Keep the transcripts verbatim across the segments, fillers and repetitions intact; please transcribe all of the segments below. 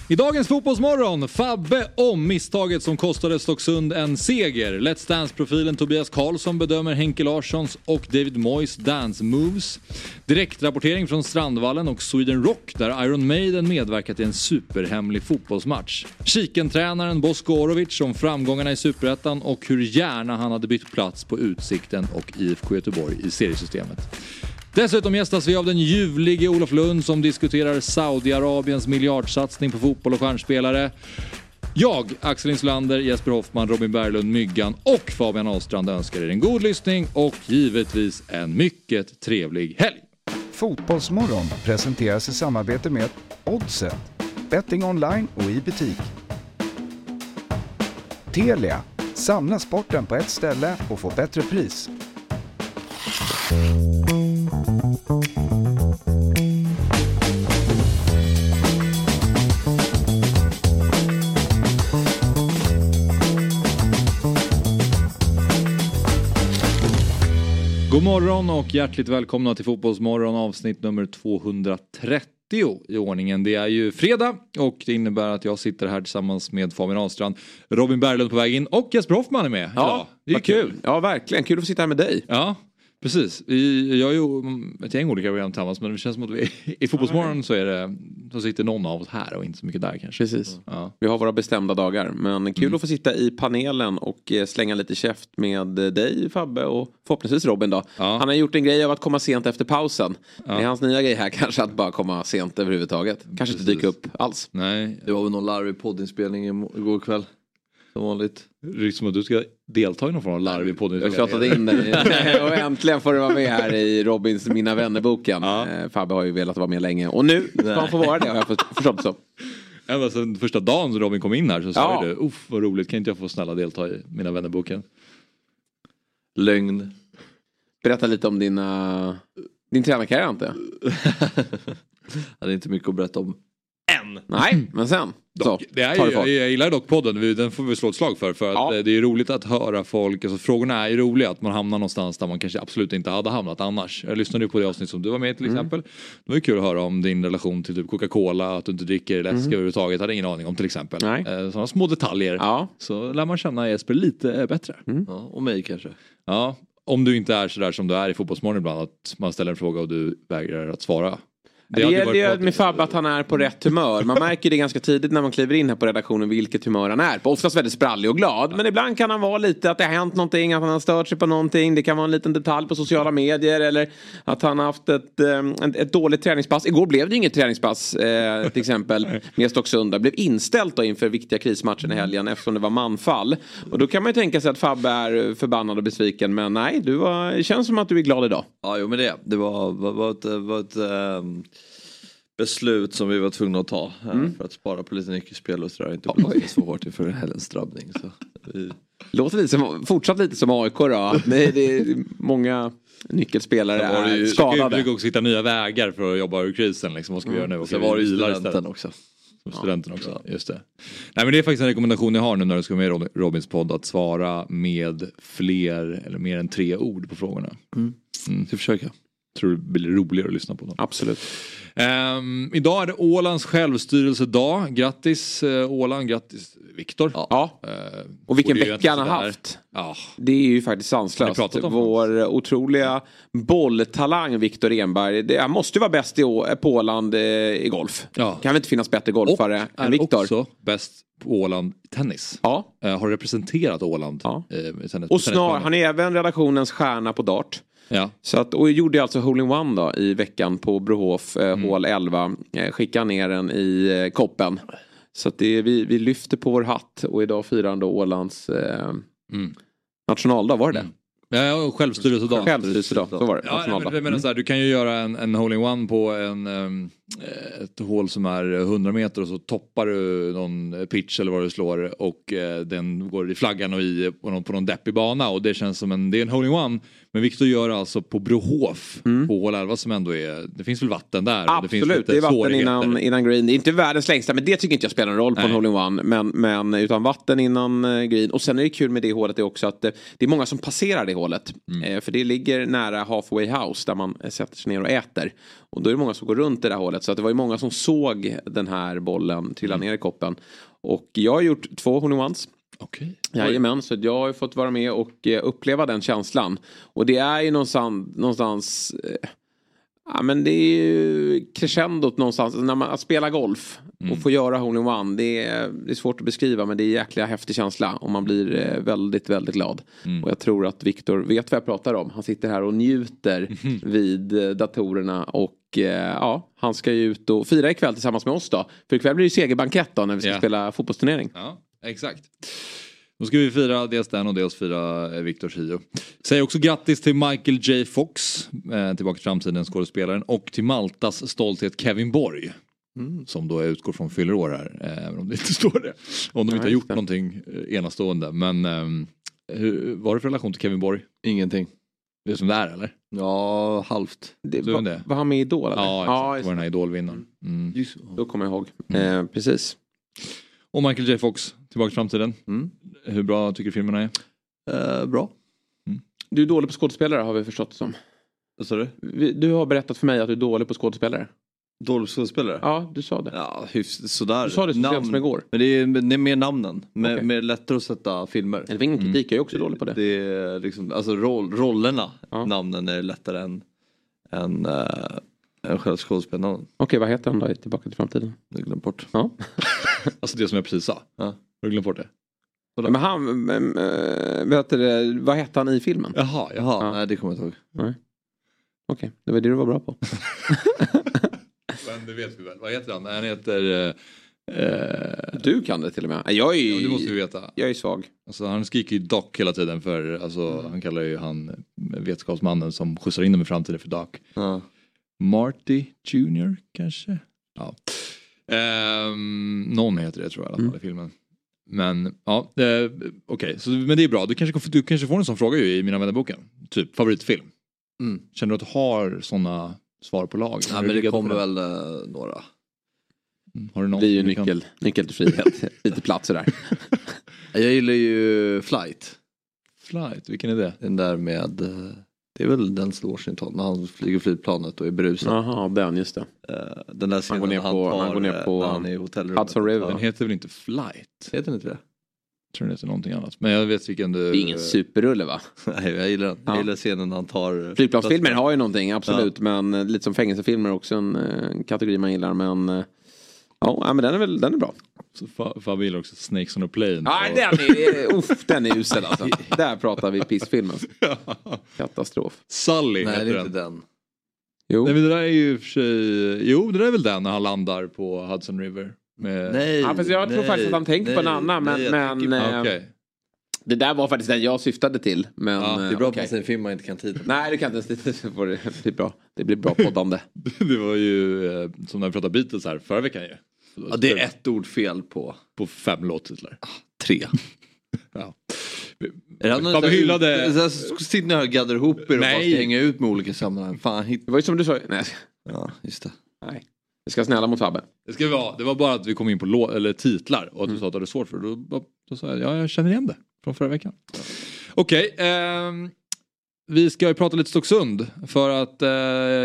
I dagens fotbollsmorgon, Fabbe om misstaget som kostade Stocksund en seger. Let's Dance-profilen Tobias Karlsson bedömer Henke Larssons och David Moyes dance moves. Direktrapportering från Strandvallen och Sweden Rock där Iron Maiden medverkat i en superhemlig fotbollsmatch. Kiken-tränaren Bosko Orovic om framgångarna i Superettan och hur gärna han hade bytt plats på Utsikten och I F K Göteborg i seriesystemet. Dessutom gästas vi av den ljuvlige Olof Lund som diskuterar Saudiarabiens miljardsatsning på fotboll och stjärnspelare. Jag, Axel Insulander, Jesper Hoffman, Robin Berglund, Myggan och Fabian Ahlstrand önskar er en god lyssning och givetvis en mycket trevlig helg. Fotbollsmorgon presenteras i samarbete med Oddset, betting online och i butik. Telia, samla sporten på ett ställe och få bättre pris. God morgon och hjärtligt välkomna till Fotbollsmorgon avsnitt nummer tvåhundratrettio i ordningen. Det är ju fredag och det innebär att jag sitter här tillsammans med Fabian Ahlstrand, Robin Berglund på väg in och Jesper Hoffman är med. Ja, det är kul. kul. Ja, verkligen. Kul att få sitta här med dig. Ja, precis. Vi, jag är ju ett gäng olika program tillsammans men det känns som att vi, i Fotbollsmorgon så är det, så sitter någon av oss här och inte så mycket där kanske. Precis. Ja. Vi har våra bestämda dagar. Men kul mm. att få sitta i panelen och slänga lite käft med dig, Fabbe, och förhoppningsvis Robin då. Ja. Han har gjort en grej av att komma sent efter pausen. Ja. Det är hans nya grej här kanske att bara komma sent överhuvudtaget. Kanske Precis. inte dyka upp alls. Nej. Det var väl någon larvig poddinspelning igår kväll. Som vanligt. Det är som att du ska delta i någon form av larvig poddinspelning. Jag tjatade in dig. Och äntligen får du vara med här i Robins Mina vännerboken. Ja. Fabbe har ju velat vara med länge. Och nu ska han få vara det, har jag förstått så. Ända sedan första dagen som Robin kom in här så sa ja. du det. Uff, vad roligt. Kan inte jag få snälla delta i Mina vännerboken? Lögn. Berätta lite om dina, din tränarkarriär, inte? Det är inte mycket att berätta om. Än. Nej, men sen. Dock, så, det är ju, jag, jag gillar dock podden, den får vi slå ett slag för. För att ja. det är roligt att höra folk, alltså frågorna är ju roliga. Att man hamnar någonstans där man kanske absolut inte hade hamnat annars. Jag lyssnade ju på det avsnitt som du var med i till exempel. Mm. Det var ju kul att höra om din relation till typ Coca-Cola. Att du inte dricker läsk mm. överhuvudtaget, jag hade ingen aning om till exempel. Nej. Sådana små detaljer. Ja. Så lär man känna Jesper lite bättre. Mm. Ja, och mig kanske. Ja, om du inte är sådär som du är i Fotbollsmorgon ibland. Att man ställer en fråga och du vägrar att svara. Det, det gäller ju med Fabbe att han är på rätt humör. Man märker det ganska tidigt när man kliver in här på redaktionen vilket humör han är på. Oftast väldigt sprallig och glad. Men ibland kan han vara lite att det har hänt någonting, att han har stört sig på någonting. Det kan vara en liten detalj på sociala medier. Eller att han har haft ett, ett, ett dåligt träningspass. Igår blev det inget träningspass eh, till exempel med Stocksund. Det blev inställt då inför viktiga krismatchen i helgen eftersom det var manfall. Och då kan man ju tänka sig att Fabbe är förbannad och besviken. Men nej, du var, det känns som att du är glad idag. Ja, jo men det. Det var, var, var ett... Var ett um... beslut som vi var tvungna att ta mm. för att spara på lite nyckelspel och sådär. Inte bli så hårt inför helgens drabbning. Så vi... Låter lite som, fortsatt lite som A I K då. Nej, det är många nyckelspelare är ju, skadade. Vi ska också hitta nya vägar för att jobba ur krisen. Liksom. Vad ska vi mm. göra nu? Så var det ju studenten också. Studenten också, ja. Just det. Nej, men det är faktiskt en rekommendation jag har nu när du ska med i Robins podd att svara med fler eller mer än tre ord på frågorna. Mm. Mm. Så försöka. Tror det blir roligare att lyssna på dem. Absolut. Um, idag är det Ålands självstyrelsedag. Grattis uh, Åland, grattis Viktor. Ja. Uh, och vilken vecka han har haft. Ja. Det är ju faktiskt sanslöst. Vår oss. otroliga bolltalang Viktor Enberg. Det han måste ju vara bäst i, på Åland eh, i golf. Ja. Kan väl inte finnas bättre golfare och än Viktor. Och också bäst på Åland i tennis. Ja. Uh, har representerat Åland ja. uh, i tennis. Och snart, han är även redaktionens stjärna på dart. Ja. Så att, och gjorde alltså hole-in-one då i veckan på Brohof, eh, mm. hål elva. Eh, skickade ner den i eh, koppen. Så att det, vi, vi lyfter på vår hatt och idag firar han då Ålands eh, mm. nationaldag, var det mm. Ja, självstyrelsedag. Självstyrelsedag, så var det. Ja, men, men, men, så här, du kan ju göra en, en hole-in-one på en, um, ett hål som är hundra meter och så toppar du någon pitch eller vad du slår och uh, den går i flaggan och i på någon, på någon deppig bana och det känns som en, det är en hole-in-one. Men Victor gör alltså på Brohof mm. på hål elva som ändå är, det finns väl vatten där? Absolut, det, finns det är vatten innan, innan green. Det är inte världens längsta, men det tycker inte jag spelar en roll på Nej. en hole-in-one. Men, men utan vatten innan green. Och sen är det kul med det hålet är också att det, det är många som passerar det hålet. Mm. Eh, för det ligger nära Halfway House där man sätter sig ner och äter. Och då är det många som går runt det där hålet. Så att det var ju många som såg den här bollen trilla mm. ner i koppen. Och jag har gjort två hole-in-ones. Okej. Jajamän, så jag har fått vara med och eh, uppleva den känslan. Och det är ju någonstans... någonstans eh, ja, men det är ju crescendot någonstans. När man att spela golf mm. och få göra hole-in-one. Det är, det är svårt att beskriva, men det är en jäkla häftig känsla. Och man blir eh, väldigt, väldigt glad. Mm. Och jag tror att Viktor vet vad jag pratar om. Han sitter här och njuter mm. vid eh, datorerna. Och eh, ja, han ska ju ut och fira ikväll tillsammans med oss då. För ikväll blir det ju segerbankett då när vi ska yeah. spela fotbollsturnering. Ja, exakt. Då ska vi fira dels den och dels fira Victor Hio. Säger också grattis till Michael J. Fox, eh, tillbaka till framtiden, skådespelaren. Och till Maltas stolthet Kevin Borg. Mm. Som då utgår från fyller här, eh, även om det inte står det. Om de inte har gjort någonting enastående. Men eh, hur, vad har du för relation till Kevin Borg? Ingenting. Det är som det är, eller? Ja, halvt. Det, var, det? var han med i Idol, eller? Ja, exakt. Ja, det var den här Idolvinnaren. Mm. Då kommer jag ihåg. Mm. Eh, precis. Och Michael J. Fox, tillbaka till framtiden. Mm. Hur bra tycker du filmerna är? Uh, bra. Mm. Du är dålig på skådespelare, har vi förstått det som. Vad sa du? Du har berättat för mig att du är dålig på skådespelare. Dålig på skådespelare? Ja, du sa det. Ja, hyfs, sådär. Du sa det så sent som igår. Men det är, det är mer namnen. Mer, okay. mer lättare att sätta filmer. Det var ingen kritik, jag är också dålig på det. Det är liksom, alltså roll, rollerna, ja. Namnen är lättare än, än, äh, än själva skådespelarna. Okej, okay, vad heter han då i Tillbaka till framtiden? Jag glömde bort. Ja. Alltså det som jag precis sa. Ja. Har du glömt bort det? Men han, äh, vet du, vad hette han i filmen? Jaha, jaha. Ja. Nej, det kommer jag inte ihåg. Nej. Okej, okay. Det var det du var bra på. Men det vet vi väl. Vad heter han? Han heter... Uh, du kan det till och med. Jag är ju, ja, det måste vi veta. Jag är svag. Alltså, han skriker ju Doc hela tiden för... Alltså, mm. Han kallar ju han vetenskapsmannen som skjutsar in dem i framtiden för Doc. Ja. Marty Junior kanske? Ja. Um, någon heter det tror jag i alla fall mm. i filmen. Men ja, eh, okej. Okay. Men det är bra. Du kanske, du kanske får en sån fråga ju i Mina vännerboken. Typ favoritfilm. Mm. Känner du att du har såna svar på lag? Ja, men det kommer väl uh, några. Mm. Har du någon? Det är ju nyckel, kan... nyckel till frihet. Lite plats där. Jag gillar ju Flight. Flight, vilken är det? Den där med... Uh... Det är väl den Washington när han flyger flygplanet och är berusad. Jaha, den just det. Uh, den där scenen han går ner på, han, tar, han går ner på han är i hotellrummet. Hudson River. Den heter väl inte Flight? Heter den inte det? Jag tror det heter någonting annat. Men jag vet vilken du... Det är ingen superrulle va? Nej, jag gillar, ja. jag gillar scenen när han tar... Flygplansfilmer har ju någonting, absolut. Ja. Men lite som fängelsefilmer också en, en kategori man gillar. Men ja, men den är väl den är bra. Så Fabbe gillar också Snakes on a Plane. Nej, och... den är, uff, den är usel alltså. Där pratar vi pissfilmen. Katastrof. Sully Nej, heter det är den. inte den. Jo. Nej, men det där är ju för sig... Jo, det där är väl den när han landar på Hudson River. Med... Nej, ja, fast jag nej, tror faktiskt att han tänkte på en annan. Men, nej, men äh, okay. Det där var faktiskt den jag syftade till. Men, ja, det är bra okay. att man ser film man inte kan titta på. Nej, det kan inte ens titta på. Det blir bra. Det blir bra poddande. Det var ju som när vi pratade Beatles här förra veckan ju. Ja, det är ett ord fel på. På fem låttitlar. Ah, tre. Ja. Fabbe hyllade... Sitter ni här och gaddar ihop er och bara ska hänga ut med olika sammanhang. Fan, hit. Det var ju som du sa. Nej. Ja, just det. Nej. Vi ska snälla mot Fabbe. Det ska vi vara. Det var bara att vi kom in på lå- eller titlar och att du mm. sa att det var svårt för. Då, då sa jag, ja, jag känner igen det från förra veckan. Okej, okay, eh, vi ska ju prata lite Stocksund. För att eh,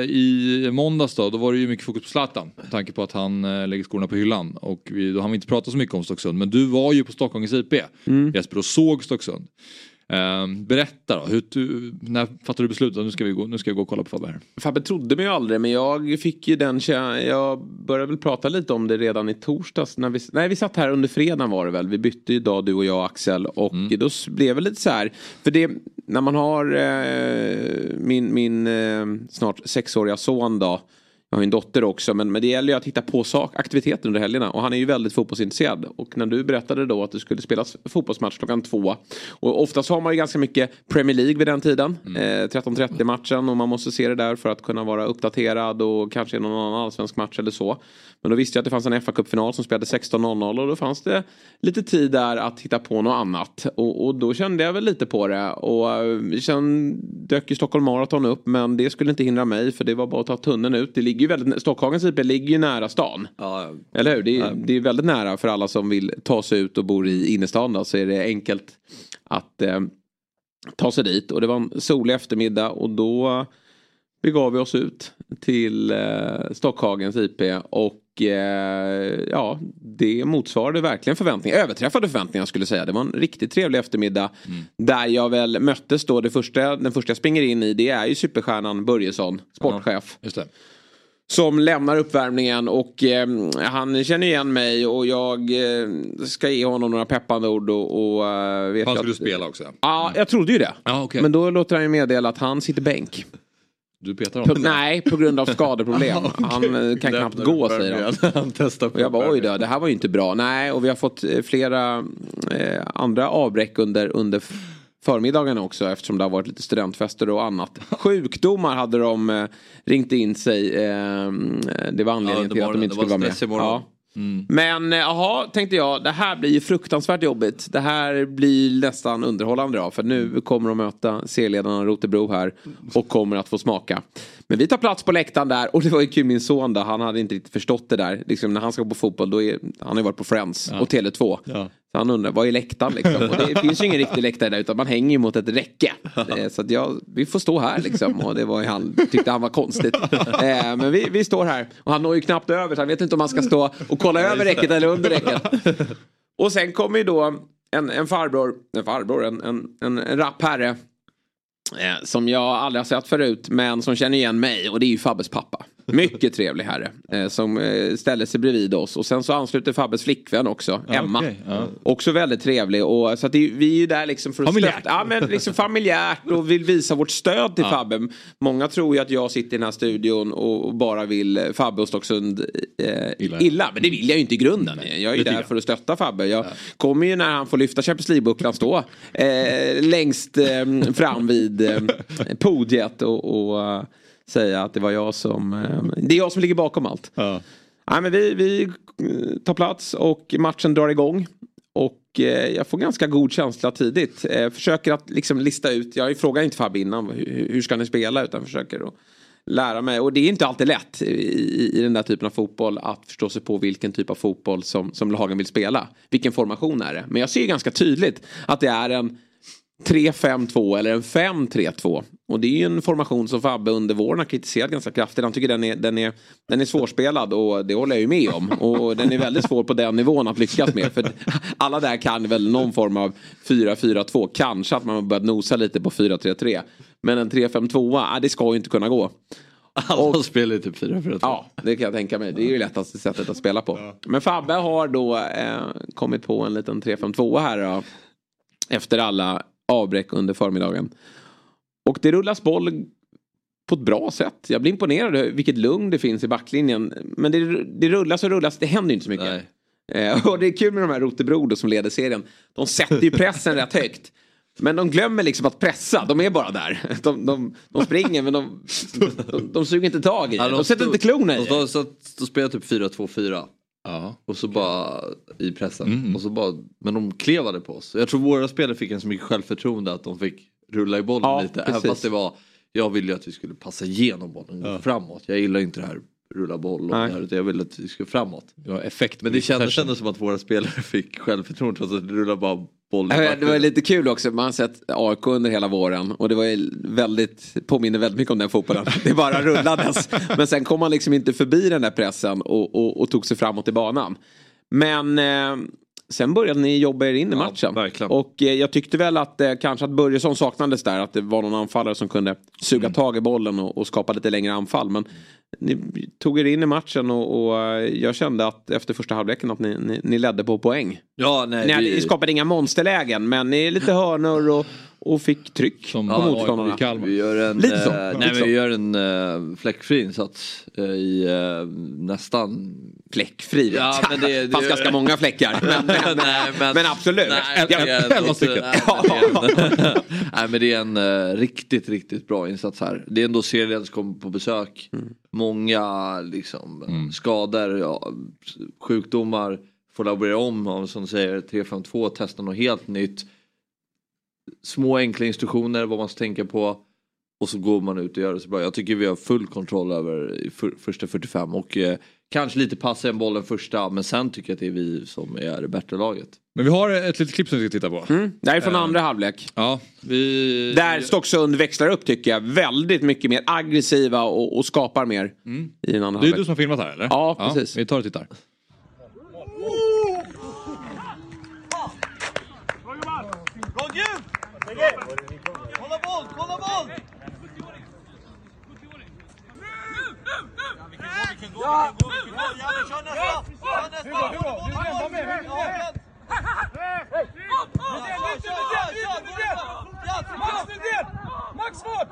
i måndags då, då var det ju mycket fokus på Zlatan. Med tanke på att han eh, lägger skorna på hyllan. Och vi, då har vi inte pratat så mycket om Stocksund. Men du var ju på Stockholms I P. Mm. Jesper, och såg Stocksund. Eh, berätta då, hur du, när fattade du beslutet att nu ska, vi gå, nu ska jag gå och kolla på Fabbe här? Fabbe trodde mig ju aldrig, men jag fick ju den, jag började väl prata lite om det redan i torsdags. När vi, nej, vi satt här under fredagen var det väl. Vi bytte ju dag, du och jag, Axel. Och mm. då blev det lite så här, för det, när man har eh, min, min eh, snart sexåriga son då. Jag har en dotter också, men, men det gäller ju att hitta på sak, aktiviteter under helgerna. Och han är ju väldigt fotbollsintresserad. Och när du berättade då att det skulle spelas fotbollsmatch klockan två. Och oftast har man ju ganska mycket Premier League vid den tiden. Mm. Eh, tretton trettio matchen och man måste se det där för att kunna vara uppdaterad. Och kanske någon annan allsvensk match eller så. Men då visste jag att det fanns en F A-cupfinal som spelade sexton noll noll. Och då fanns det lite tid där att hitta på något annat. Och, och då kände jag väl lite på det. Och sen dök ju Stockholm Marathon upp. Men det skulle inte hindra mig, för det var bara att ta tunneln ut. Det ligger ju väldigt, Stockholms I P ligger ju nära stan. Ja, eller hur? Det är, det är väldigt nära för alla som vill ta sig ut och bor i innerstan. Då, så är det enkelt att, eh, ta sig dit. Och det var en solig eftermiddag och då begav vi oss ut till eh, Stockhagens I P och eh, ja, det motsvarade verkligen förväntningar, överträffade förväntningar skulle jag säga. Det var en riktigt trevlig eftermiddag mm. där jag väl möttes då, det första, den första jag springer in i det är ju superstjärnan Börjesson, sportchef. Ja, just det. Som lämnar uppvärmningen och eh, han känner igen mig och jag eh, ska ge honom några peppande ord och, och eh, vet han skulle att, spela också. Ja, ah, jag trodde ju det. Ah, okay. Men då låter han ju meddela att han sitter bänk. Du petar honom? På, nej, på grund av skadeproblem. ah, okay. Han kan knappt gå, säger han. han testar på och jag bara, oj då, det här var ju inte bra. Nej, och vi har fått flera eh, andra avbräck under, under förmiddagen också, eftersom det har varit lite studentfester och annat. Sjukdomar hade de eh, ringt in sig. Eh, det var anledningen ja, till att de inte skulle vara med. Ja. Mm. Men jaha, tänkte jag, det här blir ju fruktansvärt jobbigt. Det här blir nästan underhållande då, för nu kommer de möta C-ledarna Rotebro här och kommer att få smaka. Men vi tar plats på läktaren där och det var ju kul, min son då, han hade inte riktigt förstått det där. Liksom när han ska på fotboll, då är, han har ju varit på Friends ja. och Tele två. Ja. Så han undrar, vad är läktaren liksom? Och det finns ju ingen riktig läktare där, utan man hänger ju mot ett räcke. Eh, så att jag, vi får stå här liksom. Och det var ju han, tyckte han var konstigt. Eh, men vi, vi står här. Och han når ju knappt över, så han vet inte om man ska stå och kolla över räcket eller under räcket. Och sen kommer ju då en, en farbror, en farbror, en, en, en, en rapp herre. Eh, som jag aldrig har sett förut, men som känner igen mig. Och det är ju Fabbes pappa. Mycket trevlig herre. Eh, som eh, ställer sig bredvid oss. Och sen så ansluter Fabbes flickvän också. Ja, Emma. Okay, ja. Också väldigt trevlig. Och, så att det, vi är ju där liksom för att familjärt. stötta. Ja, men liksom familjärt. Och vill visa vårt stöd till ja. Fabbe. Många tror ju att jag sitter i den här studion. Och, och bara vill Fabbe och Stocksund eh, illa. illa. Men det vill jag ju inte i grunden. Nej, jag är ju där jag. för att stötta Fabbe. Jag ja. kommer ju när han får lyfta Champions League-bucklan stå. Eh, längst eh, fram vid eh, podiet. Och... och säga att det var jag som eh, det är jag som ligger bakom allt. Ja. Nej, men vi, vi tar plats och matchen drar igång. Och eh, jag får ganska god känsla tidigt. Eh, försöker att liksom lista ut, jag frågar inte Fabbe innan hur, hur ska ni spela, utan försöker att lära mig. Och det är inte alltid lätt i, i den där typen av fotboll att förstå sig på vilken typ av fotboll som, som lagen vill spela. Vilken formation är det? Men jag ser ganska tydligt att det är en tre fem två eller en fem tre två. Och det är ju en formation som Fabbe under våren har kritiserat ganska kraftigt. Han tycker den är, den är, den är svårspelad och det håller jag ju med om. Och den är väldigt svår på den nivån att lyckas med. För alla där kan väl någon form av fyra fyra två. Kanske att man har börjat nosa lite på fyra tre tre. Men en tre fem två, ah, det ska ju inte kunna gå. Alla och, spelar ju typ fyra fyra två. Ja, det kan jag tänka mig. Det är ju lättaste sättet att spela på. Ja. Men Fabbe har då eh, kommit på en liten tre fem två här då, efter alla avbräck under förmiddagen. Och det rullas boll på ett bra sätt. Jag blir imponerad över vilket lugn det finns i backlinjen. Men det, det rullas och rullas, det händer ju inte så mycket. Eh, och det är kul med de här Rotebro som leder serien. De sätter ju pressen rätt högt. Men de glömmer liksom att pressa. De är bara där. De, de, de springer men de, de, de suger inte tag i det. Ja, de, de sätter stod, inte klona i det. De, de, de spelar typ fyra två fyra. Ja. Och så bara i pressen. Mm. Och så bara, men de klevade på oss. Jag tror våra spelare fick en så mycket självförtroende att de fick rulla i bollen ja, lite. Även fast det var, jag ville ju att vi skulle passa igenom bollen ja. framåt. Jag gillar inte det här rulla boll och det här, jag ville att vi skulle framåt. Ja, effekt. Men det kändes, kändes som att våra spelare fick självförtroende trots att det rullade bara bollen. Ja, det var lite kul också. Man har sett A I K under hela våren och det var ju väldigt, påminner väldigt mycket om den fotbollen. Det bara rullades. Men sen kom man liksom inte förbi den där pressen och, och, och tog sig framåt i banan. Men eh, sen började ni jobba er in i matchen. Ja, och eh, jag tyckte väl att eh, kanske att Börjesson saknades där. Att det var någon anfallare som kunde suga mm. tag i bollen och, och skapa lite längre anfall. Men ni tog er in i matchen och, och jag kände att efter första halvleken att ni, ni, ni ledde på poäng. Ja, nej, ni vi... skapade inga monsterlägen, men ni är lite hörnor och, och fick tryck som på motståndarna. Ja, vi gör en, lite så. Äh, nej, men vi gör en äh, fläckfri insats äh, i äh, nästan... Fläckfri? Ja, men det, det fast ganska många fläckar. Men, men, nej, men, men absolut. elva stycken. Nej, men det är en äh, riktigt, riktigt bra insats här. Det är ändå serien som kommer på besök. Mm. Många liksom, mm. skador, ja, sjukdomar. Får laborera om, om som säger tre fem två, testa något helt nytt. Små enkla instruktioner vad man ska tänka på. Och så går man ut och gör det så bra. Jag tycker vi har full kontroll över för, första fyrtiofem. Och eh, kanske lite passa en bollen första. Men sen tycker jag att det är vi som är det bättre laget. Men vi har ett litet klipp som vi ska titta på. Mm. Det här är från uh, andra halvlek. Ja, vi... Där Stocksund växlar upp tycker jag. Väldigt mycket mer aggressiva och, och skapar mer mm. i den andra halvlek. Det är du som har filmat här eller? Ja, precis. Ja, vi tar och tittar. Kolla boll, kolla boll! Ja, vi kan gå, vi kan gå. Ja, vi kör nästa. Kör nästa. Max Ford!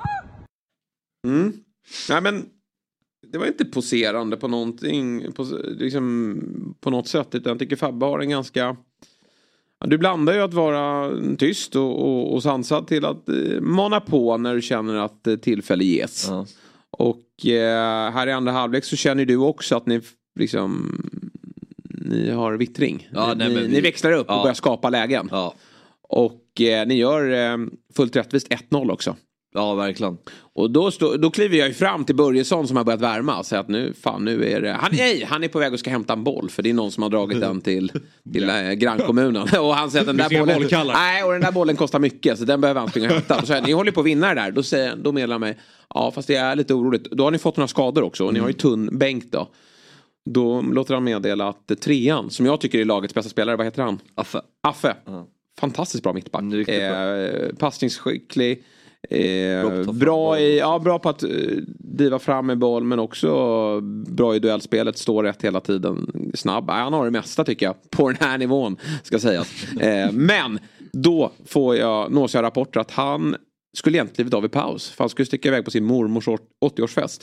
Mm. Nej men det var inte poserande på någonting på, liksom, på något sätt, utan jag tycker Fabbe har en ganska... Du blandar ju att vara tyst och, och, och sansad till att eh, mana på när du känner att eh, tillfälle ges. Ja. Och eh, här i andra halvlek så känner du också att ni liksom ni har vittring. Ja, ni, nej, ni, vi... ni växlar upp ja. och börjar skapa lägen. Ja. Och eh, ni gör eh, fullt rättvist ett noll också. Ja, verkligen. Och då, stå, då kliver jag ju fram till Börjesson som har börjat värma och säger att nu, fan nu är det... Han, nej, han är på väg och ska hämta en boll för det är någon som har dragit den till, till äh, grannkommunen. Och han säger att den där bollen... Nej, och den där bollen kostar mycket så den behöver han springa och hämta. Och så här, ni håller på att vinna det där. Då, säger, då meddelar han mig, ja fast det är lite oroligt. Då har ni fått några skador också och ni har ju tunn bänk då. Då låter han meddela att trean, som jag tycker är lagets bästa spelare, vad heter han? Affe. Affe. Uh-huh. Fantastiskt bra mittback. Eh, passningsskicklig. Eh, bra, i, ja, bra på att eh, driva fram med boll, men också bra i duellspelet, står rätt hela tiden, snabb. Ja, han har det mesta tycker jag på den här nivån ska sägas. Eh, men då får jag nås jag rapporter att han skulle egentligen blivit av i paus för han skulle sticka iväg på sin mormors åttioårsfest.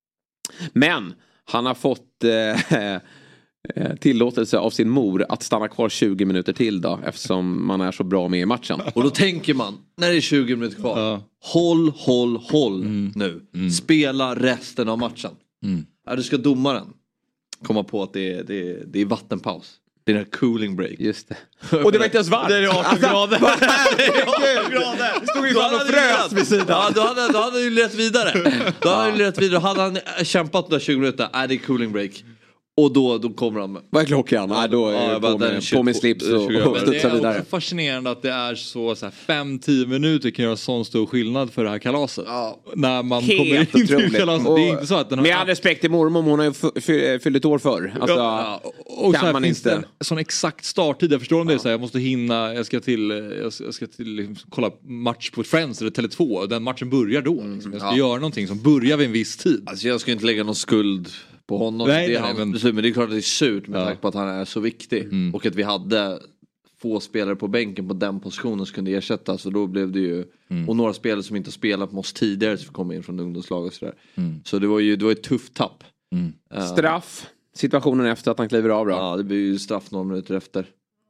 Men han har fått eh, tillåtelse av sin mor att stanna kvar tjugo minuter till då, eftersom man är så bra med i matchen. Och då tänker man, när det är tjugo minuter kvar, ja. håll, håll, håll mm. nu. Mm. Spela resten av matchen. Mm. Ja, du ska domaren komma på att det är, det är, det är vattenpaus. Det är den här cooling break. Just det. Och det var inte ens varmt. Det är arton grader. Det är arton grader. Det stod ju fan och frös vid sidan. Ja, då hade, då hade han ju lett vidare. Då hade han ju lett vidare. Då hade han kämpat de där tjugo minuter. Nej, det är cooling break. Och då, då kommer de. Vad är klockan? Nej, då är ja, på, med, på med slips och, och studsa vidare. Det är också fascinerande att det är så, så fem till tio minuter kan göra sån stor skillnad för det här kalaset. Ja. När man helt kommer in otroligt. till kalaset. Och, det är inte så att den har... Med all respekt till mormor, hon har ju fyllt ett år för. Alltså, ja, och, och så här man finns inte... det en sån exakt starttid. Jag förstår om det är så här, jag måste hinna, jag ska till, jag ska, jag ska till liksom, kolla match på Friends eller Tele två. Och den matchen börjar då. Liksom. Jag ska ja. göra någonting som börjar vid en viss tid. Alltså jag ska inte lägga någon skuld på honom. Nej, det är nej, hans, men... men det är klart att det är surt med ja. tanke på att han är så viktig. Mm. Och att vi hade få spelare på bänken på den positionen som kunde ersättas. Så då blev det ju... Mm. Och några spelare som inte spelat med oss tidigare som kom in från ungdomslag och sådär. Mm. Så det var ju det var ett tufft tapp. Mm. Uh, Straff. Situationen efter att han kliver av då. Ja, det blir ju straff några minuter efter.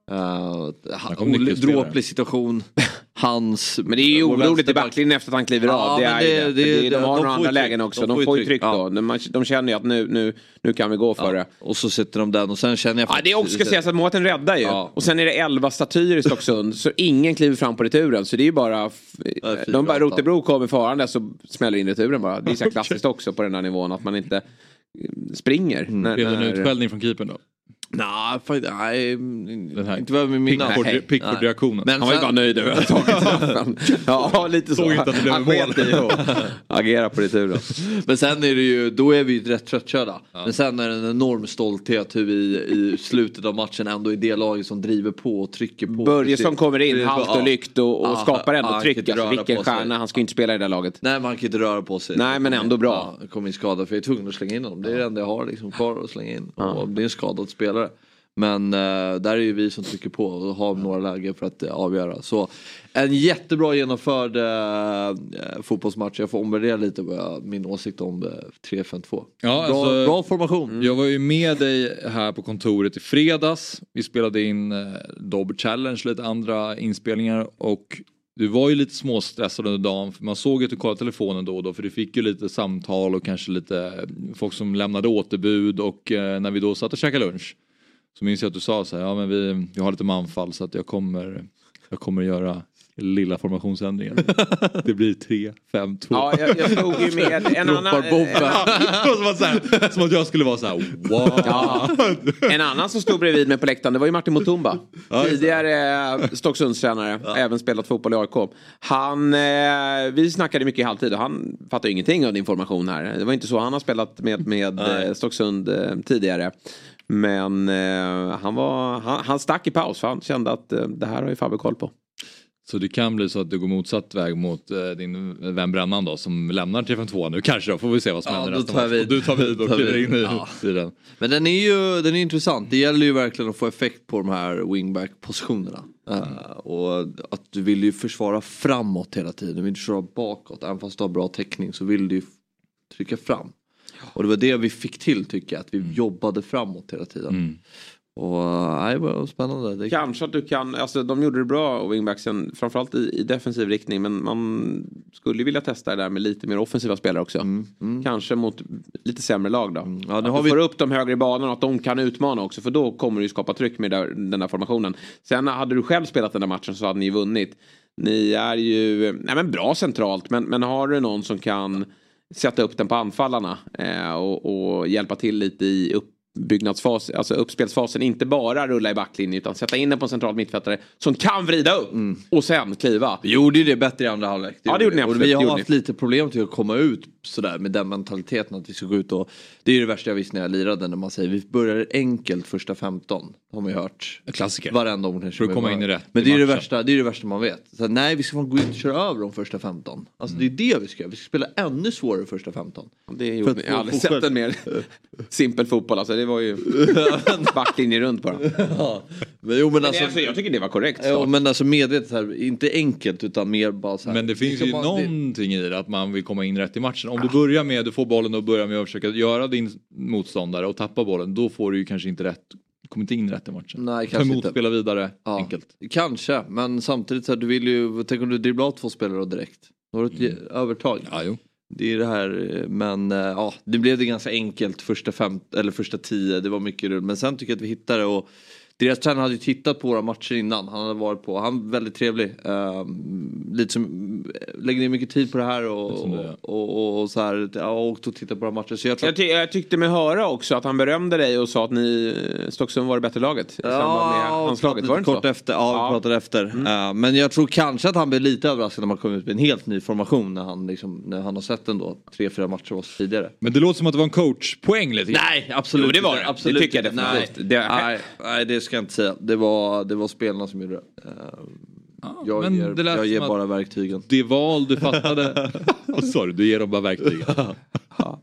Uh, dråplig situation. Hans, men det är ju oroligt i backlinjen efter att han kliver ja, av. Det är det, det, det, det, de har de några andra tryck. lägen också. De, de får ju tryck, tryck då. De, de känner ju att nu, nu, nu kan vi gå för ja. det. Och så sätter de den och sen känner jag... Ja, det är också ska sägas att måten räddar ju. Ja. Och sen är det elva statyer i Stocksund. Så ingen kliver fram på returen. Så det är ju bara... Ja, de bara, Rotebro kommer farande så smäller in returen bara. Det är så klassiskt också på den här nivån att man inte springer. Mm. När, när... en utskällning från keepern då? Nah, nej, nej, inte vad med mina Pickford-reaktionen. Men han var ju bara nöjd över att ha tagit straffen. Ja, lite så. Inte att det blev han sket i att agera på det turen. Men sen är det ju, då är vi ju rätt tröttkörda. Ja. Men sen är det en enorm stolthet hur vi i slutet av matchen ändå är det laget som driver på och trycker på. Börjesson kommer in halvt och lykt och, och ja, skapar ändå ja, tryck. Alltså, vilken stjärna, han ska inte spela i det där laget. Nej, man kan inte röra på sig. Nej, men ändå bra. Ja, kommer in skadad för jag är tvungen att slänga in honom. Det är det enda jag har liksom kvar att slänga in. Ja. Och det är en skadad spelare. Men uh, där är ju vi som trycker på och har några lägen för att uh, avgöra. Så en jättebra genomförd uh, fotbollsmatch. Jag får omvärdera lite vad min åsikt om uh, tre fem två. Ja, bra, alltså, bra formation. Mm. Jag var ju med dig här på kontoret i fredags. Vi spelade in uh, Dobb Challenge, lite andra inspelningar. Och du var ju lite småstressad under dagen. För man såg att du kollade telefonen då och då. För du fick ju lite samtal och kanske lite folk som lämnade återbud. Och uh, när vi då satt och käkade lunch. Så minns jag att du sa så här, ja men vi, vi har lite manfall så att jag kommer, jag kommer göra lilla formationsändringen. Det blir tre fem två. Ja, jag, jag stod ju med en annan... som, att så här, som att jag skulle vara så här, wow. Ja. En annan som stod bredvid mig på läktaren, det var ju Martin Mutumba. Ja, tidigare Stocksundstränare, ja. Även spelat fotboll i A I K. Han, eh, vi snackade mycket i halvtid och han fattade ingenting av information här. Det var inte så han har spelat med, med eh, Stocksund eh, tidigare. Men eh, han, var, han, han stack i paus för han kände att eh, det här har ju Fabbe koll på. Så det kan bli så att det går motsatt väg mot eh, din vän Brännan då som lämnar tre fem två nu kanske då. Får vi se vad som ja, händer nästa match. Och du tar vid och kliver in i, ja. i den. Men den är ju den är intressant. Det gäller ju verkligen att få effekt på de här wingback-positionerna. Mm. Uh, och att du vill ju försvara framåt hela tiden. Du vill inte köra bakåt. Även fast du har bra täckning så vill du ju trycka fram. Och det var det vi fick till tycker jag. Att vi mm. jobbade framåt hela tiden. Mm. Och nej, det var spännande. Det... Kanske att du kan, alltså de gjorde det bra wingbacksen, framförallt i, i defensiv riktning, men man skulle vilja testa det där med lite mer offensiva spelare också. Mm, mm. Kanske mot lite sämre lag då. Mm. Ja, nu har du vi... får upp dem högre i banan och att de kan utmana också, för då kommer du skapa tryck med där, den där formationen. Sen hade du själv spelat den där matchen så hade ni vunnit. Ni är ju nej, men bra centralt, men, men har du någon som kan sätta upp den på anfallarna eh, och, och hjälpa till lite i upp byggnadsfas, alltså uppspelsfasen, inte bara rulla i backlinjen utan sätta in den på en central mittfältare som kan vrida upp mm. och sen kliva. Vi gjorde ju det bättre i andra halvlek. Ja, det gjorde ni. Och vi har haft lite problem till att komma ut sådär med den mentaliteten att vi ska gå ut och det är det värsta jag visste när jag lirade, när man säger vi börjar enkelt första femton. Har vi hört. Klassiker. Varenda gång för att komma in i rätt. Men det är det värsta, det är det värsta man vet. Så nej, vi ska gå ut och köra över de första femton. Alltså mm. det är det vi ska göra. Vi ska spela ännu svårare första femton. Det är ju jag har aldrig sett en mer simpel fotboll, alltså det var ju backlinje runt bara. Ja. Men, jo, men men alltså, alltså, jag tycker det var korrekt. Jo, men alltså medvetet här, inte enkelt utan mer bara så här. Men det finns ju man, någonting det... i det att man vill komma in rätt i matchen. Om ja. du börjar med, du får bollen och börjar med att försöka göra din motståndare och tappa bollen, då får du ju kanske inte rätt, kommer inte in rätt i matchen. Nej, kanske inte. Spela vidare, ja. enkelt. Kanske, men samtidigt så här, du vill ju, tänk om du dribblar två spelare direkt. Då har du ett mm. övertag. Ja, jo. Det är det här, men ja, det blev det ganska enkelt första fem eller första tio, det var mycket rull. Men sen tycker jag att vi hittade och deras tränare hade ju tittat på våra matcher innan. Han hade varit på, han var väldigt trevlig. Uh, lite som, lägger ner mycket tid på det här och, och, och, och, och så här, ja, och tog titta på våra matcher. Så jag, tror jag, ty- jag tyckte mig höra också att han berömde dig och sa att ni, Stocksund var det bättre laget. I ja, med hans laget, var det kort så? Efter, ja, ja, vi pratade efter. Mm. Uh, men jag tror kanske att han blev lite överraskad när man kom ut med en helt ny formation när han, liksom, när han har sett ändå tre, fyra matcher av oss tidigare. Men det låter som att det var en coachpoäng lite. Nej, absolut. Jo, det var det. Absolut. Det tycker jag definitivt. Nej, det, nej, nej, det ska jag inte säga. Det var, det var spelarna som gjorde det. Uh, ja, jag men ger, det jag ger bara verktygen. Det val du fattade. Vad sa du? Du ger dem bara verktygen. Ja.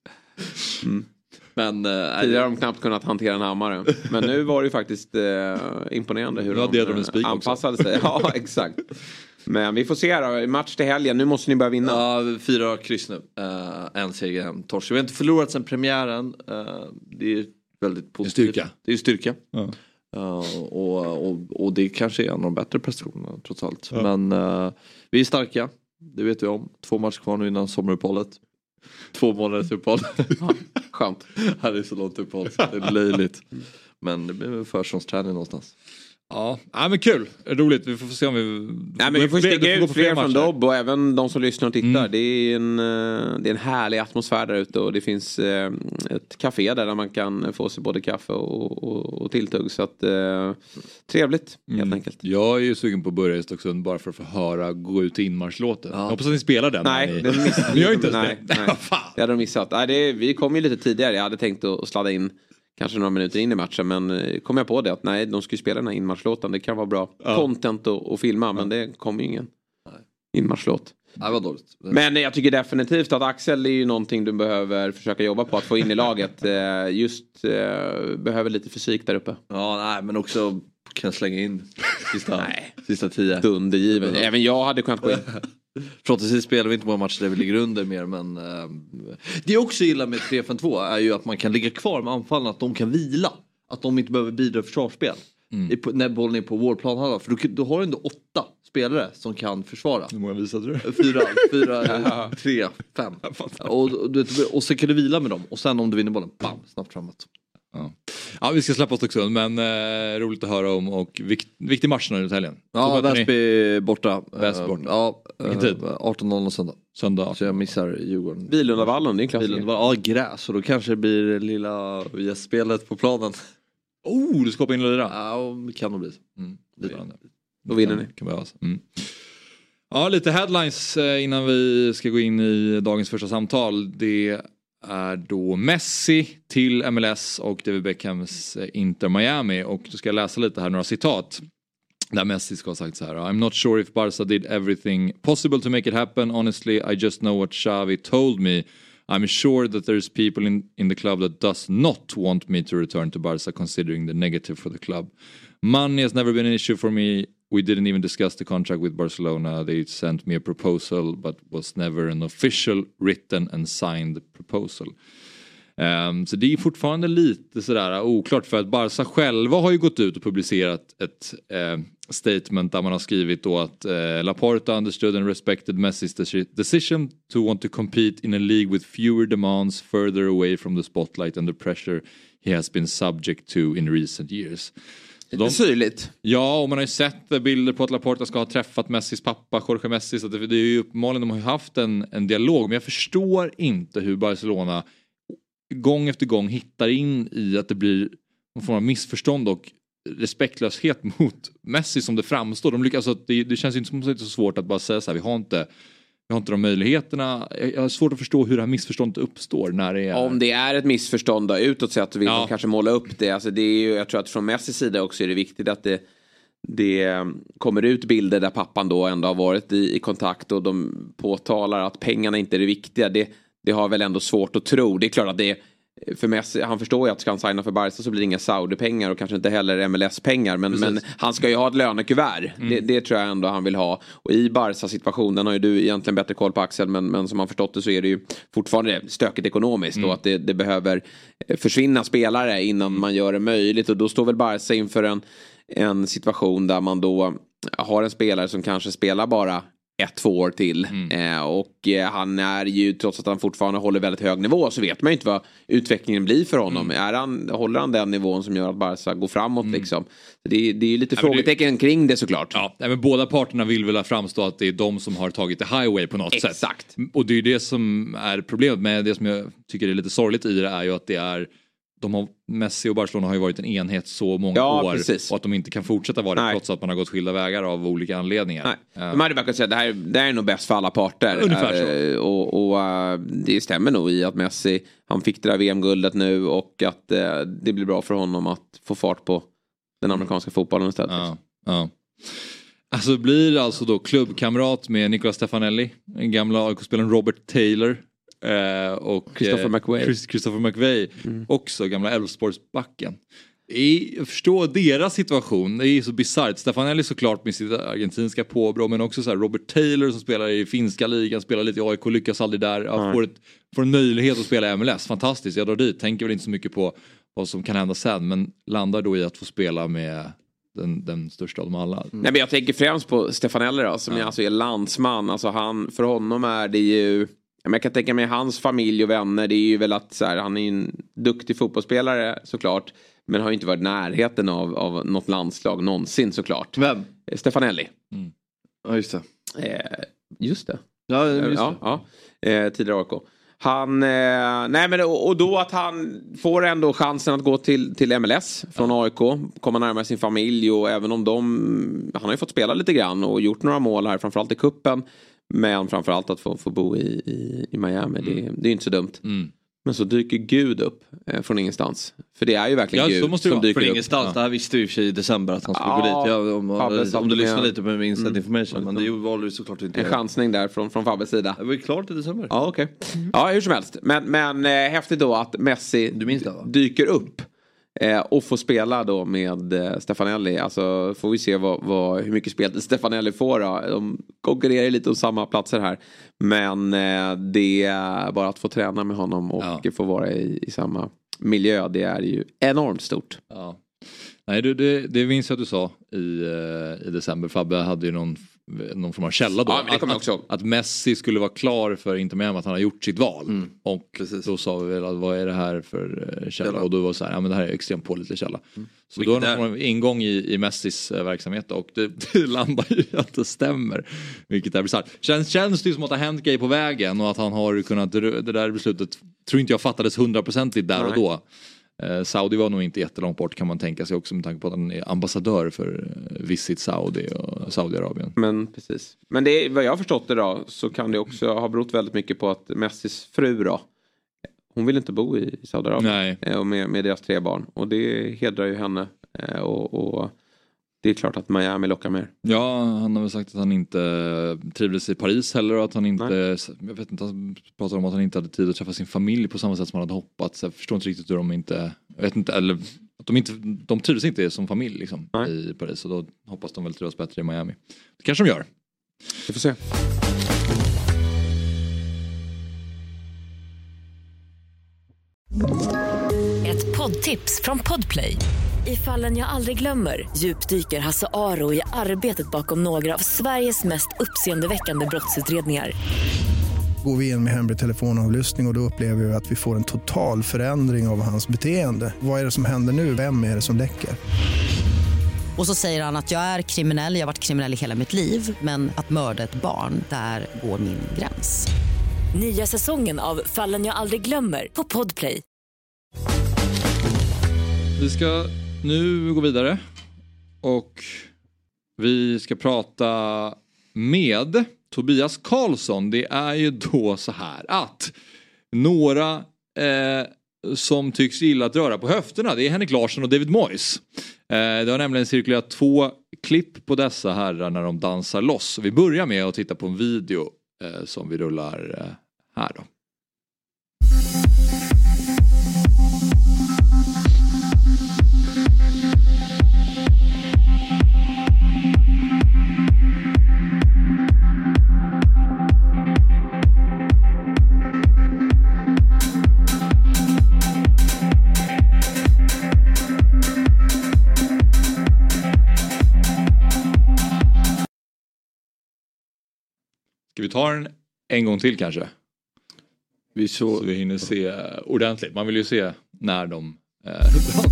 Mm. Men uh, tidigare har de knappt kunnat hantera en hammare. Men nu var det ju faktiskt uh, imponerande hur ja, de, de uh, anpassade sig. Ja, exakt. Men vi får se då. Match till helgen. Nu måste ni börja vinna. Ja, fyra kryss nu. Uh, en seger, en torsk. Vi har inte förlorat sedan premiären. Uh, det är väldigt positivt. Styrka. Det är styrka. Ja. Uh, och, och, och det kanske är en av de bättre prestationerna trots allt. Ja. Men uh, vi är starka. Det vet vi om. Två matcher kvar nu innan sommaruppehållet. Två månaders uppehåll. Ja, skönt. Här är så långt uppehåll. Det är löjligt. Men det blir väl försäsongsträning någonstans. Ja, ja men kul. Roligt. Vi får se om vi... Ja, men vi får stiga ut fler från Dobb och även de som lyssnar och tittar. Mm. Det är en, det är en härlig atmosfär där ute och det finns ett café där, där man kan få sig både kaffe och, och, och tilltugg. Så att, eh, trevligt helt mm. enkelt. Jag är ju sugen på att börja i Stocksund bara för att få höra gå ut i inmarschlåten. Ja. Jag hoppas att ni spelar den. Nej, ni... den miss... ni har inte nej, nej. Det hade de missat. Nej, det är, vi kom ju lite tidigare. Jag hade tänkt att sladda in kanske några minuter in i matchen, men kom jag på det att nej, de ska ju spela den här inmarschlåten. Det kan vara bra ja. content att, att filma, men det kom ju ingen inmarschlåt. Nej, vad dåligt. Men jag tycker definitivt att Axel är ju någonting du behöver försöka jobba på att få in i laget. Just behöver lite fysik där uppe. Ja, nej, men också kan slänga in sista, nej. sista tio. Dundergiven. Även jag hade kunnat gå in. Förhoppningsvis spelar vi inte många matcher där vi ligger under mer, men uh, det är också illa med tre fem två är ju att man kan ligga kvar med anfallen, att de kan vila, att de inte behöver bidra försvarsspel mm. I, när bollen är på vårplan, för då, då har du ändå åtta spelare som kan försvara. Hur många visade du? Fyra, fyra tre, fem och, och, och, och sen kan du vila med dem och sen om du vinner bollen, bam, snabbt framåt. Ja. Ja, vi ska släppa Stocksund, men eh, roligt att höra om och vikt, viktig match nu i helgen. Ja, Väsby borta. Väsby borta. Ja, vilken tid? arton noll noll söndag. Söndag. Så jag missar Djurgården. Bilundavallen, det är en klassiker. Ja, gräs. Och då kanske det blir lilla gästspelet på planen. Oh, du ska hoppa in och lira? Ja, det kan nog bli. Mm. Då vinner ni. Kan behövas. Mm. Ja, lite headlines innan vi ska gå in i dagens första samtal. Det är då Messi till M L S och David Beckhams Inter Miami. Och då ska jag läsa lite här, några citat. Där Messi ska ha sagt så här: I'm not sure if Barca did everything possible to make it happen. Honestly, I just know what Xavi told me. I'm sure that there's people in, in the club that does not want me to return to Barca, considering the negative for the club. Money has never been an issue for me. We didn't even discuss the contract with Barcelona. They sent me a proposal but was never an official written and signed proposal. Um, så det är fortfarande lite sådär oklart, för att Barca själva har ju gått ut och publicerat ett eh, statement där man har skrivit då att eh, Laporta understood and respected Messi's decision to want to compete in a league with fewer demands, further away from the spotlight and the pressure he has been subject to in recent years. De, syrligt. Ja, och man har ju sett bilder på att Laporta ska ha träffat Messis pappa, Jorge Messi, så det, det är ju uppenbarligen, de har ju haft en, en dialog, men jag förstår inte hur Barcelona gång efter gång hittar in i att det blir någon form av missförstånd och respektlöshet mot Messi som det framstår. De lyckas, alltså, det, det känns inte som att det är så svårt att bara säga så här, vi har inte vi har inte de möjligheterna. Jag har svårt att förstå hur det här missförståndet uppstår när det är... Om det är ett missförstånd då, utåt sett, vill ja. de kanske måla upp det. Alltså det är ju, jag tror att från Messis sida också är det viktigt att det, det kommer ut bilder där pappan då ändå har varit i, i kontakt och de påtalar att pengarna inte är det viktiga. Det, det har väl ändå svårt att tro. Det är klart att det för Messi, han förstår ju att ska han signa för Barca så blir det inga Saudi-pengar och kanske inte heller M L S-pengar, men, men han ska ju ha ett lönekuvert. Mm. Det, det tror jag ändå han vill ha. Och i Barca-situationen har ju du egentligen bättre koll på Axel, men, men som han förstått det så är det ju fortfarande stökigt ekonomiskt mm. och att det, det behöver försvinna spelare innan mm. man gör det möjligt, och då står väl Barca inför en, en situation där man då har en spelare som kanske spelar bara ett, två år till. Mm. Eh, och eh, han är ju, trots att han fortfarande håller väldigt hög nivå, så vet man ju inte vad utvecklingen blir för honom. Mm. Är han, håller han den nivån som gör att Barca går framåt mm. liksom? Det, det är ju lite ja, frågetecken det, kring det såklart. Ja, men båda parterna vill väl framstå att det är de som har tagit det highway på något Exakt. sätt. Exakt. Och det är ju det som är problemet med det som jag tycker är lite sorgligt i det, är ju att det är de har, Messi och Barcelona har ju varit en enhet så många ja, år precis. Och att de inte kan fortsätta vara det Nej. Trots att man har gått skilda vägar av olika anledningar. Nej. De hade bara kunnat säga att det här, det här är nog bäst för alla parter. Ungefär så. Och, och det stämmer nog i att Messi, han fick det där V M-guldet nu och att det blir bra för honom att få fart på den amerikanska fotbollen istället. Ja, ja. Alltså blir alltså då klubbkamrat med Nicolas Stefanelli, den gamla A I K-spelaren Robert Taylor. Uh, och Christopher McVey, Chris, Christopher McVey mm. också gamla Elfsborgsbacken. Jag förstår deras situation. Det är så bisarrt. Stefanelli såklart med sitt argentinska påbrå, men också så här Robert Taylor som spelar i finska ligan, spelar lite i A I K, lyckas aldrig där. Jag får, ett, får en möjlighet att spela i M L S. Fantastiskt. Jag drar dit. Tänker väl inte så mycket på vad som kan hända sen, men landar då i att få spela med den, den största av dem alla. Mm. Nej, men jag tänker främst på Stefanelli då, som ja. alltså är landsman. Alltså han, för honom är det ju... Jag kan tänka mig hans familj och vänner. Det är ju väl att så här, han är en duktig fotbollsspelare såklart, men har ju inte varit i närheten av, av något landslag någonsin såklart. Vem? Stefanelli. Mm. Ja, just det. Eh, just det. Ja, just det. Ja, ja. Eh, tidigare A I K. Han, eh, nej men och, och då att han får ändå chansen att gå till, till M L S från A I K, komma närmare sin familj, och även om de, han har ju fått spela lite grann och gjort några mål här, framförallt i kuppen. Men framförallt att få, få bo i, i, i Miami, mm. det, det är inte så dumt. Mm. Men så dyker Gud upp eh, från ingenstans. För det är ju verkligen ja, Gud måste som dyker från upp. ingenstans, ja. Det här visste vi i december att han skulle ja, gå dit. Ja, om, om, om du lyssnar lite på min inside mm. information. Men det var ju såklart inte. En chansning där från, från Fabbes sida. Det var ju klart i december. Ja, okej. Okay. Ja, hur som helst. Men, men eh, häftigt då att Messi du minns det, va? dyker upp. Eh, och får spela då med eh, Stefanelli. Alltså får vi se vad, vad, hur mycket spel Stefanelli får då. De konkurrerar lite om samma platser här. Men eh, det är bara att få träna med honom och ja. få vara i, i samma miljö. Det är ju enormt stort. Ja. Nej, det, det, det minns jag att du sa i, i december. Fabbe hade ju någon, någon form av källa då. Ja, men det att, också. Att, att Messi skulle vara klar för Inter Miami, att han har gjort sitt val. Mm, och precis. då sa vi väl att vad är det här för källa? Källa. Och då var det så här, ja men det här är extremt pålitlig källa. Mm. Så då är det någon form av ingång i, i Messis verksamhet och det, det landar ju att det stämmer. Vilket är bisarrt. Känns, känns det ju som att det har hänt grejer på vägen och att han har kunnat, det där beslutet tror inte jag fattades hundraprocentigt där. Nej. Och då. Eh, Saudi var nog inte jättelångt bort kan man tänka sig också med tanke på att han är ambassadör för Visit Saudi och Saudiarabien. Men precis. Men det är, vad jag har förstått idag så kan det också ha berott väldigt mycket på att Messis fru då, hon vill inte bo i Saudiarabien. Nej. Och med, med deras tre barn. Och det hedrar ju henne. Och, och det är klart att Miami lockar mer. Ja, han har väl sagt att han inte trivdes i Paris heller. Och att han inte, Nej. jag vet inte, han pratar om att han inte hade tid att träffa sin familj på samma sätt som han hade hoppats. Jag förstår inte riktigt hur de inte, jag vet inte, eller att de inte, de trivdes inte som familj liksom i Paris. Och då hoppas de väl trivas bättre i Miami. Det kanske de gör. Vi får se. Ett poddtips från Podplay. I Fallen jag aldrig glömmer djupdyker Hasse Aro i arbetet bakom några av Sveriges mest uppseendeväckande brottsutredningar. Går vi in med hemlig telefonavlyssning och, och då upplever vi att vi får en total förändring av hans beteende. Vad är det som händer nu? Vem är det som läcker? Och så säger han att jag är kriminell, jag har varit kriminell i hela mitt liv. Men att mörda ett barn, där går min gräns. Nya säsongen av Fallen jag aldrig glömmer på Podplay. Vi ska nu gå vidare och vi ska prata med Tobias Karlsson. Det är ju då så här att några eh, som tycks gilla att röra på höfterna, det är Henrik Larsson och David Moyes. Eh, det har nämligen cirkulerat två klipp på dessa herrar när de dansar loss. Vi börjar med att titta på en video eh, som vi rullar eh, här då. Ska vi ta den en gång till kanske? Vi så... så vi hinner se ordentligt. Man vill ju se när de... Eh,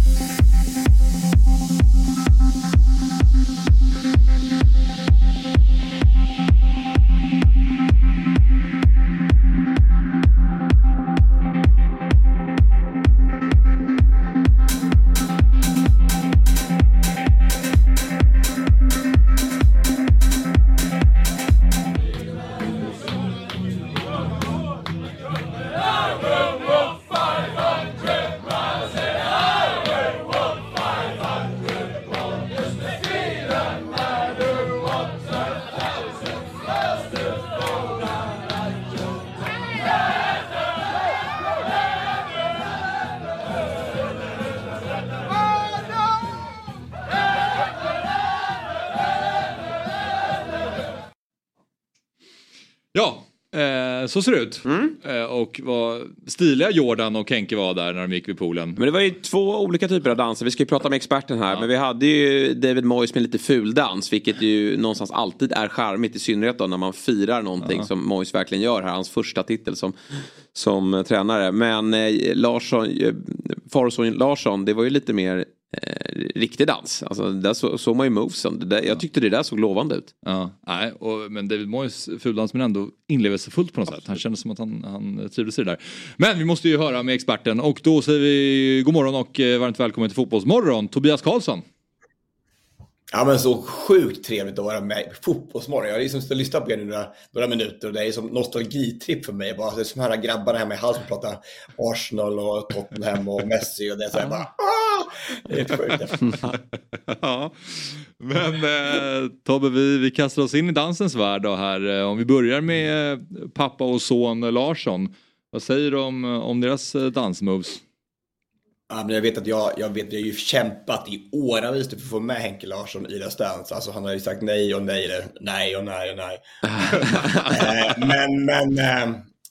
Ja, eh, så ser det ut. Mm. Eh, och vad stiliga Jordan och Henke var där när de gick vid poolen. Men det var ju två olika typer av danser. Vi ska ju prata med experten här. Ja. Men vi hade ju David Moyes med lite fuldans. Vilket ju någonstans alltid är charmigt. I synnerhet då när man firar någonting ja. som Moyes verkligen gör här. Hans första titel som, som tränare. Men eh, Larsson, eh, Farson Larsson, det var ju lite mer... Eh, riktig dans. Alltså, där så, såg man ju movesen. Det där, jag tyckte det där såg lovande ut. Ja, nej, och, men David Moyes fuldans men ändå inlevelsefullt på något Absolut. sätt. Han kände som att han, han trivdes i det där. Men vi måste ju höra med experten och då säger vi god morgon och eh, varmt välkommen till Fotbollsmorgon, Tobias Karlsson. Ja, men så sjukt trevligt att vara med på Fotbollsmorgon. Jag har liksom stått och lyssnat på er nu några, några minuter och det är som nostalgitripp för mig. Bara, det är som här grabbarna hemma i halsen pratar Arsenal och Tottenham och Messi och det är så här bara Aah! Det är helt sjukt. Ja, men eh, Tobbe, vi, vi kastar oss in i dansens värld då här. Om vi börjar med pappa och son Larsson. Vad säger du om, om deras dansmoves? Ja, men jag vet att jag, jag vet jag har ju kämpat i åravis för att få med Henke Larsson i Let's Dance. Alltså han har ju sagt nej och nej, nej och nej och nej. men men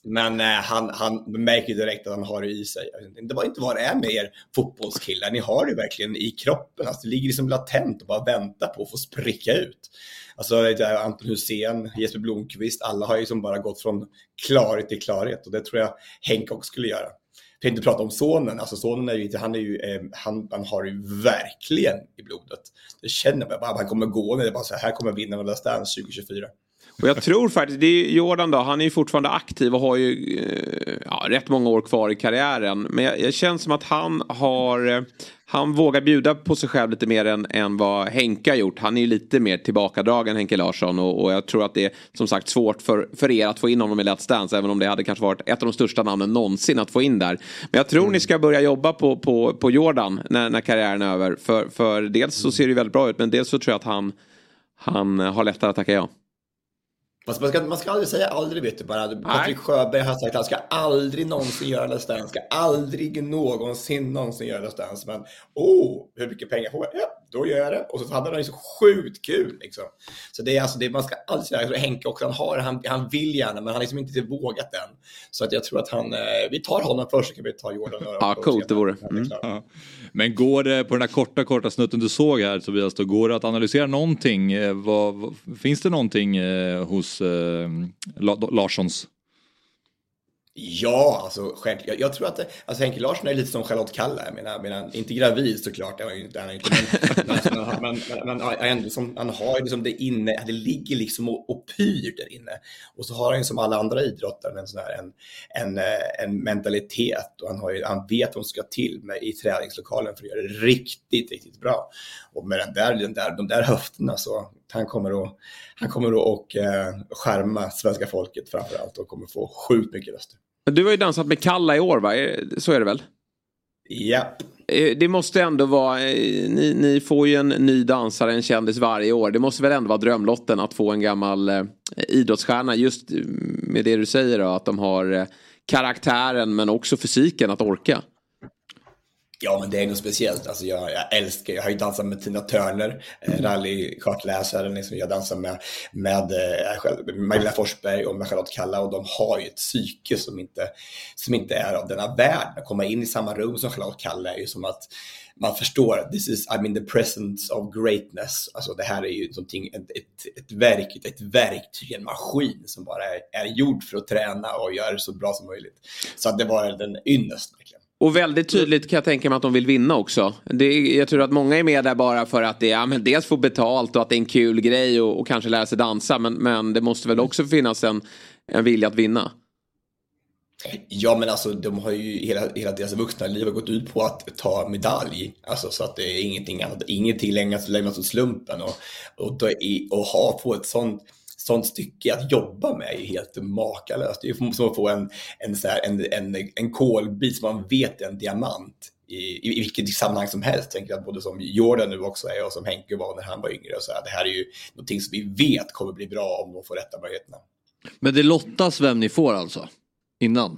Men eh, han, han märker direkt att han har det i sig. Det var inte vad det är med er fotbollskillar. Ni har det verkligen i kroppen. Alltså, det ligger liksom latent och bara väntar på att få spricka ut. Alltså Anton Hussein, Jesper Blomqvist, alla har ju liksom bara gått från klarhet till klarhet. Och det tror jag Henke också skulle göra. Jag tänkte prata om sonen. Alltså sonen är ju inte, han är ju, eh, han, han har ju verkligen i blodet. Det känner man bara, han kommer gå när det är bara så här, här kommer vinna med Let's Dance tjugo tjugofyra. Och jag tror faktiskt, det är Jordan då, han är ju fortfarande aktiv och har ju ja, rätt många år kvar i karriären. Men jag, jag känns som att han har, han vågar bjuda på sig själv lite mer än, än vad Henke har gjort. Han är ju lite mer tillbakadragen, Henke Larsson. Och, och jag tror att det är som sagt svårt för, för er att få in honom i Let's Dance. Även om det hade kanske varit ett av de största namnen någonsin att få in där. Men jag tror mm. ni ska börja jobba på, på, på Jordan när, när karriären är över. För, för dels så ser det väldigt bra ut, men dels så tror jag att han, han har lättare att tacka ja. Man ska, man ska aldrig säga aldrig, vet du bara. Patrik Sjöberg har sagt att han ska aldrig någonsin göra Let's Dance. Ska aldrig någonsin någonsin göra Let's Dance. Men, åh, hur mycket pengar får jag? Ja, då gör jag det. Och så hade han ju så sjukt kul, liksom. Så det är alltså, det, man ska aldrig säga. Jag tror Henke också, han har, han, han vill gärna, men han har liksom inte vågat än. Så att jag tror att han, eh, vi tar honom först, så kan vi ta Jordan. Och, ja, coolt det vore. Mm. Ja. Men går det på den här korta, korta snutten du såg här, Tobias, då går det att analysera någonting? Eh, vad, vad, finns det någonting eh, hos eh, Larssons? Ja, alltså självklart. Jag, jag tror att det, alltså Henke Larsson är lite som Charlotte Kalla. Jag menar, jag menar inte gravid såklart, det var ju inte, inte men, men, men, men, men ändå som, han har liksom det inne, det ligger liksom och, och pyr där inne. Och så har han som alla andra idrottare en sån här en, en, en mentalitet, och han har ju, han vet vad han ska till med i träningslokalen för att göra det riktigt riktigt bra. Och med den där, den där de där höfterna så han kommer att han kommer att och eh, skärma svenska folket framförallt, och kommer få sjukt mycket röster. Du har ju dansat med Kalla i år, va? Så är det väl? Ja. Det måste ändå vara, ni, ni får ju en ny dansare, en kändis varje år. Det måste väl ändå vara drömlotten att få en gammal eh, idrottsstjärna, just med det du säger då, att de har eh, karaktären men också fysiken att orka. Ja, men det är något speciellt. Alltså jag, jag älskar, jag har ju dansat med Tina Turner, mm. rallykartläsaren, liksom jag dansar med, med äh, Magdalena Forsberg och med Charlotte Kalla, och de har ju ett psyke som inte, som inte är av denna värld. Att komma in i samma rum som Charlotte Kalla är ju som att man förstår, this is, I mean, the presence of greatness. Alltså det här är ju någonting, ett, ett, ett, verk, ett verktyg, en maskin som bara är, är gjord för att träna och göra det så bra som möjligt. Så att det var den ynnest verkligen. Och väldigt tydligt kan jag tänka mig att de vill vinna också. Det är, jag tror att många är med där bara för att det är, ja, men dels få betalt och att det är en kul grej och, och kanske lära sig dansa. Men, men det måste väl också finnas en, en vilja att vinna. Ja, men alltså de har ju hela, hela deras vuxna liv har gått ut på att ta medalj. Alltså så att det är ingenting annat, ingenting längre att lämna åt slumpen. Och, och, då är, och ha på ett sånt sånt stycke att jobba med är helt makalöst. Det är som att få en, en, så här, en, en, en kolbit som man vet är en diamant i, i, i vilket sammanhang som helst. Jag tänker att både som Jordan nu också är och som Henke var när han var yngre. Och så här, det här är ju någonting som vi vet kommer bli bra om de får rätta möjligheterna. Men det lottas vem ni får alltså? Innan?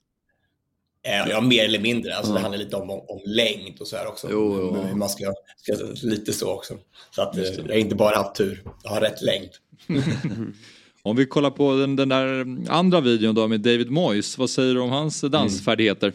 Ja, mer eller mindre. Alltså, mm. Det handlar lite om, om, om längd och så här också. Jo, jo. Man ska, ska lite så också. Så att jag har inte bara haft tur. Jag har rätt längd. Om vi kollar på den, den där andra videon då med David Moyes. Vad säger du om hans dansfärdigheter?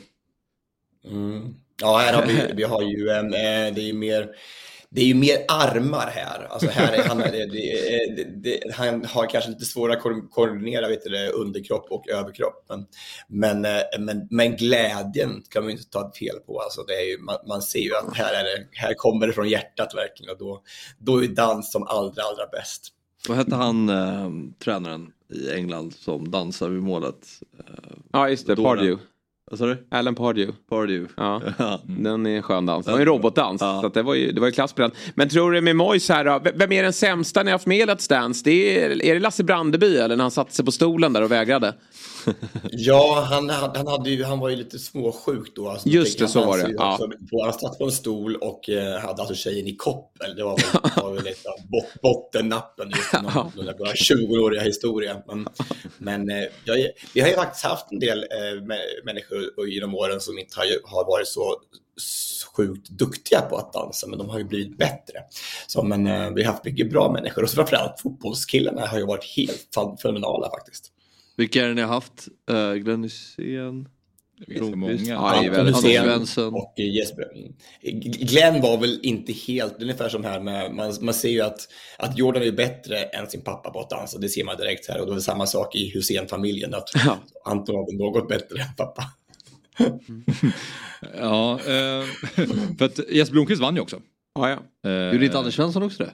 Mm. Ja, här har vi, vi har ju en, det är ju mer... Det är ju mer armar här. Alltså här är han, det, det, det, han har kanske lite svårare att koordinera, vet du, underkropp och överkropp. Men, men, men, men glädjen kan man ju inte ta fel på. Alltså det är ju, man, man ser ju att här, är det, här kommer det från hjärtat verkligen. Och då, då är dans som allra, allra bäst. Vad hette han, äh, tränaren i England som dansar vid målet? Äh, ja, just det, Pardew. Vad sa du? Alan Pardew. Pardew. Ja, mm. Den är en skön dans. Det var en robotdans. Ja. Så att det var ju, det var ju klass på den. Men tror du med Moyes här då? Vem är den sämsta ni har haft med Let's Dance? Det är, är det Lasse Brandeby eller när han satte sig på stolen där och vägrade? Ja, han, han, hade ju, han var ju lite småsjuk då. Alltså, just det, så var det. Ja. På, han satt på en stol och eh, hade alltså tjejen i koppel. Det var väl, var väl lite bot, bottennappen just ja. Den där tjugo-åriga historien. Men, men eh, jag, vi har ju faktiskt haft en del eh, människor genom åren som inte har, har varit så sjukt duktiga på att dansa, men de har ju blivit bättre. Så, men eh, vi har haft mycket bra människor, och så framförallt fotbollskillarna har ju varit helt fenomenala faktiskt. Vilka är det ni har haft? Uh, Glenn Hysén? Det finns många. Ja, Anders Svensson och Jesper. Glenn var väl inte helt ungefär som här med, man, man ser ju att, att Jordan är bättre än sin pappa på att dansa. Det ser man direkt här, och det är samma sak i Hussein-familjen, att ja. Anton har något bättre än pappa. Ja, eh, för att Jesper Blomqvist vann ju också. Ja, ja. Eh, Gjorde inte Anders Svensson också det?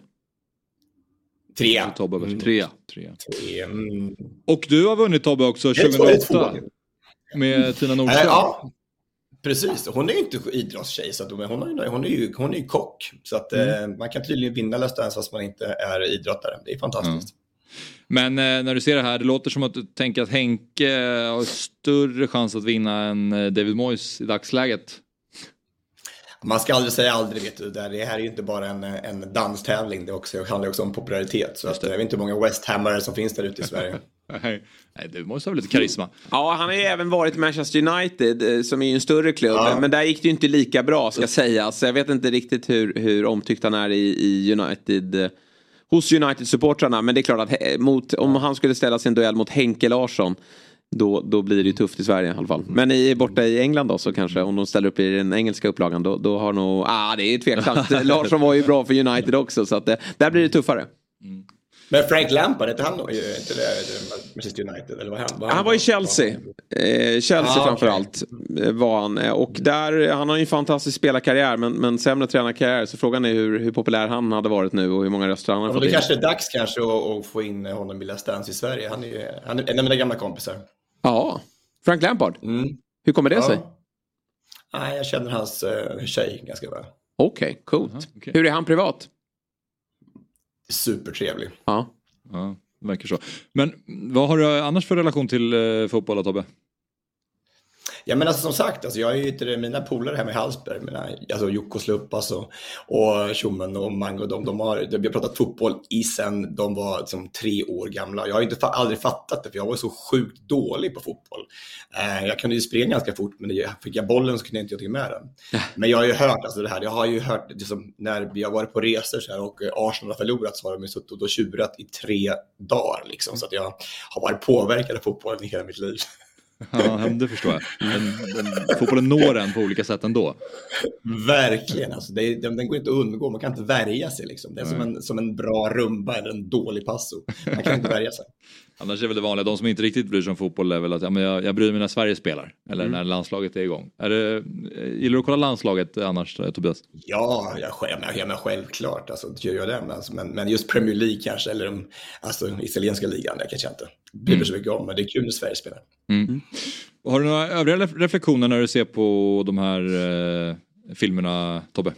Trea. Tobbe, Trea. Trea. Tre. Mm. Och du har vunnit, Tobbe, också tjugohundraåtta med Tina Nordström. Ja, precis. Hon är ju inte idrottstjej, så att hon, är, hon, är ju, hon är ju kock. Så att mm. eh, man kan tydligen vinna Let's Dance fast man inte är idrottare. Det är fantastiskt. Mm. Men eh, när du ser det här, det låter som att du tänker att Henke har större chans att vinna än David Moyes i dagsläget. Man ska aldrig säga aldrig, vet du. Det här är ju inte bara en, en danstävling, det, också, det handlar också om popularitet. Så att, jag vet inte hur många West Hammare som finns där ute i Sverige. Nej, det måste ha lite karisma. Ja, han har ju även varit i Manchester United, som är ju en större klubb. Ja. Men där gick det ju inte lika bra, ska sägas. Så jag vet inte riktigt hur, hur omtyckt han är i, i United, hos United-supportrarna. Men det är klart att mot, om han skulle ställa sin duell mot Henke Larsson, Då, då blir det ju tufft i Sverige i alla fall. Men i, borta i England då, så kanske, om de ställer upp i den engelska upplagan, då, då har nog, ah det är tveksamt. Larsson var ju bra för United också, så att det, där blir det tuffare. Mm. Men Frank Lampard, inte han inte det Manchester United, eller vad han var? Han, han var i Chelsea. Eh, Chelsea ah, framförallt okay. var han. Och där, han har ju en fantastisk spelarkarriär, men, men sämre tränarkarriär. Så frågan är hur, hur populär han hade varit nu och hur många röster han har ja, fått det in. Det kanske är dags kanske att, att få in honom i Let's Dance i Sverige. Han är ju han är en av mina gamla kompisar. Ja, Frank Lampard. Mm. Hur kommer det ja. sig? Nej, jag känner hans uh, tjej ganska väl. Okej, okay, coolt. Uh-huh, okay. Hur är han privat? Supertrevlig. Ja. Ja, det verkar så. Men vad har du annars för relation till uh, fotboll, Tobbe? Ja, men alltså som sagt, alltså, jag är ju inte mina polare här med Hallsberg, mina, alltså Jocko Slupp alltså, och Tjommen och Mango, de, de har, de har pratat fotboll i sen de var liksom tre år gamla. Jag har inte aldrig fattat det, för jag var så sjukt dålig på fotboll. Eh, jag kunde ju springa ganska fort, men jag fick jag bollen så kunde jag inte göra med den. Men jag har ju hört alltså det här, jag har ju hört liksom, när vi har varit på resor så här, och Arsenal har förlorat, så har de ju suttit och tjurat i tre dagar liksom, så att jag har varit påverkad av fotbollen i hela mitt liv. Ja, det förstår jag. Men, men fotbollen når en på olika sätt ändå. Verkligen, alltså, det, den, den går inte att undgå. Man kan inte värja sig liksom. Det är som en, som en bra rumba eller en dålig passo. Man kan inte värja sig. Annars är väl det vanliga, de som inte riktigt bryr sig om fotboll är väl att ja, men jag, jag bryr mig när Sverige spelar. Eller mm. när landslaget är igång. Är det, gillar du att kolla landslaget annars, Tobias? Ja, jag, jag, jag, jag självklart. Alltså, gör jag det. Alltså, men, men just Premier League kanske, eller de, alltså, italienska ligan, det kanske jag inte bryr mig så mycket om. Men det är kul när Sverige spelar. Mm. Har du några övriga reflektioner när du ser på de här eh, filmerna, Tobbe?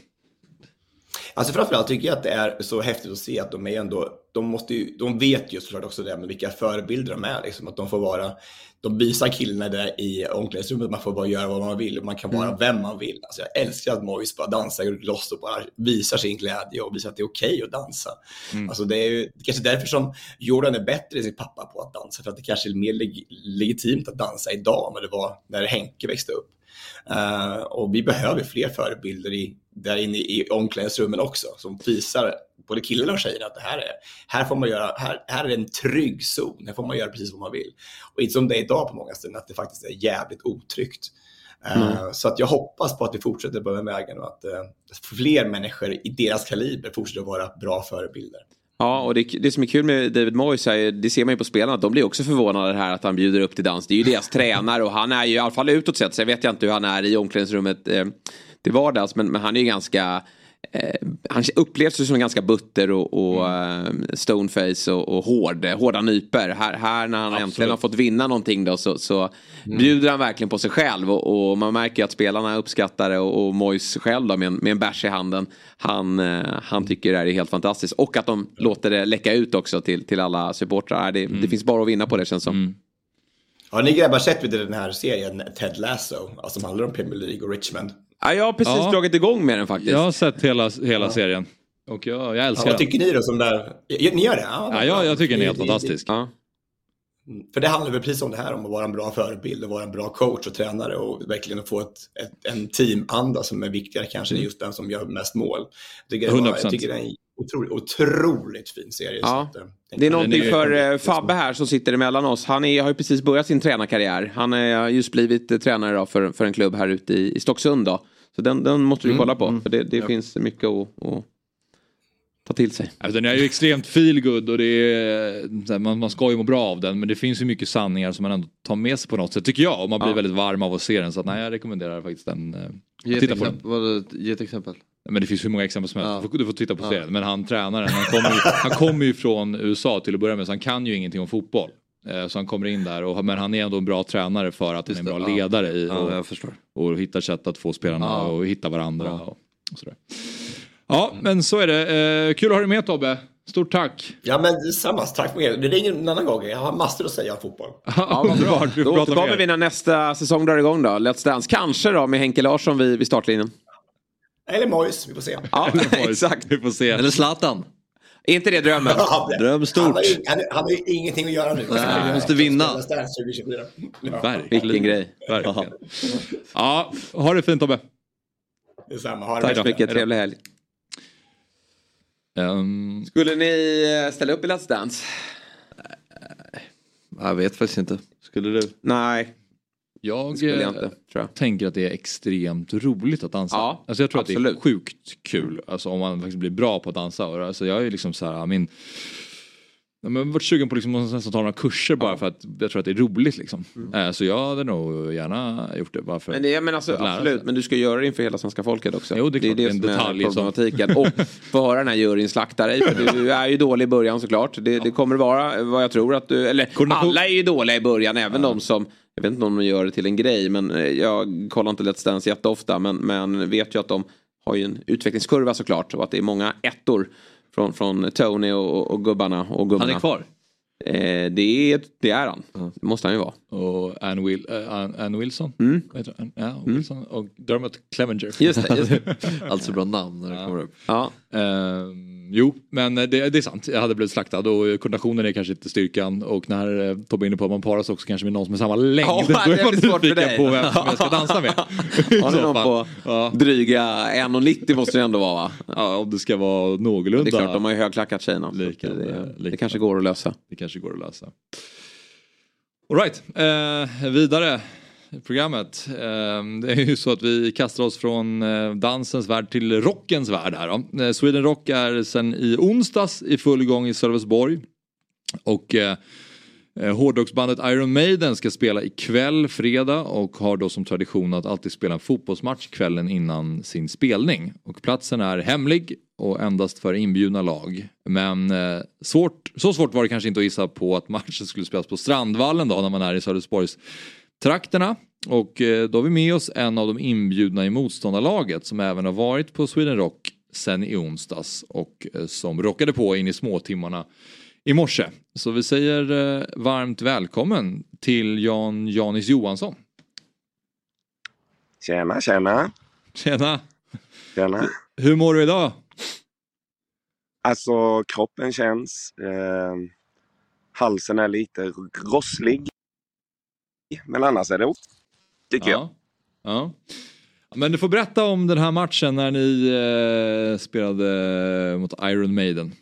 Alltså framförallt tycker jag att det är så häftigt att se att de är ändå, de måste ju, de vet ju såklart också det med vilka förebilder de är liksom, att de får vara, de visar killarna där i omklädningsrummet, man får bara göra vad man vill och man kan vara mm. vem man vill. Alltså jag älskar att Moise bara dansar och loss och bara visar sin glädje och visar att det är okej okay att dansa. Mm. Alltså det är ju kanske därför som Jordan är bättre än sin pappa på att dansa, för att det kanske är mer leg- legitimt att dansa idag än vad det var när Henke växte upp. Uh, och vi behöver fler förebilder i, där inne i omklädningsrummen också, som visar både killarna och tjejerna att det här är, här får man göra, här, här är en trygg zon, här får man göra precis vad man vill. Och inte som det är idag på många ställen, att det faktiskt är jävligt otryggt. Uh, mm. Så att jag hoppas på att vi fortsätter på den vägen och att uh, fler människor i deras kaliber fortsätter vara bra förebilder. Ja, och det, det som är kul med David Moyes är, det ser man ju på spelarna, att de blir också förvånade här att han bjuder upp till dans. Det är ju deras tränare och han är ju i alla fall utåt sett, så jag vet jag inte hur han är i omklädningsrummet eh, till vardags, men, men han är ju ganska, eh, han upplevs som ganska butter och, och mm. eh, stoneface och, och hård, hårda nyper. Här, här när han Absolut. äntligen har fått vinna någonting då, så, så mm. bjuder han verkligen på sig själv och, och man märker att spelarna uppskattar det och, och Moyes själv då, med, med en bärs i handen, han, eh, han tycker det här är helt fantastiskt, och att de låter det läcka ut också till, till alla supportrar. Det, mm. det finns bara att vinna på det, känns som. Mm. Har ni grabbar sett vid den här serien Ted Lasso, alltså som handlar om Premier League och Richmond? Ja, jag har precis ja. dragit igång med den faktiskt. Jag har sett hela, hela ja. serien. Och jag, jag älskar ja, vad tycker ni då som där? Ni gör det? Ja, ja jag, jag tycker den är helt fantastisk. Ja. För det handlar väl precis om det här, om att vara en bra förebild och vara en bra coach och tränare och verkligen få ett, ett, en teamanda som är viktigare kanske mm. än just den som gör mest mål. Jag tycker, det var, jag tycker det är en otroligt, otroligt fin serie. Ja. Så att, det är någonting är för Fabbe här som sitter emellan oss. Han är, har ju precis börjat sin tränarkarriär. Han har just blivit eh, tränare då för, för en klubb här ute i, i Stocksund då. Så den, den måste vi kolla på. Mm. För det, det ja. finns mycket att, att ta till sig. Alltså, den är ju extremt feel good och det är, man, man ska ju må bra av den. Men det finns ju mycket sanningar som man ändå tar med sig på något sätt, tycker jag. Och man blir ja. väldigt varm av att se den. Så att, nej, jag rekommenderar faktiskt den. Ge ett, exempel, vad, ge ett exempel. Men det finns hur många exempel som helst. Ja. Du, får, du får titta på serien. Ja. Men han tränaren, han kommer ju, han kommer ju från U S A till att börja med. Så han kan ju ingenting om fotboll. Så han kommer in där. Och, men han är ändå en bra tränare för att han är en bra ja. ledare. I, ja, och, jag förstår. Och hittar sätt att få spelarna ja. och hitta varandra. Ja. Och, och sådär. Ja, men så är det. Eh, kul att ha dig med, Tobbe. Stort tack. Ja, men samma. Tack för er. Det ringer en annan gång. Jag har massor att säga om fotboll. Ja, bra. Då återkommer vi när nästa säsong drar igång då. Let's Dance. Kanske då med Henke Larsson vid, vid startlinjen. Eller Mois, vi får se. Ja, exakt. Vi får se. Eller Zlatan. Är inte det drömmen? Ja, det. Dröm stort. Han har, ju, han, han har ju ingenting att göra nu. Nej, vi måste vinna. Ja. Vilken grej. Verkligen. Ja, ha det fint, Tobbe. Detsamma. Ha det Tack så mycket. Trevlig helg. Um... Skulle ni ställa upp i Let's Dance? Jag vet faktiskt inte. Skulle du? Nej. Jag, jag inte, tror jag. tänker att det är extremt roligt att dansa. Ja, alltså jag tror absolut. att det är sjukt kul. Alltså om man faktiskt blir bra på att dansa. Alltså jag är liksom så här, min... Jag har varit sugen på liksom att ta några kurser bara för att jag tror att det är roligt liksom. Mm. Så jag hade nog gärna gjort det bara för men det, men alltså, absolut, sig. Men du ska göra det inför hela svenska folket också. Jo, det är, det, är det en som detalj är problematiken. Och få höra den här juryn slakta dig. För du är ju dålig i början såklart. Det, det kommer vara vad jag tror att du... Eller Koordination. Alla är ju dåliga i början, även ja. de som... Jag vet inte om de gör det till en grej, men jag kollar inte Let's Dance jätteofta. Men, men vet ju att de har ju en utvecklingskurva såklart. Och att det är många ettor från, från Tony och, och gubbarna och gubbarna. Han är kvar? Eh, det, är, det är han. Mm. Det måste han ju vara. Och Ann, Will, äh, Ann, Ann Wilson. Mm. Ja, Wilson. Mm. Och Dermot Clevenger. Just det. Just det. Alltså bra namn när det ja. kommer upp. Ja. Uh, jo, men det, det är sant. Jag hade blivit slaktad och koordinationen är kanske inte styrkan. Och när eh, Tobbe är inne på att man paras också kanske med någon som är samma längd. Oh, då är man nyfiken på vem som jag ska dansa med. Har du någon på ja. dryga en nittio måste det ändå vara, va? Ja, om det ska vara någorlunda. Det är klart, de har ju högklackat tjejerna. Lika, det, det, det kanske går att lösa. Det kanske går att lösa. All right, eh, vidare i programmet. Eh, det är ju så att vi kastar oss från eh, dansens värld till rockens värld här då. Eh, Sweden Rock är sen i onsdags i full gång i Sölvesborg. Och eh, hårdrocksbandet Iron Maiden ska spela ikväll fredag och har då som tradition att alltid spela en fotbollsmatch kvällen innan sin spelning. Och platsen är hemlig och endast för inbjudna lag. Men eh, svårt, så svårt var det kanske inte att gissa på att matchen skulle spelas på Strandvallen då när man är i Sölvesborgs trakterna. Och eh, då har vi med oss en av de inbjudna i motståndarlaget som även har varit på Sweden Rock sen i onsdags och eh, som rockade på in i småtimmarna i morse. Så vi säger eh, varmt välkommen till Jan Janis Johansson. Tjena, tjena. Tjena. Tjena. Hur mår du idag? Alltså kroppen känns. Eh, halsen är lite rosslig. Men annars är det ok, tycker ja. jag. Ja. Men du får berätta om den här matchen när ni eh, spelade mot Iron Maiden.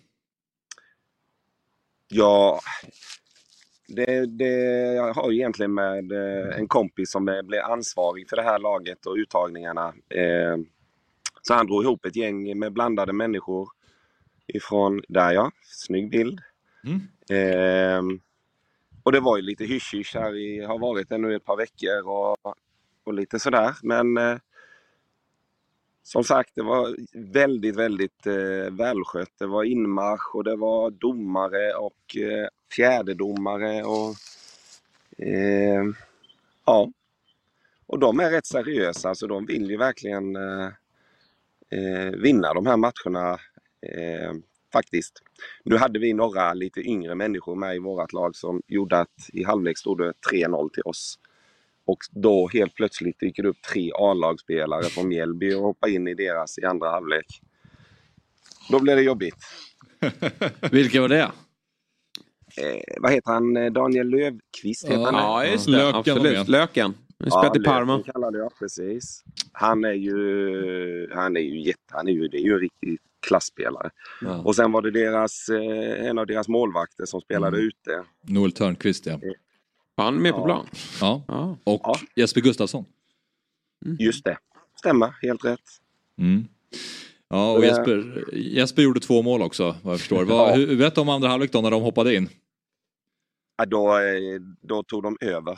Ja, det, det, jag har ju egentligen med en kompis som blir ansvarig för det här laget och uttagningarna. Eh, så han drog ihop ett gäng med blandade människor ifrån där, ja. Snygg bild. Mm. Eh, och det var ju lite hysch-hysch här i, har varit det nu ett par veckor och, och lite sådär. Men eh, som sagt, det var väldigt, väldigt eh, välskött. Det var inmarsch och det var domare och eh, fjärdedomare och eh, ja. Och de är rätt seriösa, så de vill ju verkligen eh, eh, vinna de här matcherna eh, faktiskt. Nu hade vi några lite yngre människor med i vårt lag som gjorde att i halvlek stod det tre noll till oss. Och då helt plötsligt dyker det upp tre A-lagspelare från Mjällby och hoppar in i deras i andra halvlek. Då blev det jobbigt. Vilka var det? Eh, vad heter han? Daniel Lövqvist heter han. Ja, just det. Löken, absolut. Löken. Vi spelat ja, i Parma. Löken kallade jag, precis. Han är ju, han är ju jätte, han är ju, det är ju en riktigt klassspelare. Ja. Och sen var det deras, eh, en av deras målvakter som spelade Mm. ute. Noel Törnqvist, ja. Var han med på Ja. plan? Ja. Ja. Och Ja. Jesper Gustafsson. Just det, stämmer, helt rätt. Mm. Ja, och Det- Jesper, Jesper gjorde två mål också, vad jag förstår. Vad, Ja. hur, vet du om andra halvlek då när de hoppade in? Ja, då, eh, då tog de över.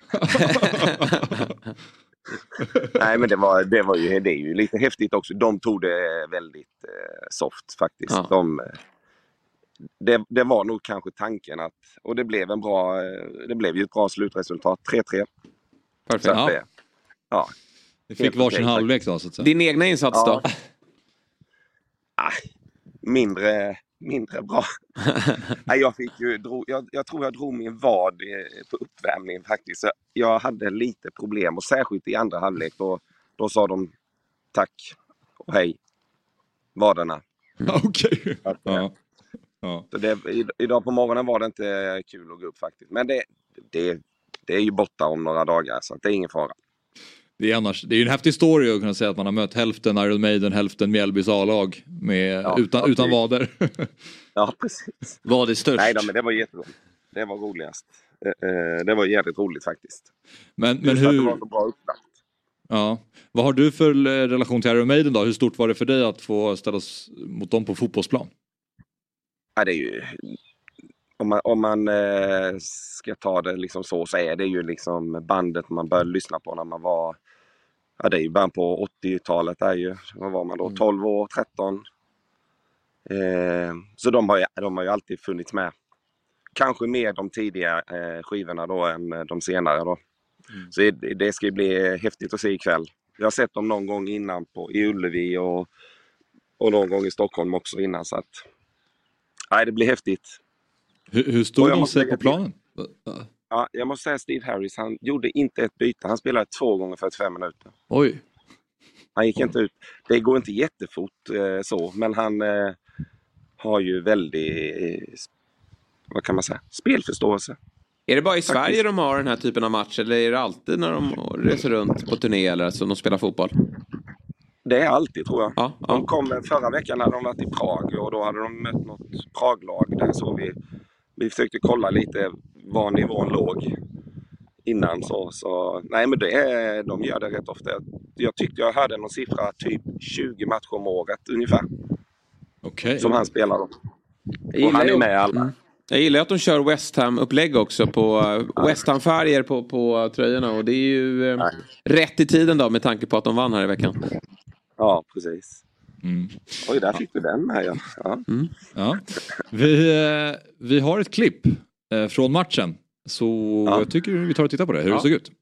Nej, men det var, det var ju, det är ju lite häftigt också. De tog det väldigt eh, soft faktiskt. Ja. De, eh, det, det var nog kanske tanken att, och det blev en bra, eh, det blev ju ett bra slutresultat, tre tre. Perfekt. Så att Ja. det, ja. Vi fick Helt varsin okej, halvlek då, så att säga. Din egna insats Ja. då? Ah, mindre, mindre bra. Nej, jag, fick ju, drog, jag, jag tror jag drog min vad eh, på uppvärmningen faktiskt. Så jag hade lite problem och särskilt i andra halvlek då, då sa de tack och hej vaderna. Okej. Att, Ja. Ja. Så det, i- idag på morgonen var det inte kul att gå upp faktiskt. Men det, det, det är ju borta om några dagar så att det är ingen fara. Det är, annars, det är ju en häftig story att kunna säga att man har mött hälften Iron Maiden, hälften Mjällbys A-lag med, Ja, utan, ja, utan det- vader. Ja, precis. Vad är störst? Nej då, men det var jätteroligt. Det var roligast. Eh, eh, Det var jävligt roligt faktiskt. Men, men Just att det var hur... så bra upplagt. Ja. Vad har du för eh, relation till Iron Maiden då? Hur stort var det för dig att få ställas mot dem på fotbollsplan? Ja, det är ju, om man, om man eh, ska ta det liksom så, så är det ju liksom bandet man började lyssna på när man var, ja det är ju början på åttiotalet är ju, vad var man då, tolv år, tretton. Eh, så de har, ju, de har ju alltid funnits med. Kanske mer de tidiga eh, skivorna då än de senare då. Så det, det ska ju bli häftigt att se ikväll. Jag har sett dem någon gång innan på, i Ullevi och, och någon gång i Stockholm också innan så att nej, det blir häftigt. Hur, hur Och stod jag de måste sig lägga på till- planen? Ja, jag måste säga Steve Harris, han gjorde inte ett byte. Han spelade två gånger fyrtiofem minuter. Oj. Han gick inte ut. Det går inte jättefort eh, så, men han eh, har ju väldigt, eh, vad kan man säga, spelförståelse. Är det bara i Sverige de har den här typen av match eller är det alltid när de reser runt på turné eller så de spelar fotboll? Det är alltid tror jag. Ja, ja. De kom förra veckan när de varit i Prag och då hade de mött något Praglag där så vi, vi försökte kolla lite var nivån låg innan så, så nej men det är, de gör det rätt ofta. Jag tyckte jag hörde någon siffra typ tjugo matcher om året ungefär Okej. som han spelar då. Jag Och han gillar, är med alla. mm. jag gillar att de kör West Ham-upplägg också på uh, West Ham-färger på, på tröjorna och det är ju uh, rätt i tiden då med tanke på att de vann här i veckan. Ja, precis. Mm. Oj, där fick du den med ja. Ja. Mm. Ja. Vi, eh, vi har ett klipp eh, från matchen. Så Ja. jag tycker vi tar och tittar på det, hur Ja. det såg ut.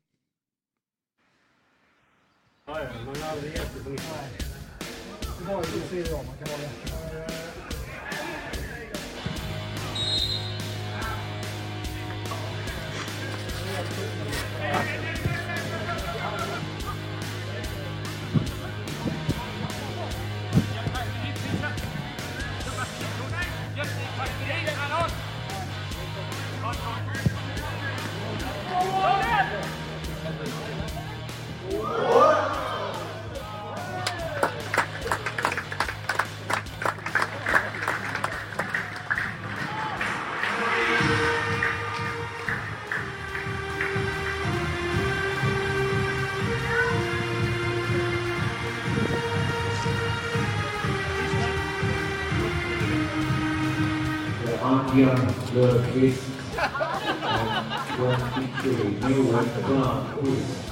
Andjan Löfqvist och tjugotre Johan Granqvist.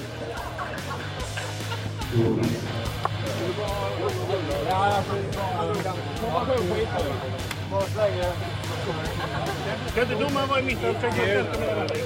Kan inte domaren vara i mitten och försöka sätta med den?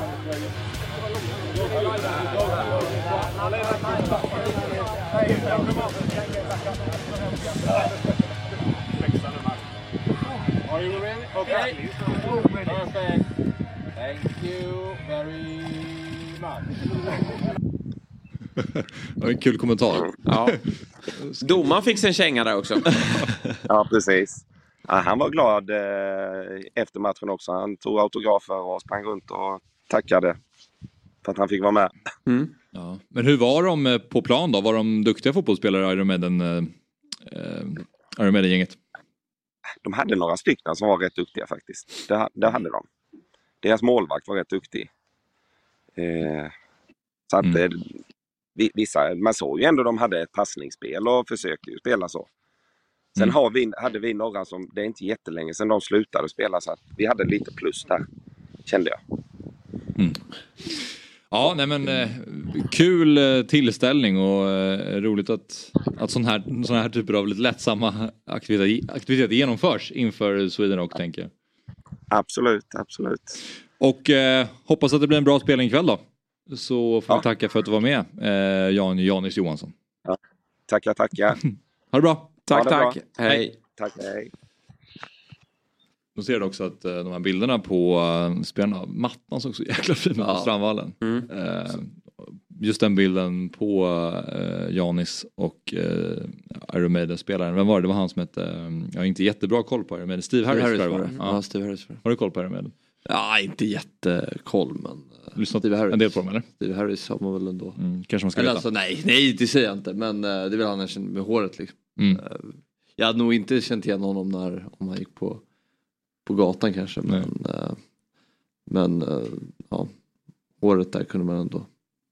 Are you ready? Okay. Perfect. Thank you very much. Det var en kul kommentar. Ja. Domaren fick sig en känga där också. Ja, precis. Ja, han var glad eh, efter matchen också. Han tog autografer och sprang runt och tackade för att han fick vara med. Mm. Ja. Men hur var de eh, på plan då? Var de duktiga fotbollsspelare, Iron Maiden, eh, eh, Iron Maiden-gänget? De hade några stycken som var rätt duktiga faktiskt. Det, det hade de. Deras målvakt var rätt duktig. Eh, så att mm. eh, vissa, man såg ju ändå de hade ett passningsspel och försökte ju spela så. Sen mm. har vi, hade vi några som, det är inte jättelänge sedan de slutade spela, så att vi hade lite plus där, kände jag. Mm. Ja, nej men eh, kul eh, tillställning och eh, roligt att, att sån här, sån här typer av lite lättsamma aktivitet, aktiviteter genomförs inför Sweden Rock, tänker jag. Absolut, absolut. Och eh, hoppas att det blir en bra spelning ikväll då. Så får ja. vi tacka för att du var med, eh, Jan Janis Johansson. Ja. Tackar, tackar. Ha det bra. Tack, det tack. Bra. Hej. Hej. Tack, hej. Nu ser du också att uh, de här bilderna på uh, spelarna, mattan såg så jäkla fin ja. på Strandvallen. Mm. Uh, just den bilden på uh, Janis och uh, Iron Maiden-spelaren. Vem var det? Det var han som hette, uh, jag har inte jättebra koll på Iron Maiden. Steve Harris, Harris var det. var det. Ja. Ja, Steve Harris var det. Har du koll på Iron Maiden? Ja, inte jättekoll, men... Uh, Lyssnat Steve Harris. En del på dem, eller? Steve Harris har man väl ändå. Mm, kanske man ska eller veta. Alltså, nej, nej, det säger jag inte. Men uh, det är väl han jag känner med håret liksom. Mm. Uh, jag hade nog inte känt igen honom när om han gick på på gatan kanske, men uh, men uh, ja, håret där kunde man ändå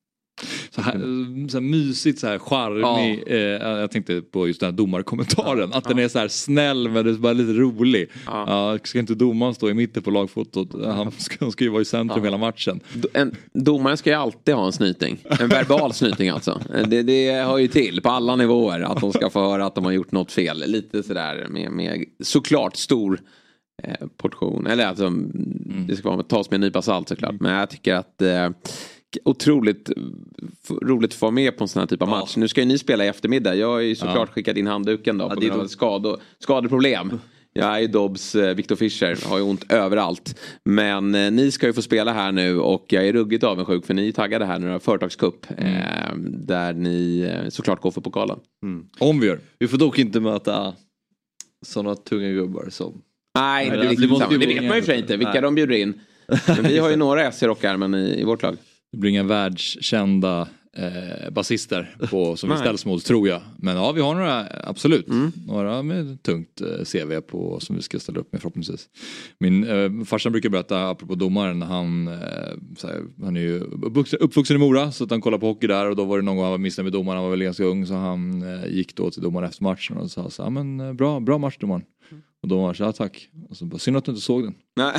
så här, så här mysigt, så här charmig. Ja. Eh, jag tänkte på just den här domarkommentaren, ja. att den är så här snäll men det är bara lite rolig. Ja. Ja, ska inte domaren stå i mitten på lagfotot? Han ska, han ska ju vara i centrum ja. hela matchen. En domaren ska ju alltid ha en snyting. En verbal snyting alltså. Det, det hör ju till på alla nivåer att de ska få höra att de har gjort något fel. Lite sådär med, med såklart stor eh, portion. Eller alltså mm. det ska vara, tas med en nypa salt såklart. Men jag tycker att eh, otroligt f- roligt att få vara med på en sån här typ av match. Ja. Nu ska ju ni spela i eftermiddag. Jag har ju såklart ja. skickat in handduken då, ja, på grund av skad- skadeproblem. Jag är ju Dobbs, eh, Victor Fischer, har ju ont överallt. Men eh, ni ska ju få spela här nu och jag är ruggigt avundsjuk för ni är taggade här nu, företagscup mm. eh, där ni eh, såklart går för pokalen. Mm. Om vi gör. Vi får dock inte möta sådana tunga gubbar som... Nej, det, det, det, måste, det vet man ju för inte vilka Nej. de bjuder in. Men vi har ju några S i rockärmen i, i vårt lag. Det blir inga världskända eh, basister på, som vi ställs mot, tror jag. Men ja, vi har några, absolut. Mm. Några med tungt eh, C V på som vi ska ställa upp med förhoppningsvis. Min eh, farsan brukar berätta, apropå domaren, han, eh, såhär, han är ju uppvuxen, uppvuxen i Mora, så att han kollar på hockey där. Och då var det någon gång han var missnöjd med domaren, han var väl ganska ung. Så han eh, gick då till domaren efter matchen och sa så här, men eh, bra, bra match domaren. Och då var så ja tack. Och så bara, synd att du inte såg den. Nej.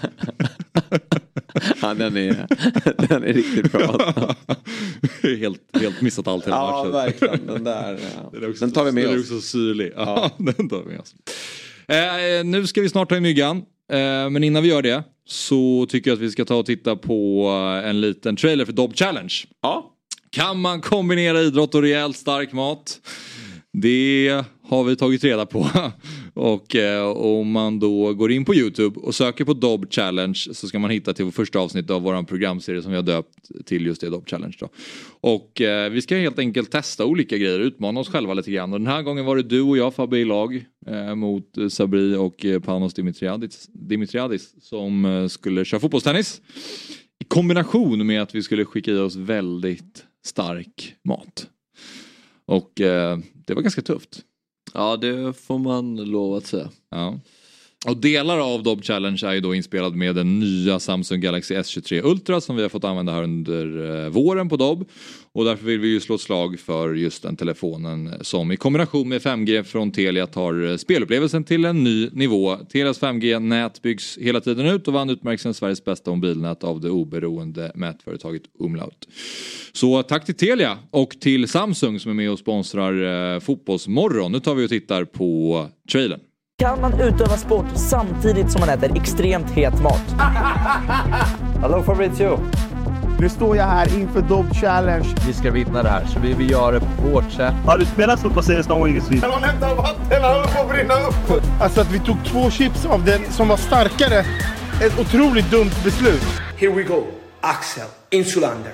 Ja, den är, den är riktigt bra. helt, helt missat allt hela ja, matchen. Ja, verkligen. Den där. Ja. Den, också, den tar vi med den oss. Den är också syrlig. Ja, ja. Den tar vi med oss. Eh, nu ska vi snart ta i myggan. Eh, men innan vi gör det så tycker jag att vi ska ta och titta på en liten trailer för Dobb Challenge. Ja. Kan man kombinera idrott och rejält stark mat? Det har vi tagit reda på. Och eh, om man då går in på YouTube och söker på Dobb Challenge så ska man hitta till vår första avsnitt av vår programserie som vi har döpt till just det, Dobb Challenge då. Och eh, vi ska helt enkelt testa olika grejer, utmana oss själva lite grann. Och den här gången var det du och jag, Fabbe, i lag eh, mot Sabri och eh, Panos Dimitriadis, Dimitriadis som eh, skulle köra fotbollstennis. I kombination med att vi skulle skicka i oss väldigt stark mat. Och eh, det var ganska tufft. Ja, det får man lov att säga. Ja. Och delar av Dobb Challenge är ju då inspelad med den nya Samsung Galaxy S tjugotre Ultra som vi har fått använda här under eh, våren på Dobb. Och därför vill vi ju slå ett slag för just den telefonen som i kombination med fem G från Telia tar spelupplevelsen till en ny nivå. Telias fem G-nät byggs hela tiden ut och vann utmärkelsen Sveriges bästa mobilnät av det oberoende mätföretaget Umlaut. Så tack till Telia och till Samsung som är med och sponsrar eh, Fotbollsmorgon. Nu tar vi och tittar på trailern. Kan man utöva sport samtidigt som man äter extremt het mat? Hallå Fabrizio. Nu står jag här inför Dobb Challenge. Vi ska vinna det här, så vi vill göra det på vårt sätt. Har du spelat fotbollsseries någon gång i Sverige? Han hämtar vatten, han håller på att brinna upp. Alltså att vi tog två chips av den som var starkare. Ett otroligt dumt beslut. Here we go. Axel Insulander.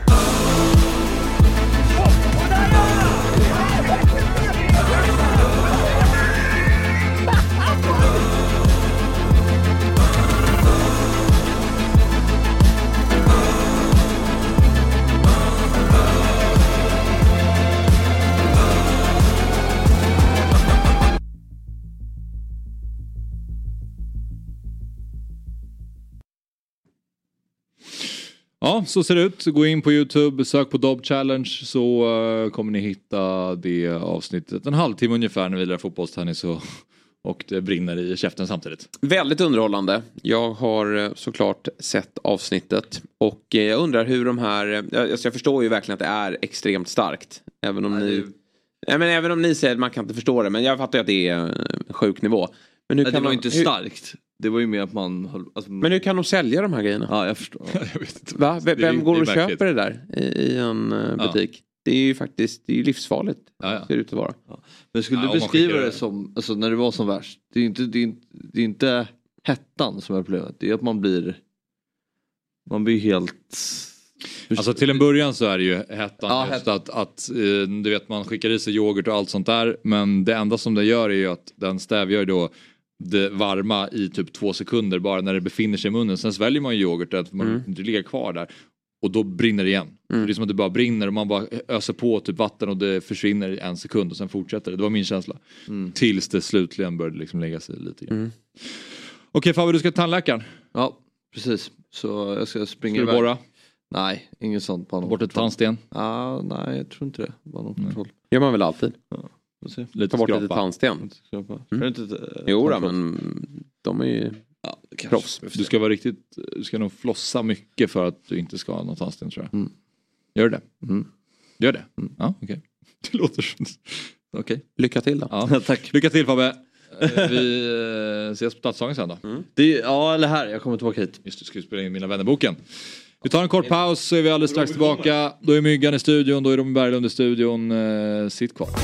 Ja, så ser det ut. Gå in på YouTube, sök på Dobb Challenge så uh, kommer ni hitta det avsnittet. En halvtimme ungefär när vi lirar fotbollstennis och, och det brinner i käften samtidigt. Väldigt underhållande. Jag har såklart sett avsnittet och jag undrar hur de här, alltså jag förstår ju verkligen att det är extremt starkt. Även om, Nej, ni, ja, men även om ni säger att man kan inte förstå det, men jag fattar ju att det är en sjuk nivå. Men hur Nej, kan det var man, inte hur, starkt. Det var ju mer att man... Alltså, men hur kan de sälja de här grejerna? Ja, jag förstår. jag vet inte. Va? Vem det är, går och det köper det där i, i en uh, butik? Ja. Det är ju faktiskt det är ju livsfarligt. Ja, ja. Ser det ut att vara. Ja. Men skulle ja, du beskriva det som, alltså när det var som värst, det är inte, det är inte, det är inte hettan som är problemet. Det är att man blir, man blir helt... Alltså till en början så är det ju hettan, ja, just att, att du vet man skickar i sig yoghurt och allt sånt där. Men det enda som det gör är ju att den stävjar då det varma i typ två sekunder bara när det befinner sig i munnen. Sen sväljer man ju yoghurt att man mm. inte ligger kvar där. Och då brinner det igen. Mm. Det är som att det bara brinner och man bara öser på typ vatten och det försvinner i en sekund och sen fortsätter det. Det var min känsla. Mm. Tills det slutligen började liksom lägga sig lite grann. Mm. Okej okay, Fabbe, du ska till tandläkaren. Ja, precis. Så jag ska springa ska iväg. Du borra? Nej, inget sånt. På någon bort ett tandsten? Ah, nej, jag tror inte det. Bara någon kontroll. Gör man väl alltid? Ja. Lite Ta bort skrapa. Lite tandsten. Mm. Inte, uh, jo då, men de är ju ja, proffs. Du ska vara riktigt, du ska nog flossa mycket för att du inte ska ha någon tandsten tror jag. Mm. Gör det? Mm. Gör det? Mm. Ja, okej. Okay. Det låter så... Okej. Okay. Lycka till då. Ja, tack. Lycka till Fabbe. Vi uh, ses på Stadshagen sen då. Mm. Det, ja, eller här. Jag kommer tillbaka hit. Just det, ska vi spela in Mina vännerboken. Vi tar en kort paus så är vi alldeles strax tillbaka. Då är Myggan i studion, då är Robin Berglund i studion. Uh, sitt kvar.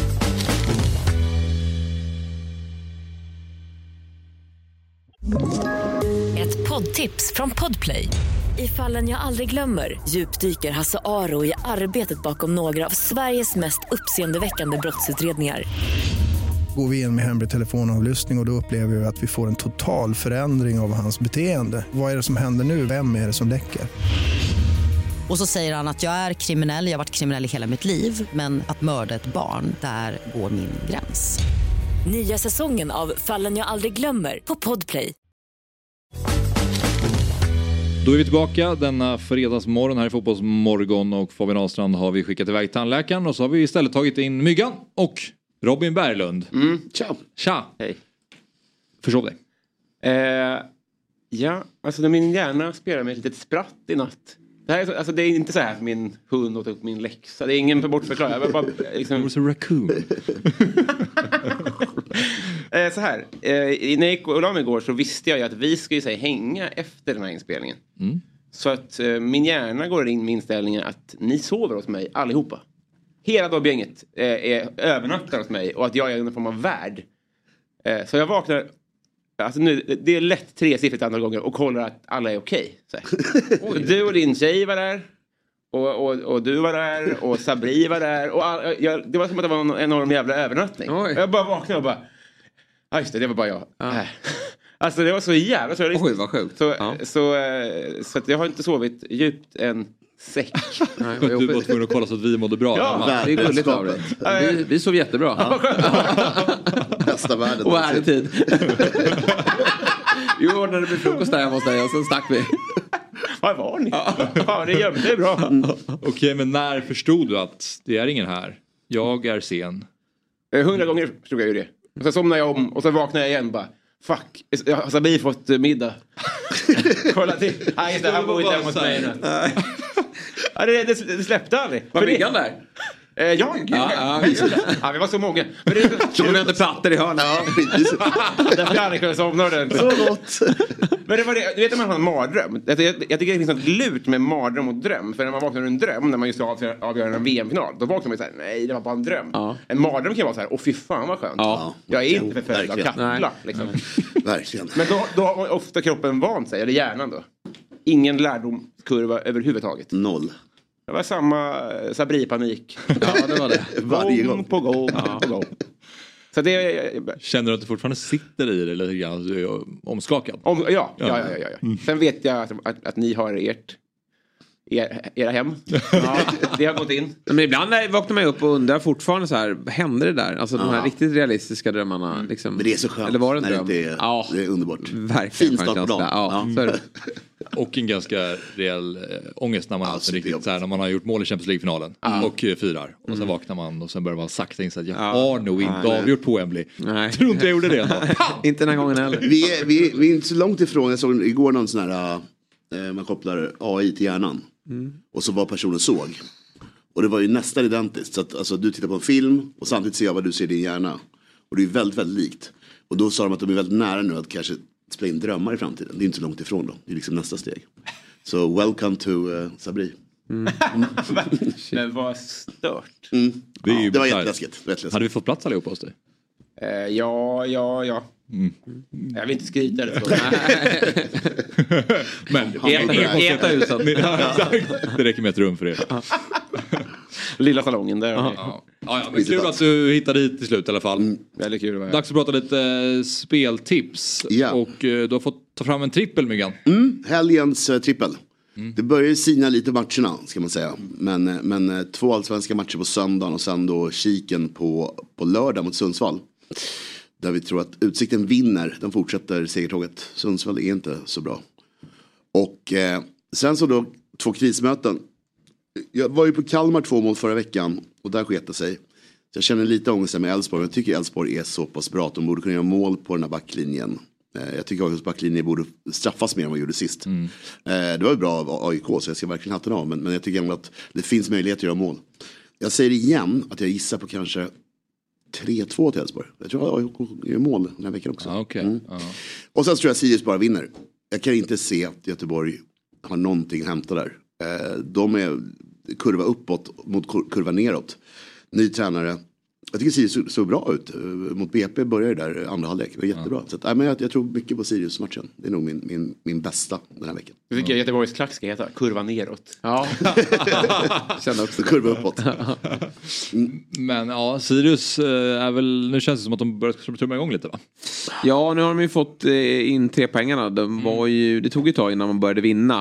Ett poddtips från Podplay. I Fallen jag aldrig glömmer djupdyker Hasse Aro i arbetet bakom några av Sveriges mest uppseendeväckande brottsutredningar. Går vi in med hemlig telefonavlyssning och, och då upplever vi att vi får en total förändring av hans beteende. Vad är det som händer nu? Vem är det som läcker? Och så säger han att jag är kriminell, jag har varit kriminell i hela mitt liv. Men att mörda ett barn, där går min gräns. Nya säsongen av Fallen jag aldrig glömmer på Podplay. Då är vi tillbaka denna fredagsmorgon här i Fotbollsmorgon och Fabian Ahlstrand har vi skickat iväg tandläkaren och så har vi istället tagit in Myggan och Robin Berglund. Mm, tja. Tja. Hej. Försov dig. Eh, ja, alltså när min hjärna spelar med ett litet spratt i natt. Det, här är så, alltså, det är inte så här att min hund åt upp min läxa. Det är ingen för bortförklara. Jag bara, liksom... It was a raccoon. eh, så här. Eh, när jag gick och la mig igår så visste jag ju att vi ska ju, säga, hänga efter den här inspelningen. Mm. Så att eh, min hjärna går in med inställningen att ni sover hos mig allihopa. Hela daggänget eh, är övernattar hos mig och att jag är en form av värd. Eh, så jag vaknar... Alltså nu, det är lätt tresiffrigt antal gånger och kollar att alla är okej. Okay. Du och din tjej var där. Och, och, och du var där. Och Sabri var där. Och all, jag, det var som att det var en enorm jävla övernattning. Oj. Jag bara vaknade och bara... Ja just det, det var bara jag. Ja. Alltså det var så jävla... Så Oj, vad sjukt. Så, ja. så, så, så att jag har inte sovit djupt än. Säck. Nej, du var tvungen att kolla så att vi mådde bra. Ja, det är gulligt av dig. Vi, vi sov jättebra. Ja. Bästa världen. Och ärlig tid. Vi ordnade med frukost där hemma hos dig och sen stack vi. Var var ni? Ja, det gömde det bra. Mm. Okej, okay, men när förstod du att det är ingen här? Jag är sen. Hundra gånger förstod jag ju det. Och sen somnade jag om och sen vaknade jag igen bara. Fuck, jag har Sabri fått middag. Kolla till. Nej, just det, han bor inte hemma hos mig nu. Ja, det, det, det släppte aldrig. Var Myggan där? Eh, ja, ja, ja, ja, vi var så många. Men det så vi inte plattor i hörnet. Ja, därför jag aldrig kunde somna ordentligt. Så gott. Men det var det, du vet att man har en mardröm. Jag, jag, jag tycker det finns något lurt med mardröm och dröm. För när man vaknar ur en dröm, när man just avgör, avgör en V M-final, då vaknar man så här, nej, det var bara en dröm. Ja. En mardröm kan vara så här, åh fy fan vad skönt. Ja. Jag är inte förföljd av kattla. Liksom. Verkligen. Men då, då har ofta kroppen vant sig, eller hjärnan då. Ingen lärdomskurva överhuvudtaget. Noll. Det var samma Sabri-panik. Ja, det var det. Varje gång. På gång, ja. på gång. Så det... Känner du att du fortfarande sitter i det lite grann? Du är omskakad? Om, ja, ja, ja, ja, ja. Mm. Sen vet jag att, att, att ni har ert... Er, era hem. Ja, det har gått in. Men ibland vaknar man upp och undrar fortfarande så här, vad hände det där? Alltså ja. De här riktigt realistiska drömmarna. Mm. Liksom, men det är så skönt. Eller var det en när dröm? Det är, ja. det är underbart. Verkligen. Fin start på dagen. Ja, ja. Så är det. och en ganska rejäl äh, ångest när man, alltså, riktigt, så här, när man har gjort mål i Champions League-finalen mm. och uh, firar. Och sen mm. vaknar man och sen börjar man sakta inse att jag ja. har nog inte ah, avgjort på Wembley. Nej. Tror inte jag gjorde det. Inte den här gången heller. Vi är, vi, vi är inte så långt ifrån. Jag såg igår någon sån här, äh, man kopplar A I till hjärnan. Mm. Och så vad personen såg. Och det var ju nästan identiskt. Så att alltså, du tittar på en film och samtidigt ser jag vad du ser i din hjärna. Och det är väldigt, väldigt likt. Och då sa de att de är väldigt nära nu att kanske spela in drömmar i framtiden. Det är inte så långt ifrån då. Det är liksom nästa steg. Så welcome to uh, Sabri. Mm. Men vad stört. Mm. Det, är ju ja, det var jätteläskigt. Hade vi fått plats allihopa hos dig? Uh, ja, ja, ja. Mm. Jag vill inte skryta det. Men äta huset. Det räcker med ett rum för er. Lilla salongen där. Ja, ja. Ja, ja, men kul att du hittade hit till slut i alla fall. Mm. Väldigt kul. Dags att prata lite äh, speltips. Ja. Och äh, du har fått ta fram en trippel, Myggan. Mm, helgens äh, trippel. Mm. Det börjar ju sina lite matcherna, ska man säga. Men, men äh, två allsvenska matcher på söndagen och sen då kiken på, på lördag mot Sundsvall. Där vi tror att Utsikten vinner. Den fortsätter segertåget. Sundsvall är inte så bra. Och eh, sen så då två krismöten. Jag var ju på Kalmar två mål förra veckan. Och där sket det sig. Så jag känner lite ångest med Elfsborg. Jag tycker Elfsborg är så pass bra att de borde kunna göra mål på den här backlinjen. Eh, jag tycker att backlinjen borde straffas mer än vad de gjorde sist. Mm. Eh, det var ju bra av A I K, så jag ska verkligen hatten av. Men, men jag tycker ändå att det finns möjlighet att göra mål. Jag säger igen att jag gissar på kanske tre två till Elfsborg. Jag tror att A I K gör mål den här veckan också. Ah, okay. mm. ah. Och sen tror jag att Sirius bara vinner. Jag kan inte se att Göteborg har någonting att hämta där. Eh, de är kurva uppåt mot kurva neråt. Ny tränare. Jag tycker Sirius såg bra ut. Mot B P började där andra halvlek. Det var jättebra. Så att, nej, men jag, jag tror mycket på Sirius-matchen. Det är nog min, min, min bästa den här veckan. Du tycker jag Göteborgs klack ska heta kurva neråt. Ja. Känner också kurva uppåt. Mm. Men ja, Sirius är väl, nu känns det som att de börjar trumma igång lite, va? Ja, nu har de ju fått in tre pengarna. De var ju, det tog ju ett tag innan man började vinna.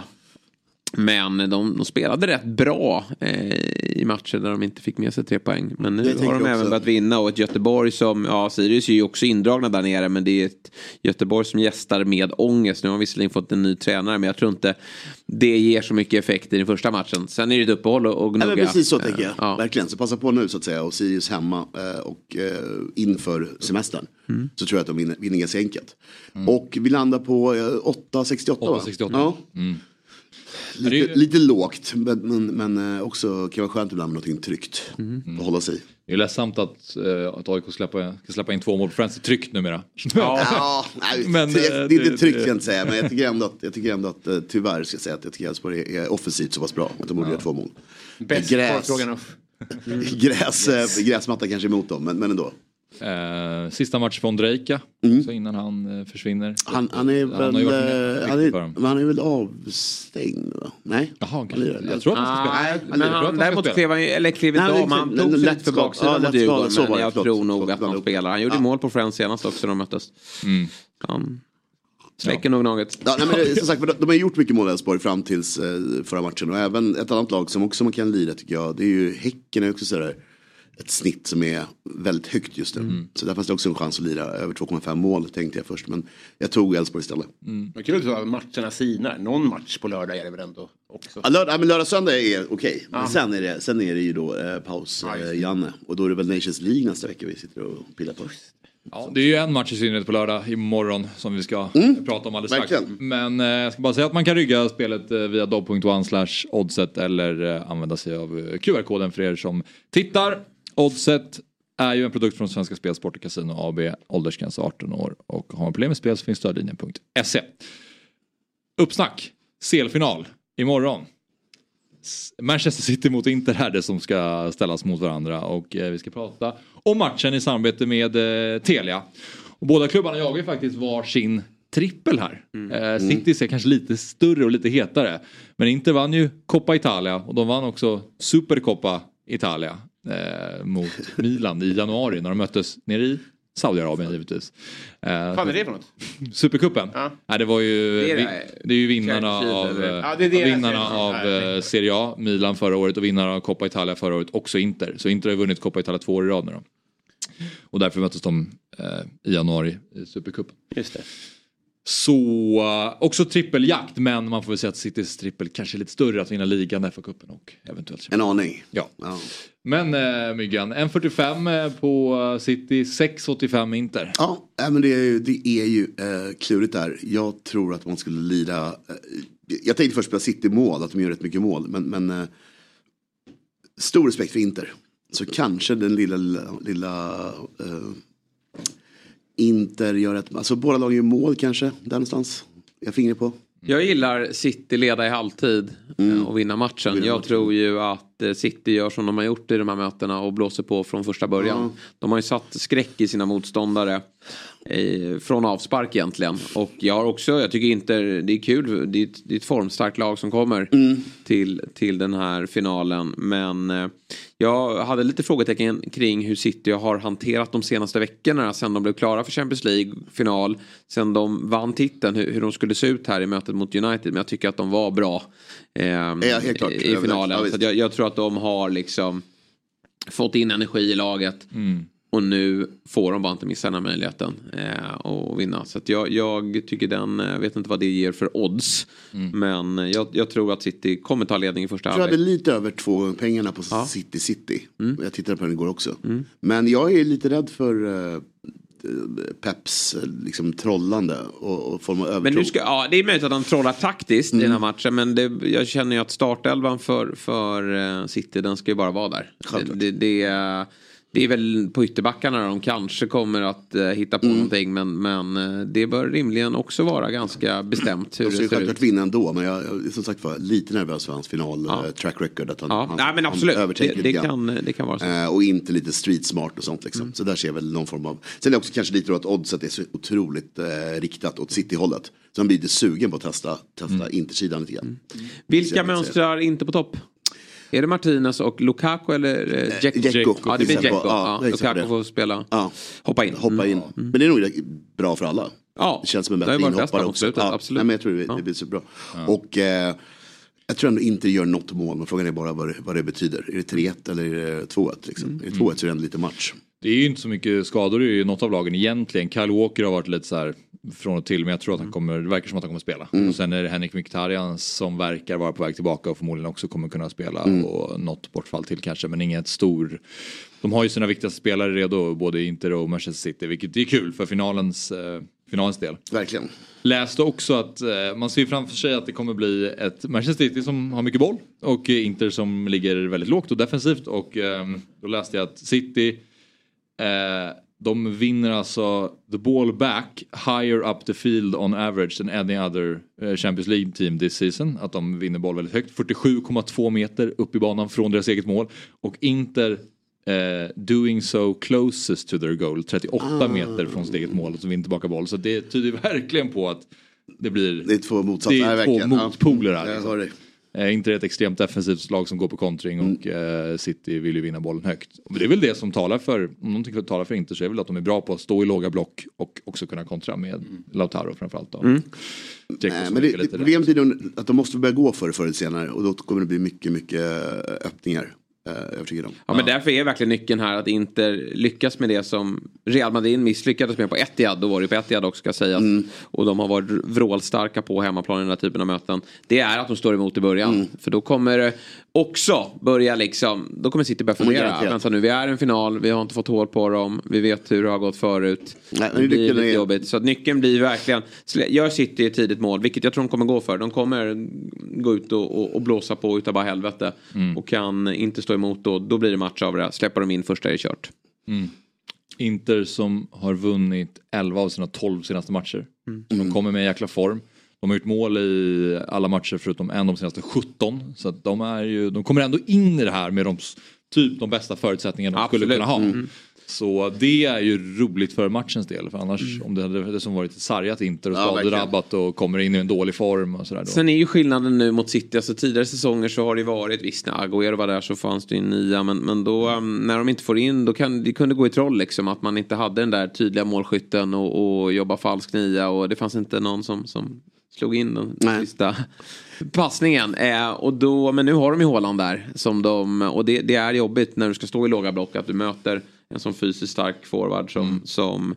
Men de, de spelade rätt bra eh, i matcher där de inte fick med sig tre poäng. Men nu har de även börjat vinna. Och ett Göteborg som, ja, Sirius är ju också indragna där nere. Men det är ett Göteborg som gästar med ångest. Nu har de visserligen fått en ny tränare. Men jag tror inte det ger så mycket effekt i den första matchen. Sen är det ett uppehåll och gnugga. Ja, men precis så tänker jag. Ja. Verkligen, så passa på nu så att säga. Och Sirius hemma eh, och eh, inför semestern. Mm. Så tror jag att de vinner, vinner ganska enkelt. Mm. Och vi landar på eh, åtta sextioåtta. åtta sextioåtta. Ja. Mm. Lite, ju... lite lågt, men, men, men också kan vara skönt ibland med någonting tryggt. Mm. Att hålla sig. Det är ledsamt att, äh, att A I K släppa, ska släppa in två mål på Friends. Det är tryggt numera. Ja, ja nej, men, det, det är inte tryggt kan jag inte säga. Men jag tycker ändå att, jag tycker ändå att tyvärr ska jag säga att jag tycker Elfsborg är, är offensivt så pass bra. Att de borde ja. göra två mål. Bäst Gräs, mm. gräs, yes. Gräsmatta kanske emot dem, men, men ändå. Eh, sista match från Drejka mm. så innan han eh, försvinner. Han, han är väl han, eh, han, är, men han är väl avstängd va? Nej. Jaha, jag, jag, jag tror att han ska spela. Nej, men han, han däremot klev han eller klivit av. Han tog sig för baksidan mot Djurgården. Men jag, jag tror nog att han spelar. Han gjorde ja. mål på Friends senast också när de möttes. Mm. Han släcker ja. nog något. Ja, nej, men, som sagt, de har gjort mycket mål i Elfsborg fram tills eh, förra matchen. Och även ett annat lag som också man kan lida tycker jag. Det är ju Häcken är också sådär. Ett snitt som är väldigt högt just nu. Mm. Så där fanns det också en chans att lira över två komma fem mål tänkte jag först. Men jag tog Elfsborg istället. Mm. Men kul att matcherna sinar. Någon match på lördag är det väl ändå också. Ja, lördag, men lördag söndag är okej. Okay. Ja. Men sen är, det, sen är det ju då eh, paus, eh, Janne. Och då är det väl Nations League nästa vecka vi sitter och pillar på. Ja, det är ju en match i synnerhet på lördag imorgon som vi ska mm. prata om alldeles strax. Men eh, jag ska bara säga att man kan rygga spelet eh, via dobb punkt one slash oddset eller eh, använda sig av Q R-koden för er som tittar. Oddset är ju en produkt från Svenska Spel, Sport och Casino A B, åldersgräns arton år, och har man problem med spel så finns stödlinjen punkt se. Uppsnack, C L-final imorgon. Manchester City mot Inter här, det som ska ställas mot varandra, och eh, vi ska prata om matchen i samarbete med eh, Telia. Och båda klubbarna jagar ju faktiskt var sin trippel här. Mm. Eh, City ser kanske lite större och lite hetare, men Inter vann ju Coppa Italia och de vann också Supercoppa Italia eh, mot Milan i januari när de möttes nere i Saudiarabien givetvis. Eh, Vad är det för något? Supercupen. Ja. Nej, det var ju det är, vi, det är ju vinnarna av, ja, det är det vinnarna av eh, Serie A, Milan förra året, och vinnarna av Coppa Italia förra året, också Inter. Så Inter har vunnit Coppa Italia två år i rad nu då. Och därför möttes de eh, i januari i Supercupen. Just det. Så uh, också trippeljakt, men man får väl säga att Citys trippel kanske är lite större att vinna ligan, F A-cupen och eventuellt. En aning. Ja. ja. Men uh, Myggan, en fyrtiofem på uh, City, sex åttiofem Inter. Ja, äh, men det är ju, det är ju uh, klurigt där. Jag tror att man skulle lida... Uh, jag tänkte först på City-mål, att de gör rätt mycket mål. Men, men uh, stor respekt för Inter. Så kanske den lilla... lilla uh, Inter gör ett... Alltså båda lagen gör mål kanske, där någonstans. Jag fingrar på. Jag gillar City leda i halvtid mm. och vinna matchen. Vinna jag matchen. tror ju att City gör som de har gjort i de här mötena och blåser på från första början. Mm. De har ju satt skräck i sina motståndare eh, från avspark egentligen. Och jag har också, jag tycker inte det är kul, det är ett, det är ett formstarkt lag som kommer mm. till, till den här finalen. Men eh, jag hade lite frågetecken kring hur City har hanterat de senaste veckorna sen de blev klara för Champions League-final. Sen de vann titeln, hur, hur de skulle se ut här i mötet mot United. Men jag tycker att de var bra eh, ja, helt klart. i finalen. Ja, så jag, jag tror att de har liksom fått in energi i laget. Mm. Och nu får de bara inte missa den här möjligheten eh, att vinna. Så att jag, jag tycker den, jag vet inte vad det ger för odds. Mm. Men jag, jag tror att City kommer ta ledning i första halvlek. Jag hade lite över två pengarna på ja. City City. Mm. Jag tittade på den igår också. Mm. Men jag är lite rädd för... Uh, Peps liksom trollande och, och form av övertro. Men nu ska, ja, det är möjligt att han trollar taktiskt mm. i den här matchen, men det, jag känner ju att startelvan för, för uh, City, den ska ju bara vara där. Det, det, det, uh, det är väl på ytterbackarna de kanske kommer att uh, hitta på mm. någonting, men, men uh, det bör rimligen också vara ganska bestämt hur de det ser ut. Jag ska vinna ändå, men jag är som sagt var lite nervös för hans final ja. uh, track record. Att han, ja. han, Nej, men absolut, han det, det, kan, det kan vara så. Uh, och inte lite street smart och sånt liksom. Mm. Så där ser jag väl någon form av... Sen är det också kanske lite att oddset är så otroligt uh, riktat åt City-hållet. Så han blir lite sugen på att testa, testa mm. Inter-sidan lite grann. Mm. Vilka mönstrar inte på topp? Är det Martinez och Lukaku eller eh, Dzeko? Dzeko. Ja, det blir Dzeko. Ja, ja, Lukaku får spela. Ja. Hoppa in. Hoppa in. Mm. Men det är nog bra för alla. Ja. Det känns som en bättre inhoppare också. Absolut. Ja. absolut. Nej, men jag tror det, ja. det blir så bra. Ja. Och eh, jag tror ändå inte gör något mål. Men frågan är bara vad det, vad det betyder. Är det tre ett eller är det två ett? Liksom? Mm. Är det två ett så är det ändå lite match. Det är ju inte så mycket skador i något av lagen egentligen. Kyle Walker har varit lite så här från och till, men jag tror att han kommer, det verkar som att han kommer spela. Mm. Och sen är det Henrik Mkhitaryan som verkar vara på väg tillbaka och förmodligen också kommer kunna spela mm. och något bortfall till kanske, men inget stor. De har ju sina viktigaste spelare redo, både Inter och Manchester City, vilket är kul för finalens, eh, finalens del. Verkligen. Läste också att eh, man ser framför sig att det kommer bli ett Manchester City som har mycket boll och Inter som ligger väldigt lågt och defensivt, och eh, då läste jag att City eh, de vinner alltså the ball back higher up the field on average than any other Champions League team this season. Att de vinner boll väldigt högt. fyrtiosju komma två meter upp i banan från deras eget mål. Och Inter eh, doing so closest to their goal. trettioåtta ah. meter från sitt eget mål. Och så vinner tillbaka boll. Så det tyder verkligen på att det blir... Det är två motsatser. Det är två motpoler här. Ja, liksom. Eh, inte ett extremt defensivt lag som går på kontring och mm. eh, City vill ju vinna bollen högt. Men det är väl det som talar för, om någonting för att tala för Inter, så är väl att de är bra på att stå i låga block och också kunna kontra med mm. Lautaro framförallt då. Mm. Nej, men det, det problemet är att de måste börja gå för det förr eller senare, och då kommer det bli mycket, mycket öppningar. Ja, ja, men därför är verkligen nyckeln här att Inter lyckas med det som Real Madrid misslyckades med på Etihad. Då var det på Etihad också, ska sägas. Mm. Och de har varit vrålstarka på hemmaplan i den här typen av möten. Det är att de står emot i början. Mm. För då kommer det också börja liksom, då kommer City börja fundera. Mm, Vänta nu, vi är en final, vi har inte fått hål på dem, vi vet hur det har gått förut. Nej, det blir lite är... jobbigt. Så att nyckeln blir verkligen, gör City ett tidigt mål, vilket jag tror de kommer gå för. De kommer gå ut och, och, och blåsa på utav bara helvete. Mm. Och kan inte stå emot då, då blir det match av det. Släpper de in första är det kört. Mm. Inter som har vunnit elva av sina tolv senaste matcher. Mm. De kommer med en jäkla form. De har gjort mål i alla matcher förutom en de senaste sjutton. Så att de, är ju, de kommer ändå in i det här med de, typ de bästa förutsättningarna de Absolut. skulle kunna ha. Mm. Så det är ju roligt för matchens del. För annars mm. om det hade det som varit sargat Inter och skadedrabbat ja, och kommer in i en dålig form och sådär då. Sen är ju skillnaden nu mot City. Alltså tidigare säsonger så har det varit, visst när Agüero var där så fanns det ju nia. Men, men då när de inte får in, då kan det kunde gå i troll liksom. Att man inte hade den där tydliga målskytten och, och jobba falsk nia. Och det fanns inte någon som... som slog in den Nej. sista passningen. Eh, och då, men nu har de ju Haaland där. Som de, och det, det är jobbigt när du ska stå i låga block att du möter en sån fysiskt stark forward som, mm. som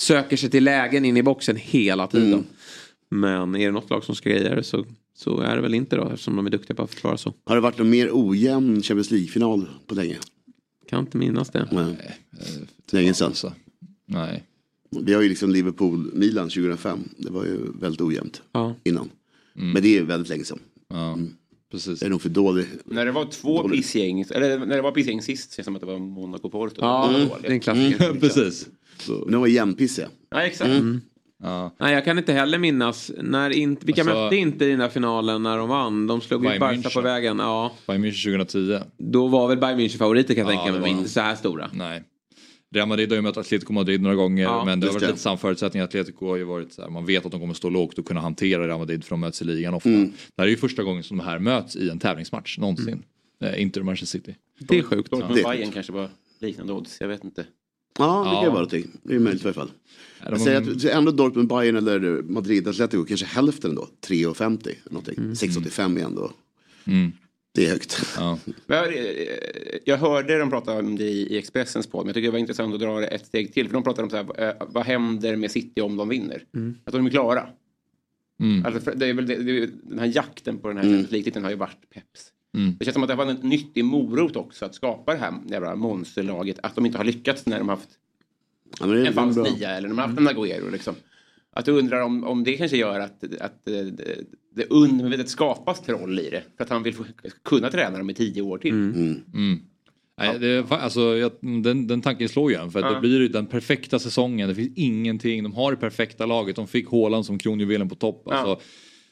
söker sig till lägen in i boxen hela tiden. Mm. Men är det något lag som ska greja det så, så är det väl inte då, eftersom de är duktiga på att försvara så. Har det varit någon mer ojämn Champions League-final på länge? Kan inte minnas det. Nej. Länge sedan. Alltså. Nej. Vi har ju liksom Liverpool-Milan tjugohundrafem. Det var ju väldigt ojämnt ja. innan. Mm. Men det är väldigt länge sedan. Ja, mm. precis. Det är nog för dåligt. När det var två pissgäng, eller när det var pissgäng sist, känns som att det var Monaco Porto. Ja, det, mm. det är en klassiker. Mm. Precis. Så. Men de var jämnpissiga. Ja, exakt. Mm. Ja. Nej, jag kan inte heller minnas när inte, vilka alltså, mötte inte i den här finalen när de vann. De slog ut Barca på vägen. Ja. Bayern München tjugohundratio. Då var väl Bayern München favoriter kan jag ja, tänka mig, men var... inte så här stora. Nej. Real Madrid har ju mött Atletico Madrid några gånger, ja, men det har varit det. lite samma förutsättningar. Atletico har ju varit så här, man vet att de kommer stå lågt och kunna hantera Real Madrid för de möts i ligan ofta. Mm. Det här är ju första gången som de här möts i en tävlingsmatch någonsin. Mm. Eh, Inter Manchester City. Det är sjukt. Ja. Det Bayern kanske var liknande odds, jag vet inte. Ja, det kan ju vara någonting. Det är möjligt i alla fall. Ja, jag säger att ändå Dortmund, Bayern eller Madrid, Atletico kanske hälften då. tre femtio någonting. Mm. sex åttiofem igen då. Mm. Det är högt. Ja. Jag, jag hörde dem prata om det i Expressens podd, men jag tycker det var intressant att dra det ett steg till. För de pratade om så här, vad händer med City om de vinner? Mm. Att de är klara. Mm. Alltså, det är väl det, det är, den här jakten på den här mm. titeln har ju varit peps. Mm. Det känns som att det var en nyttig morot också att skapa det här jävla monsterlaget. Att de inte har lyckats när de har haft ja, men det är en falsk nia eller de har haft en Agüero liksom. Att du undrar om, om det kanske gör att, att det, det undermedvetet skapas troll i det. För att han vill få, kunna träna dem i tio år till. Mm. Mm. Mm. Nej, det, alltså, jag, den, den tanken slår ju en. För att ja. det blir ju den perfekta säsongen. Det finns ingenting. De har det perfekta laget. De fick Haaland som kronjuvelen på topp. Ja. Alltså,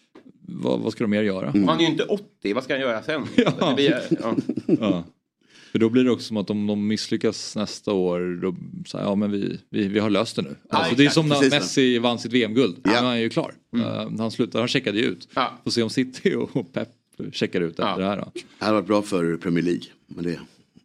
vad, vad ska de mer göra? Mm. Han är ju inte åttio. Vad ska han göra sen? Ja. Det blir, ja. Ja. För då blir det också som att om de misslyckas nästa år, då säger ja men vi, vi, vi har löst det nu. Ja, alltså, det är som när precis, Messi vann sitt V M-guld. Ja. Han är ju klar. Mm. Uh, han slutade, han checkade ju ut. Ja. Får se om City och Pep checkar ut efter ja. det här då. Det hade varit bra för Premier League. Men det...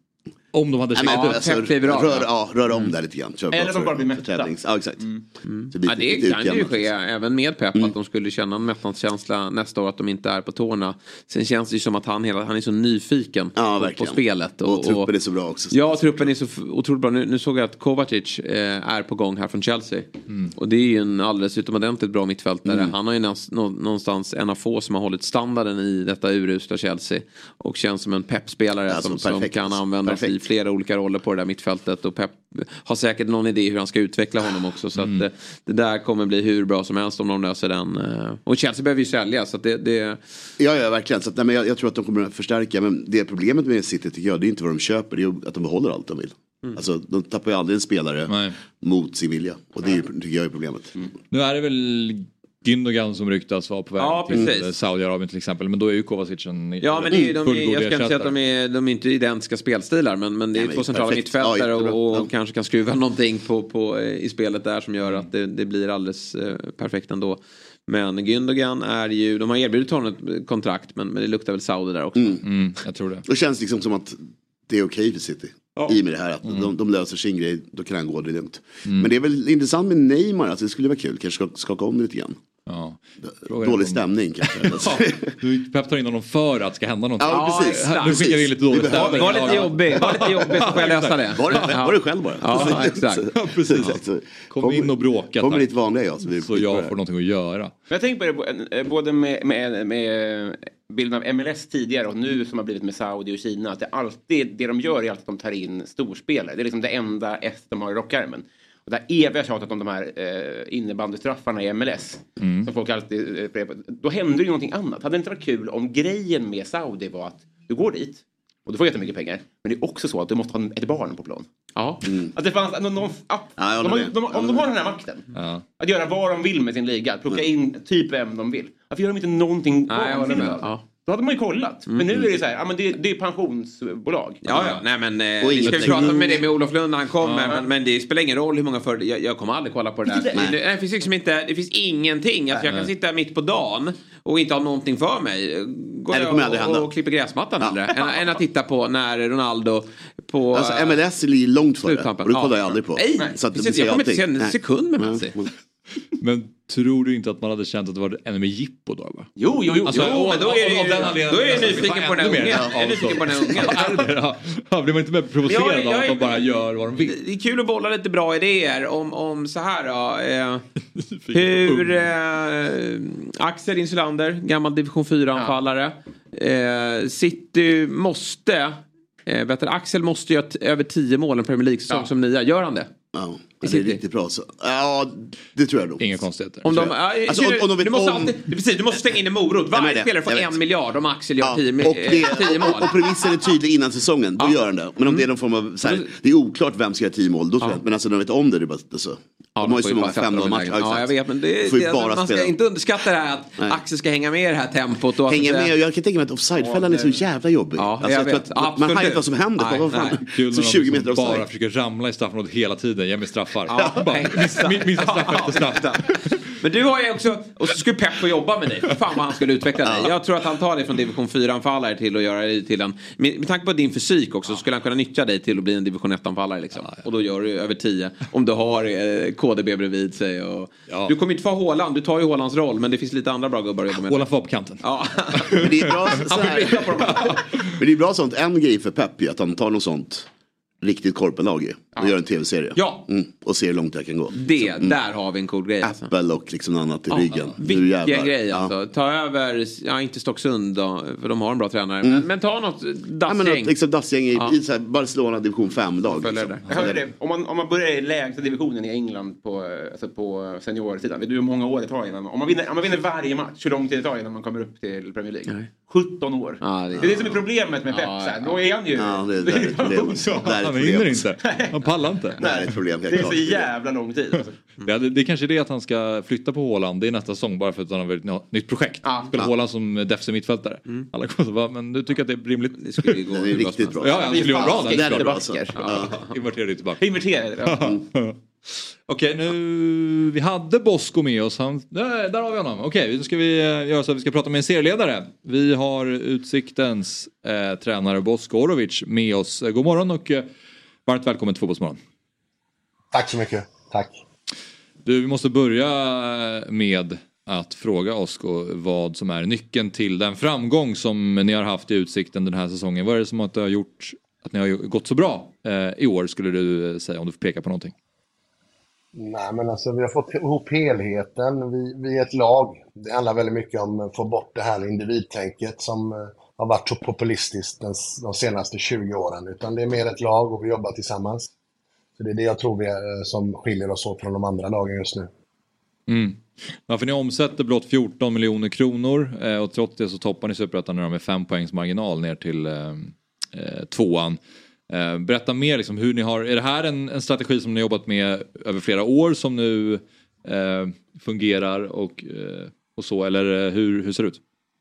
Om de hade checkat ja, ut. alltså, rör, ja, rör om där lite grann. Eller de bara blir mätta. Ja, exakt. Mm. Mm. Det, ja, det kan ju ske även med Pep mm. att de skulle känna en mättnadskänsla nästa år att de inte är på tårna. Sen känns det ju som att han, hela, han är så nyfiken ja, på, på spelet. Och, och truppen är så bra också. Ja, truppen är så otroligt bra. Nu, nu såg jag att Kovacic eh, är på gång här från Chelsea. Mm. Och det är ju en alldeles utomordentligt bra mittfältare. Mm. Han har ju näst, nå, någonstans en av få som har hållit standarden i detta urusla Chelsea. Och känns som en Pep-spelare ja, som, som kan användas perfekt. I flera olika roller på det där mittfältet. Och Pep har säkert någon idé hur han ska utveckla honom också. Så mm. att det, det där kommer bli hur bra som helst om de löser den. Och Chelsea behöver ju sälja. Så att det, det... Ja, ja, verkligen. Så att, nej, men jag, jag tror att de kommer att förstärka. Men det problemet med City tycker jag, det är inte vad de köper. Det är att de behåller allt de vill. Mm. Alltså de tappar ju aldrig en spelare nej. Mot sin vilja. Och det är, tycker jag är problemet. Mm. Nu är det väl Gündogan som ryktas vara på väg ja, till Saudiarabien till exempel. Men då är ju Kovacic en ja, men det är ju de, jag ska inte säga att de är, de är inte identiska spelstilar. Men, men det är nej, två centrala mittfältare ja, och, och kanske kan skruva någonting på, på, i spelet där som gör att det, det blir alldeles eh, perfekt ändå. Men Gündogan är ju, de har erbjudit honom ett kontrakt men, men det luktar väl Saudi där också. Mm. Mm, jag tror det. Det känns liksom som att det är okej för City. Ja. I med det här att mm. de, de löser sin grej, då kan han gå det lugnt. Mm. Men det är väl intressant med Neymar, alltså det skulle vara kul, kanske skaka om det lite grann. Ja. Dålig om... stämning kanske. Ja. Du Pep tar in honom för att det ska hända någonting. Ja, precis. Ja, nu skickar vi in lite dålig stämning. Var lite jobbigt, var lite jobbigt så får jag lösa det. Var det, var det själv bara? Ja, exakt. Ja, precis. Kom, kom in och bråka. Kommer lite vanliga jag. Så, så jag får någonting att göra. Men jag tänker på det både med, med, med bilden av M L S tidigare och nu som har blivit med Saudi och Kina. Att det, alltid, det de gör är alltid att de tar in storspelare. Det är liksom det enda S de har i rockärmen. Och där eviga tjatat om de här eh, innebandystraffarna i M L S. Mm. Som folk alltid eh, då händer ju någonting annat. Hade det inte varit kul om grejen med Saudi var att du går dit och du får jättemycket pengar. Men det är också så att du måste ha ett barn på plan. Ja. Mm. Att det fanns någon, någon app, ja, de har, de, om de har den här makten. Ja. Att göra vad de vill med sin liga. Plocka in typ vem de vill. Varför gör de inte någonting? Nej, jag håller med. Ja. Då hade man ju kollat. Mm. Men nu är det så här, ja men det, det är pensionsbolag. Ja, ja. Nej men eh, vi ska prata med det med Olof Lund när han kommer. Ja. Men, men det spelar ingen roll hur många för jag, jag kommer aldrig kolla på det där. Det, det, det, finns liksom inte, det finns ingenting. Alltså, jag kan sitta mitt på dagen och inte ha någonting för mig. Går Nej, det kommer aldrig och, hända. och klipper gräsmattan ja. Eller, än, än att titta på när Ronaldo på... Alltså M L S är långt för det. Och det kollar jag aldrig på. Nej, så att det jag kommer inte se en sekund med Messi. Men tror du inte att man hade känt att det var ännu mer jippo då? Va? Jo, jo, jo. Alltså, jo och, men då är, och, och, det, då är jag nyfiken på den här ungen. Jag är nyfiken på den här ungen. Ja, ja, blir man inte mer provocerad jag, jag, av att de bara gör vad de vill? Det är kul att bolla lite bra idéer om, om så här då. Eh, hur eh, Axel Insulander, gammal division fyra-anfallare. Eh, City måste... Eh, vet du, Axel måste göra t- över tio mål en Premier League-säsong ja. som nia. Gör han det? Ja, det är riktigt bra så. Ja, det tror jag nog. Inga konstigheter. Om de, äh, alltså, om, om de vet du, måste om... alltid, precis, du måste stänga in en morot. Varje spelare får en miljard om Axel gör ja, tio, och det, tio mål. Och, och premissen är tydlig innan säsongen, då ja. gör han det. Men om mm. det är någon form av, så här, det är oklart vem ska göra tio mål, då tror ja. jag, men alltså de vet om det, det är bara, alltså, ja, de har ju så många femton matcher. Ja, jag vet, men det, det, bara man ska spela. Inte underskatta det här att Nej. Axel ska hänga med i det här tempot. Och hänga att, med, och jag kan tänka mig att offside-fällan är så jävla jobbig. Ja, alltså, jag vet. Att, man har inte vad som händer. Nej, vad fan. Nej. Kul så tjugo meter offside. Bara försöker ramla i straffområdet hela tiden, ge mig straffar. Minsta straff efter straff. Men du har ju också, och så skulle Pep få jobba med dig. Fan vad han skulle utveckla dig. Jag tror att han tar dig från division fyra-anfallare till att göra dig till en, med, med tanke på din fysik också, så skulle han kunna nyttja dig till att bli en division ett-anfallare liksom. Och då gör du över tio. Om du har eh, K D B bredvid sig. Och, ja. Du kommer inte få Håland, du tar ju Hålands roll, men det finns lite andra bra gubbar att jobba med. Håland får på kanten. Ja. Men det är bra så här. Men det är bra sånt, en grej för Pep är att han tar något sånt riktigt korpenlag i. Och ja. gör en tv-serie. Ja. Mm. Och ser hur långt det kan gå. Det, så, mm. där har vi en cool grej. Alltså. Apple och liksom annat i ja. ryggen. Vilken grej alltså. Ja. Ta över, ja inte Stocksund då, för de har en bra tränare. Mm. Men, men ta något dassgäng. Ja, men något, liksom dassgäng i, ja. i så här Barcelona division fem-lag. Liksom. Jag hörde det. Om man, om man börjar i lägsta divisionen i England på, alltså på seniorsidan. Vet du hur många år det tar innan? Om man vinner, om man vinner varje match, hur lång tid det tar innan man kommer upp till Premier League? Nej. sjutton år. Ja, det, det är det som är problemet med Pep. Ja, ja. Då är han ju... Ja, det, det, det, det, det, han hinner inte. Han pallar inte. Nej, det är ett problem. Det är så jävla lång tid. Alltså. Mm. Ja, det, det är kanske det att han ska flytta på Håland. Det är nästa säsong bara för att han har ett nytt projekt. Ja. Spela ja. Håland som defensiv mittfältare. Mm. Alla kommer bara, men du tycker att det är rimligt? Det skulle gå. Det är riktigt bra. Ja, det skulle vara bra. Det är bra. Ja. Invertera det tillbaka. Invertera det. Ja. Okej, nu vi hade Bosko med oss. Han, där, där har vi honom. Okej, nu ska vi göra så att vi ska prata med en serieledare. Vi har Utsiktens eh, tränare Bosko Orovic med oss. God morgon och eh, varmt välkommen till Fotbollsmorgon. Tack så mycket. Tack. Du, vi måste börja med att fråga Osko vad som är nyckeln till den framgång som ni har haft i Utsikten den här säsongen. Vad är det som har gjort att ni har gått så bra eh, i år, skulle du säga, om du får peka på någonting? Nej, men alltså vi har fått ihop helheten. Vi, vi är ett lag. Det handlar väldigt mycket om att få bort det här individtänket som uh, har varit så populistiskt den, de senaste tjugo åren. Utan det är mer ett lag och vi jobbar tillsammans. Så det är det jag tror vi är, som skiljer oss åt från de andra lagen just nu. Mm. Ja, för ni omsätter blott fjorton miljoner kronor eh, och trots det så toppar ni Superettan med fem poängs marginal ner till eh, eh, tvåan. Eh, berätta mer liksom, hur ni har, är det här en, en strategi som ni har jobbat med över flera år som nu eh, fungerar och, eh, och så, eller hur, hur ser det ut?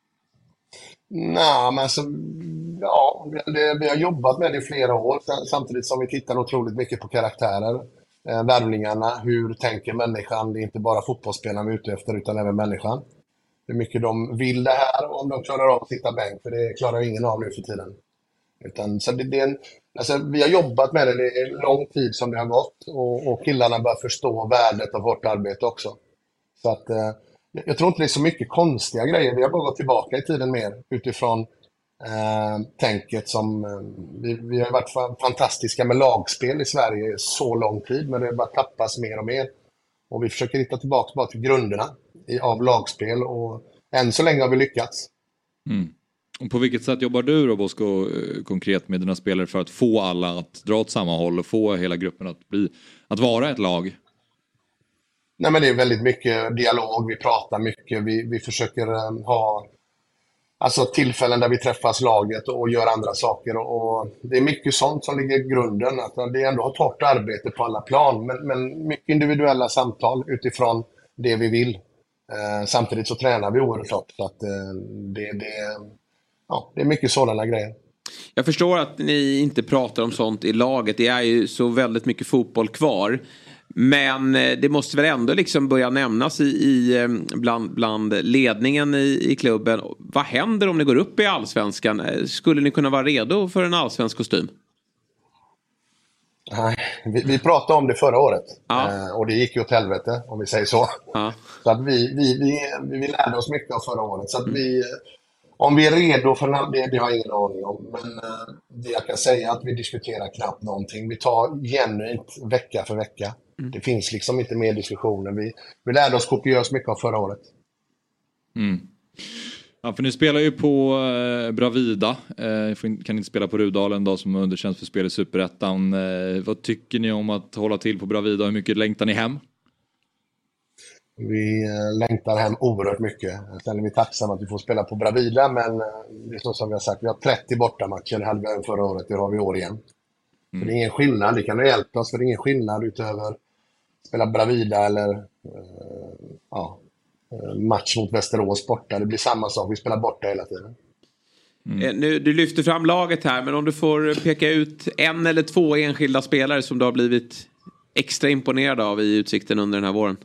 Nej, men alltså, ja, det, vi har jobbat med det i flera år samtidigt som vi tittar otroligt mycket på karaktärer, eh, värvningarna, hur tänker människan, det är inte bara fotbollsspelarna vi är ute efter utan även människan. Hur mycket de vill det här och om de klarar av att sitta bänk, för det klarar ingen av nu för tiden. Utan, så det, det är en, alltså, vi har jobbat med det, det är lång tid som det har gått och, och killarna börjar förstå värdet av vårt arbete också. Så att eh, jag tror inte det är så mycket konstiga grejer, vi har bara gått tillbaka i tiden mer utifrån eh, tänket som eh, vi, vi har varit fantastiska med lagspel i Sverige så lång tid, men det bara tappas mer och mer. Och vi försöker hitta tillbaka bara till grunderna i, av lagspel och än så länge har vi lyckats. Mm. Och på vilket sätt jobbar du då, Bosko, konkret med dina spelare för att få alla att dra åt samma håll och få hela gruppen att, bli, att vara ett lag? Nej, men det är väldigt mycket dialog, vi pratar mycket, vi, vi försöker um, ha alltså, tillfällen där vi träffas laget och gör andra saker. Och, och det är mycket sånt som ligger i grunden, att det är ändå ett hårt arbete på alla plan, men, men mycket individuella samtal utifrån det vi vill. Uh, samtidigt så tränar vi oerhört, så att uh, det, det, ja, det är mycket sådana grejer. Jag förstår att ni inte pratar om sånt i laget, det är ju så väldigt mycket fotboll kvar. Men det måste väl ändå liksom börja nämnas i, i, bland, bland ledningen i, i klubben. Vad händer om ni går upp i allsvenskan? Skulle ni kunna vara redo för en allsvensk kostym? Nej, vi, vi pratade om det förra året. Ja. Eh, och det gick ju åt helvete, om vi säger så. Ja. Så att vi, vi, vi, vi lärde oss mycket av förra året. Så att vi, om vi är redo för det, det har jag ingen aning om. Men eh, det jag kan säga är att vi diskuterar knappt någonting. Vi tar genuint vecka för vecka. Mm. Det finns liksom inte mer diskussioner. Vi, vi lärde oss kopiöst mycket av förra året. Mm. Ja, för ni spelar ju på eh, Bravida. Eh, kan inte spela på Rudalen då, som underkänns för spel i Superettan. Eh, vad tycker ni om att hålla till på Bravida? Hur mycket längtar ni hem? Vi eh, längtar hem oerhört mycket. Sen är vi tacksamma att vi får spela på Bravida, men eh, det är så som vi har sagt. Vi har trettio bortamatcher, det hade vi förra året, det har vi i år igen. Mm. För det är ingen skillnad, det kan ha hjälpt oss, för det är ingen skillnad utöver spela Bravida eller eh, ja, match mot Västerås borta. Det blir samma sak, vi spelar borta hela tiden. Mm. Nu, du lyfter fram laget här, men om du får peka ut en eller två enskilda spelare som du har blivit extra imponerad av i Utsikten under den här våren?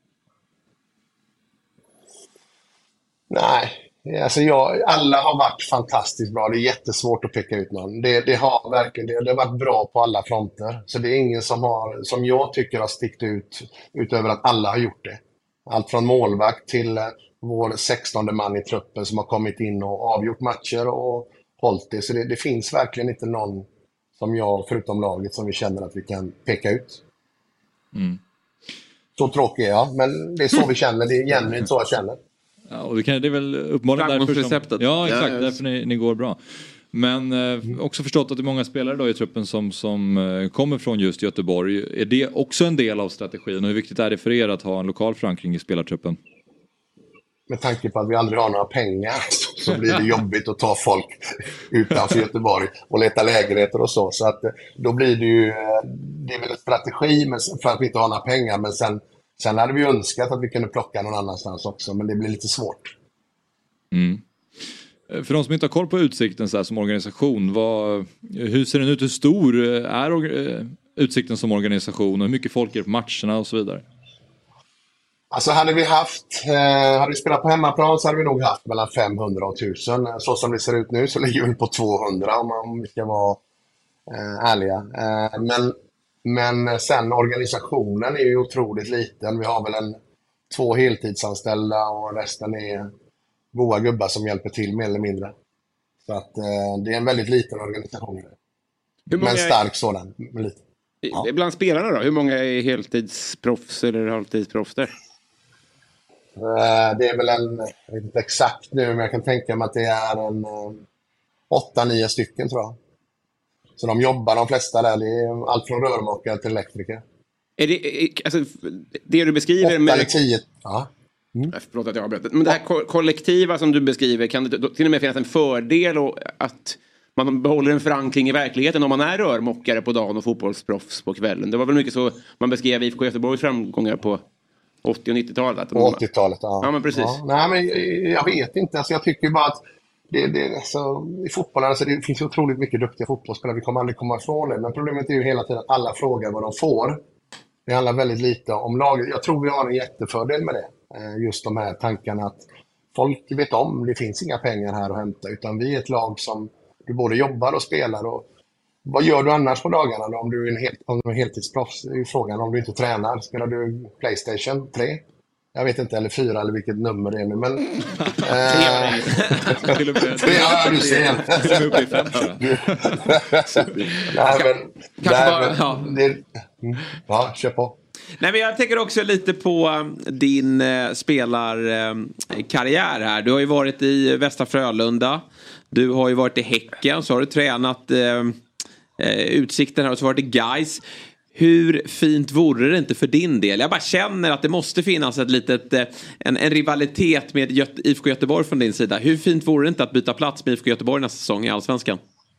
Nej, alltså jag, alla har varit fantastiskt bra. Det är jättesvårt att peka ut någon. Det, det har verkligen det, det har varit bra på alla fronter. Så det är ingen som har, som jag tycker har stickt ut utöver att alla har gjort det. Allt från målvakt till vår sextonde man i truppen som har kommit in och avgjort matcher och hållit det. Så det, det finns verkligen inte någon som jag, förutom laget, som vi känner att vi kan peka ut. Mm. Så tråkig är jag, men det är så vi känner. Det är genuint så jag känner. Ja, och det, kan, det är väl uppenbarligen därför som, ja, exakt, ja, därför ni, ni går bra. Men eh, också förstått att det är många spelare då i truppen som, som eh, kommer från just Göteborg. Är det också en del av strategin? Och hur viktigt är det för er att ha en lokal förankring i spelartruppen? Med tanke på att vi aldrig har några pengar så blir det jobbigt att ta folk utanför Göteborg och leta lägenheter och så. Så att då blir det ju, det är väl en strategi för att vi inte har några pengar, men sen Sen hade vi önskat att vi kunde plocka någon annanstans också, men det blir lite svårt. Mm. För de som inte har koll på Utsikten så här, som organisation, vad, hur ser den ut? Hur stor är Utsikten som organisation och hur mycket folk är det på matcherna och så vidare? Alltså hade vi haft, eh, hade vi spelat på hemmaplan så hade vi nog haft mellan femhundra och tusen. Så som det ser ut nu så ligger vi på tvåhundra om, om vi ska vara eh, ärliga. Eh, men Men sen organisationen är ju otroligt liten. Vi har väl en två heltidsanställda och resten är goda gubbar som hjälper till mer eller mindre. Så att eh, det är en väldigt liten organisation. Hur många men stark sådan. Men liten. Ja. Bland spelarna då? Hur många är heltidsproffs eller halvtidsproffs där? Eh, det är väl en, jag vet inte exakt nu, men jag kan tänka mig att det är en eh, åtta, nio stycken tror jag. Så de jobbar, de flesta där, det är allt från rörmokare till elektriker. Är det, alltså, det du beskriver åtta med... eller tio, ja. Mm. Förlåt att jag har berättat. Men det här ko- kollektiva som du beskriver, kan det till och med finnas en fördel och att man behåller en förankring i verkligheten om man är rörmokare på dagen och fotbollsproffs på kvällen? Det var väl mycket så man beskrev I F K Göteborgs framgångar på åttio- och nittiotalet? På åttiotalet, ja. Ja, men precis. Ja. Nej, men jag vet inte. Alltså, jag tycker bara att Det, det, alltså, i fotbollen, alltså, det finns ju otroligt mycket duktiga fotbollsspelare. Vi kommer aldrig komma ifrån det. Men problemet är ju hela tiden att alla frågar vad de får. Det handlar väldigt lite om laget. Jag tror vi har en jättefördel med det. Just de här tankarna att folk vet om, det finns inga pengar här att hämta. Utan vi är ett lag som du både jobbar och spelar. Och vad gör du annars på dagarna då, om du är en, helt, om du är heltidsproffs? Det är ju frågan om du inte tränar. Spelar du PlayStation tre? Jag vet inte, eller fyra eller vilket nummer det är nu, men... eh, tre, ja, du ser. Nej, men... Kanske bara, ja. Det, ja, kör på. Nej, men jag tänker också lite på din eh, spelarkarriär eh, här. Du har ju varit i Västra Frölunda. Du har ju varit i Häcken. Så har du tränat eh, eh, Utsikten här och så har du varit i Gais. Hur fint vore det inte för din del? Jag bara känner att det måste finnas ett litet, en, en rivalitet med Göte, I F K Göteborg från din sida. Hur fint vore det inte att byta plats med I F K Göteborg nästa säsong i Allsvenskan?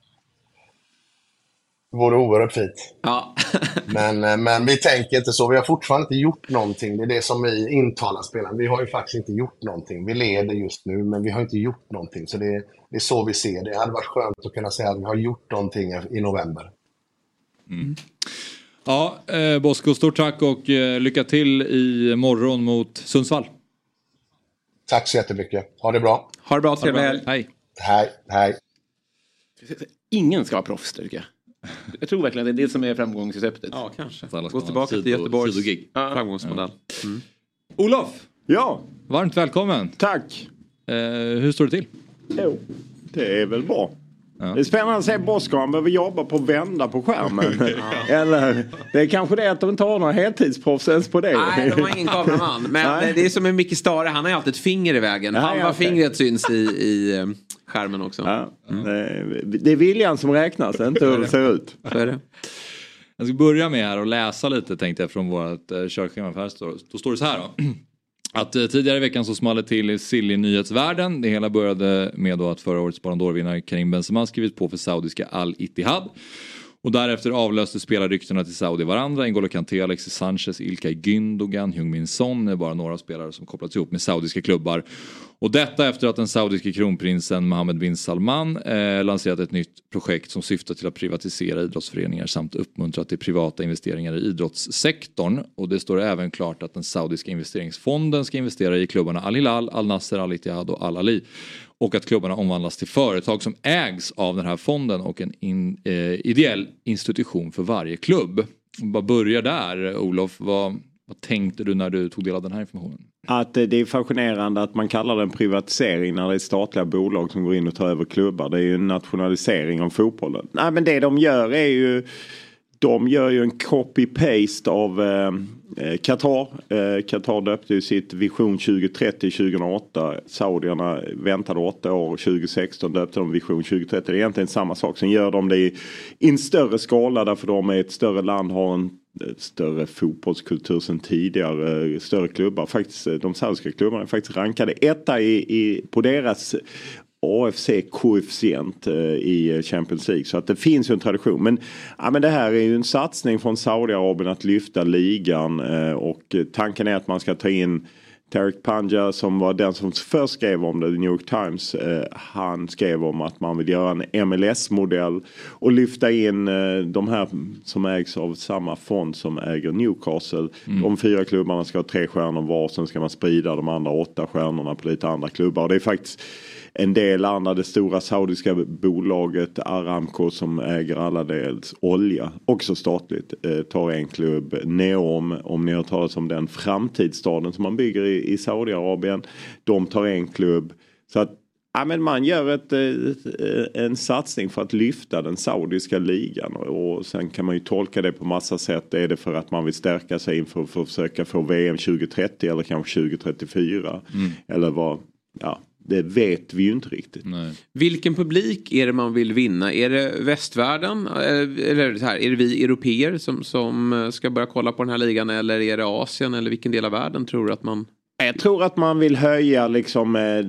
Det vore oerhört fint. Ja. men, men vi tänker inte så. Vi har fortfarande inte gjort någonting. Det är det som vi intalar spelarna. Vi har ju faktiskt inte gjort någonting. Vi leder just nu, men vi har inte gjort någonting. Så det, det är så vi ser det. Det hade varit skönt att kunna säga att vi har gjort någonting i november. Mm. Ja, eh, Bosko, stort tack och eh, lycka till i morgon mot Sundsvall. Tack så jättemycket. Ha det bra. Ha det bra, trevlig helg. Hej. Hej, hej. Ingen ska vara proffs, tycker jag. Jag tror verkligen att det är det som är framgångsreceptet. Ja, kanske. Gå tillbaka till Göteborgs ja. framgångsmodell. Ja. Mm. Olof! Ja. Varmt välkommen. Tack. Eh, hur står det till? Jo, det är väl bra. Ja. Det är spännande att se Bosko. Han behöver jobba på att vända på skärmen. Ja. Eller det är kanske det att de inte har några heltidsproffs ens på det. Nej, de har ingen kameraman. Men Nej. det är som en Micke Stare. Han har ju alltid ett finger i vägen. Halva ja, okay. fingret syns i, i skärmen också. Ja. Mm. Det är viljan som räknas, inte hur det ser ut. Så är det. Jag ska börja med här och läsa lite, tänkte jag, från vårt uh, körschema. Här står, då står det så här då. Att uh, tidigare i veckan så small det till i silly nyhetsvärlden. Det hela började med då att förra årets Ballon d'Or-vinnare Karim Benzema skrivit på för saudiska Al Ittihad. Och därefter avlöste spelarryktena till Saudi varandra. N'Golo Kanté, Alexis Sanchez, Ilkay Gündogan, Heung-min Son är bara några spelare som kopplats ihop med saudiska klubbar. Och detta efter att den saudiska kronprinsen Mohammed bin Salman eh, lanserat ett nytt projekt som syftar till att privatisera idrottsföreningar samt uppmuntra till privata investeringar i idrottssektorn. Och det står även klart att den saudiska investeringsfonden ska investera i klubbarna Al Hilal, Al Nasser, Al Ittihad och Al Ali. Och att klubbarna omvandlas till företag som ägs av den här fonden och en in, eh, ideell institution för varje klubb. Vad börjar där, Olof? Vad, vad tänkte du när du tog del av den här informationen? Att det är fascinerande att man kallar det en privatisering när det är statliga bolag som går in och tar över klubbar. Det är ju en nationalisering av fotbollen. Nej, men det de gör är ju... De gör ju en copy-paste av eh, Qatar. Eh, Qatar döpte ju sitt Vision tjugo trettio tjugohundraåtta. Saudierna väntade åtta år. tjugo sexton döpte de Vision tjugo trettio. Det är egentligen samma sak. Sen gör de det i, i en större skala. Därför de är ett större land, har en större fotbollskultur sedan tidigare. Större klubbar. Faktiskt, de saudiska klubbarna är faktiskt rankade etta i, i, på deras... A F C-koefficient i Champions League. Så att det finns ju en tradition. Men, ja, men det här är ju en satsning från Saudiarabien att lyfta ligan. Och tanken är att man ska ta in Tariq Panja som var den som först skrev om det, New York Times. Han skrev om att man vill göra en M L S-modell och lyfta in de här som ägs av samma fond som äger Newcastle. Mm. De fyra klubbarna ska ha tre stjärnor var. Sen ska man sprida de andra åtta stjärnorna på lite andra klubbar. Och det är faktiskt en del andra, det stora saudiska bolaget Aramco som äger alla dels olja, också statligt, eh, tar en klubb. Neom, om ni har talat om den framtidsstaden som man bygger i, i Saudiarabien, de tar en klubb. Så att ja, men man gör ett, ett, en satsning för att lyfta den saudiska ligan. Och sen kan man ju tolka det på massa sätt. Är det för att man vill stärka sig inför för att försöka få V M tjugo trettio eller kanske tjugo trettiofyra? Mm. Eller vad, ja. Det vet vi ju inte riktigt. Nej. Vilken publik är det man vill vinna? Är det västvärlden? Eller så här, är det vi europeer som, som ska börja kolla på den här ligan? Eller är det Asien? Eller vilken del av världen tror du att man... Jag tror att man vill höja liksom... Eh,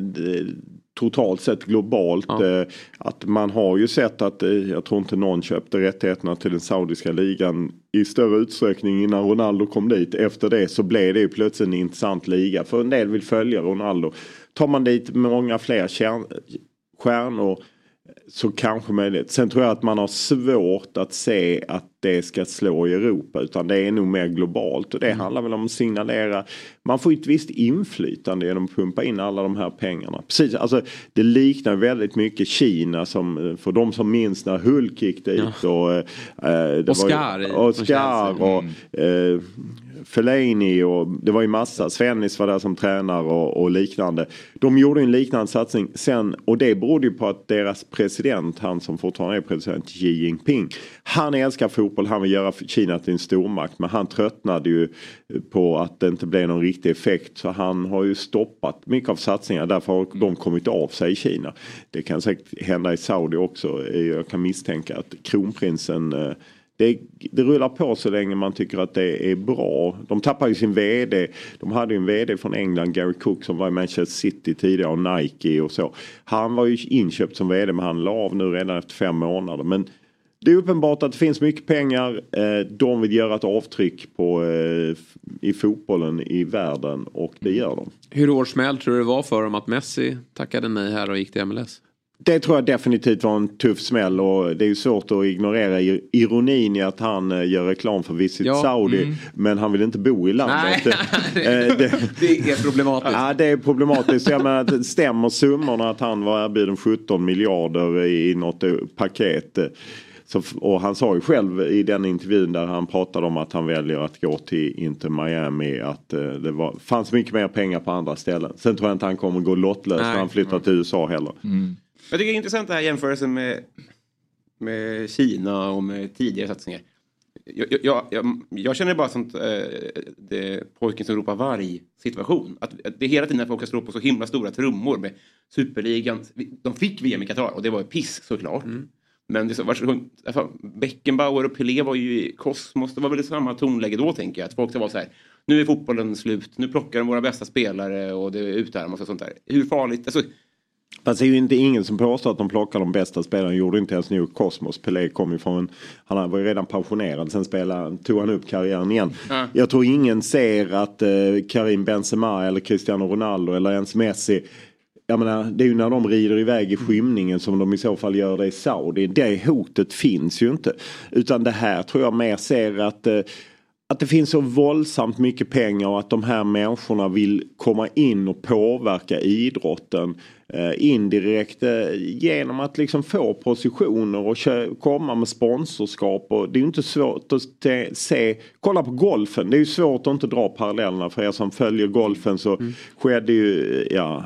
totalt sett globalt. Ja. Eh, att man har ju sett att eh, jag tror inte någon köpte rättigheterna till den saudiska ligan i större utsträckning innan Ronaldo kom dit. Efter det så blev det ju plötsligt en intressant liga. För en del vill följa Ronaldo. Tar man dit många fler kärn- stjärnor så kanske möjligt. Sen tror jag att man har svårt att se att det ska slå i Europa. Utan det är nog mer globalt. Och det mm. handlar väl om att signalera. Man får ett visst inflytande genom att pumpa in alla de här pengarna. Precis, alltså det liknar väldigt mycket Kina. Som, för de som minns när Hulk gick dit. Ja. Och, eh, det Oscar. Var ju, Oscar och... Mm. Eh, Fellaini och det var ju massa. Svennis var där som tränare och, och liknande. De gjorde en liknande satsning sen. Och det berodde ju på att deras president, han som fortfarande är president, Xi Jinping. Han älskar fotboll. Han vill göra Kina till en stormakt. Men han tröttnade ju på att det inte blev någon riktig effekt. Så han har ju stoppat mycket av satsningar. Därför har de kommit av sig i Kina. Det kan säkert hända i Saudi också. Jag kan misstänka att kronprinsen... Det, det rullar på så länge man tycker att det är bra. De tappar ju sin vd. De hade ju en vd från England, Gary Cook, som var i Manchester City tidigare och Nike och så. Han var ju inköpt som vd, men han la av nu redan efter fem månader. Men det är uppenbart att det finns mycket pengar. De vill göra ett avtryck på, i fotbollen i världen och det gör de. Hur hård smäll tror du det var för dem att Messi tackade nej här och gick till M L S? Det tror jag definitivt var en tuff smäll och det är ju svårt att ignorera ironin i att han gör reklam för Visit ja, Saudi mm. men han vill inte bo i landet. Nej, det, det, det är problematiskt. Ja, det är problematiskt. Jag menar att det stämmer summorna att han var erbjuden sjutton miljarder i något paket. Så, och han sa ju själv i den intervjun där han pratade om att han väljer att gå till Inter Miami att eh, det var, fanns mycket mer pengar på andra ställen. Sen tror jag inte han kommer gå lottlös när han flyttar till U S A heller. Mm. Jag tycker det är intressant det här jämförelsen med, med Kina och med tidigare satsningar. Jag, jag, jag, jag känner bara sånt eh, det pojken som ropar varg situation. Att, att det hela tiden när folk ska slå på så himla stora trummor med Superligan. De fick V M i Qatar och det var piss såklart. Mm. Men det var så, alltså, Beckenbauer och Pelé var ju i kosmos. Det var väl det samma tonläge då tänker jag. Att folk var så här, nu är fotbollen slut. Nu plockar de våra bästa spelare och det utarmas och sånt där. Hur farligt? Alltså, fast det är ju inte ingen som påstår att de plockar de bästa spelarna. Han gjorde inte ens nu Cosmos. Pelé kom ju från, han var ju redan pensionerad. Sen spelade, tog han upp karriären igen. Mm. Jag tror ingen ser att eh, Karim Benzema eller Cristiano Ronaldo eller ens Messi. Jag menar, det är ju när de rider iväg i skymningen som de i så fall gör det i Saudi. Det hotet finns ju inte. Utan det här tror jag mer ser att... Eh, Att det finns så våldsamt mycket pengar och att de här människorna vill komma in och påverka idrotten eh, indirekt eh, genom att liksom få positioner och kö- komma med sponsorskap. Och det är ju inte svårt att te- se, kolla på golfen, det är ju svårt att inte dra parallellerna för er som följer golfen så mm. skedde ju, ja...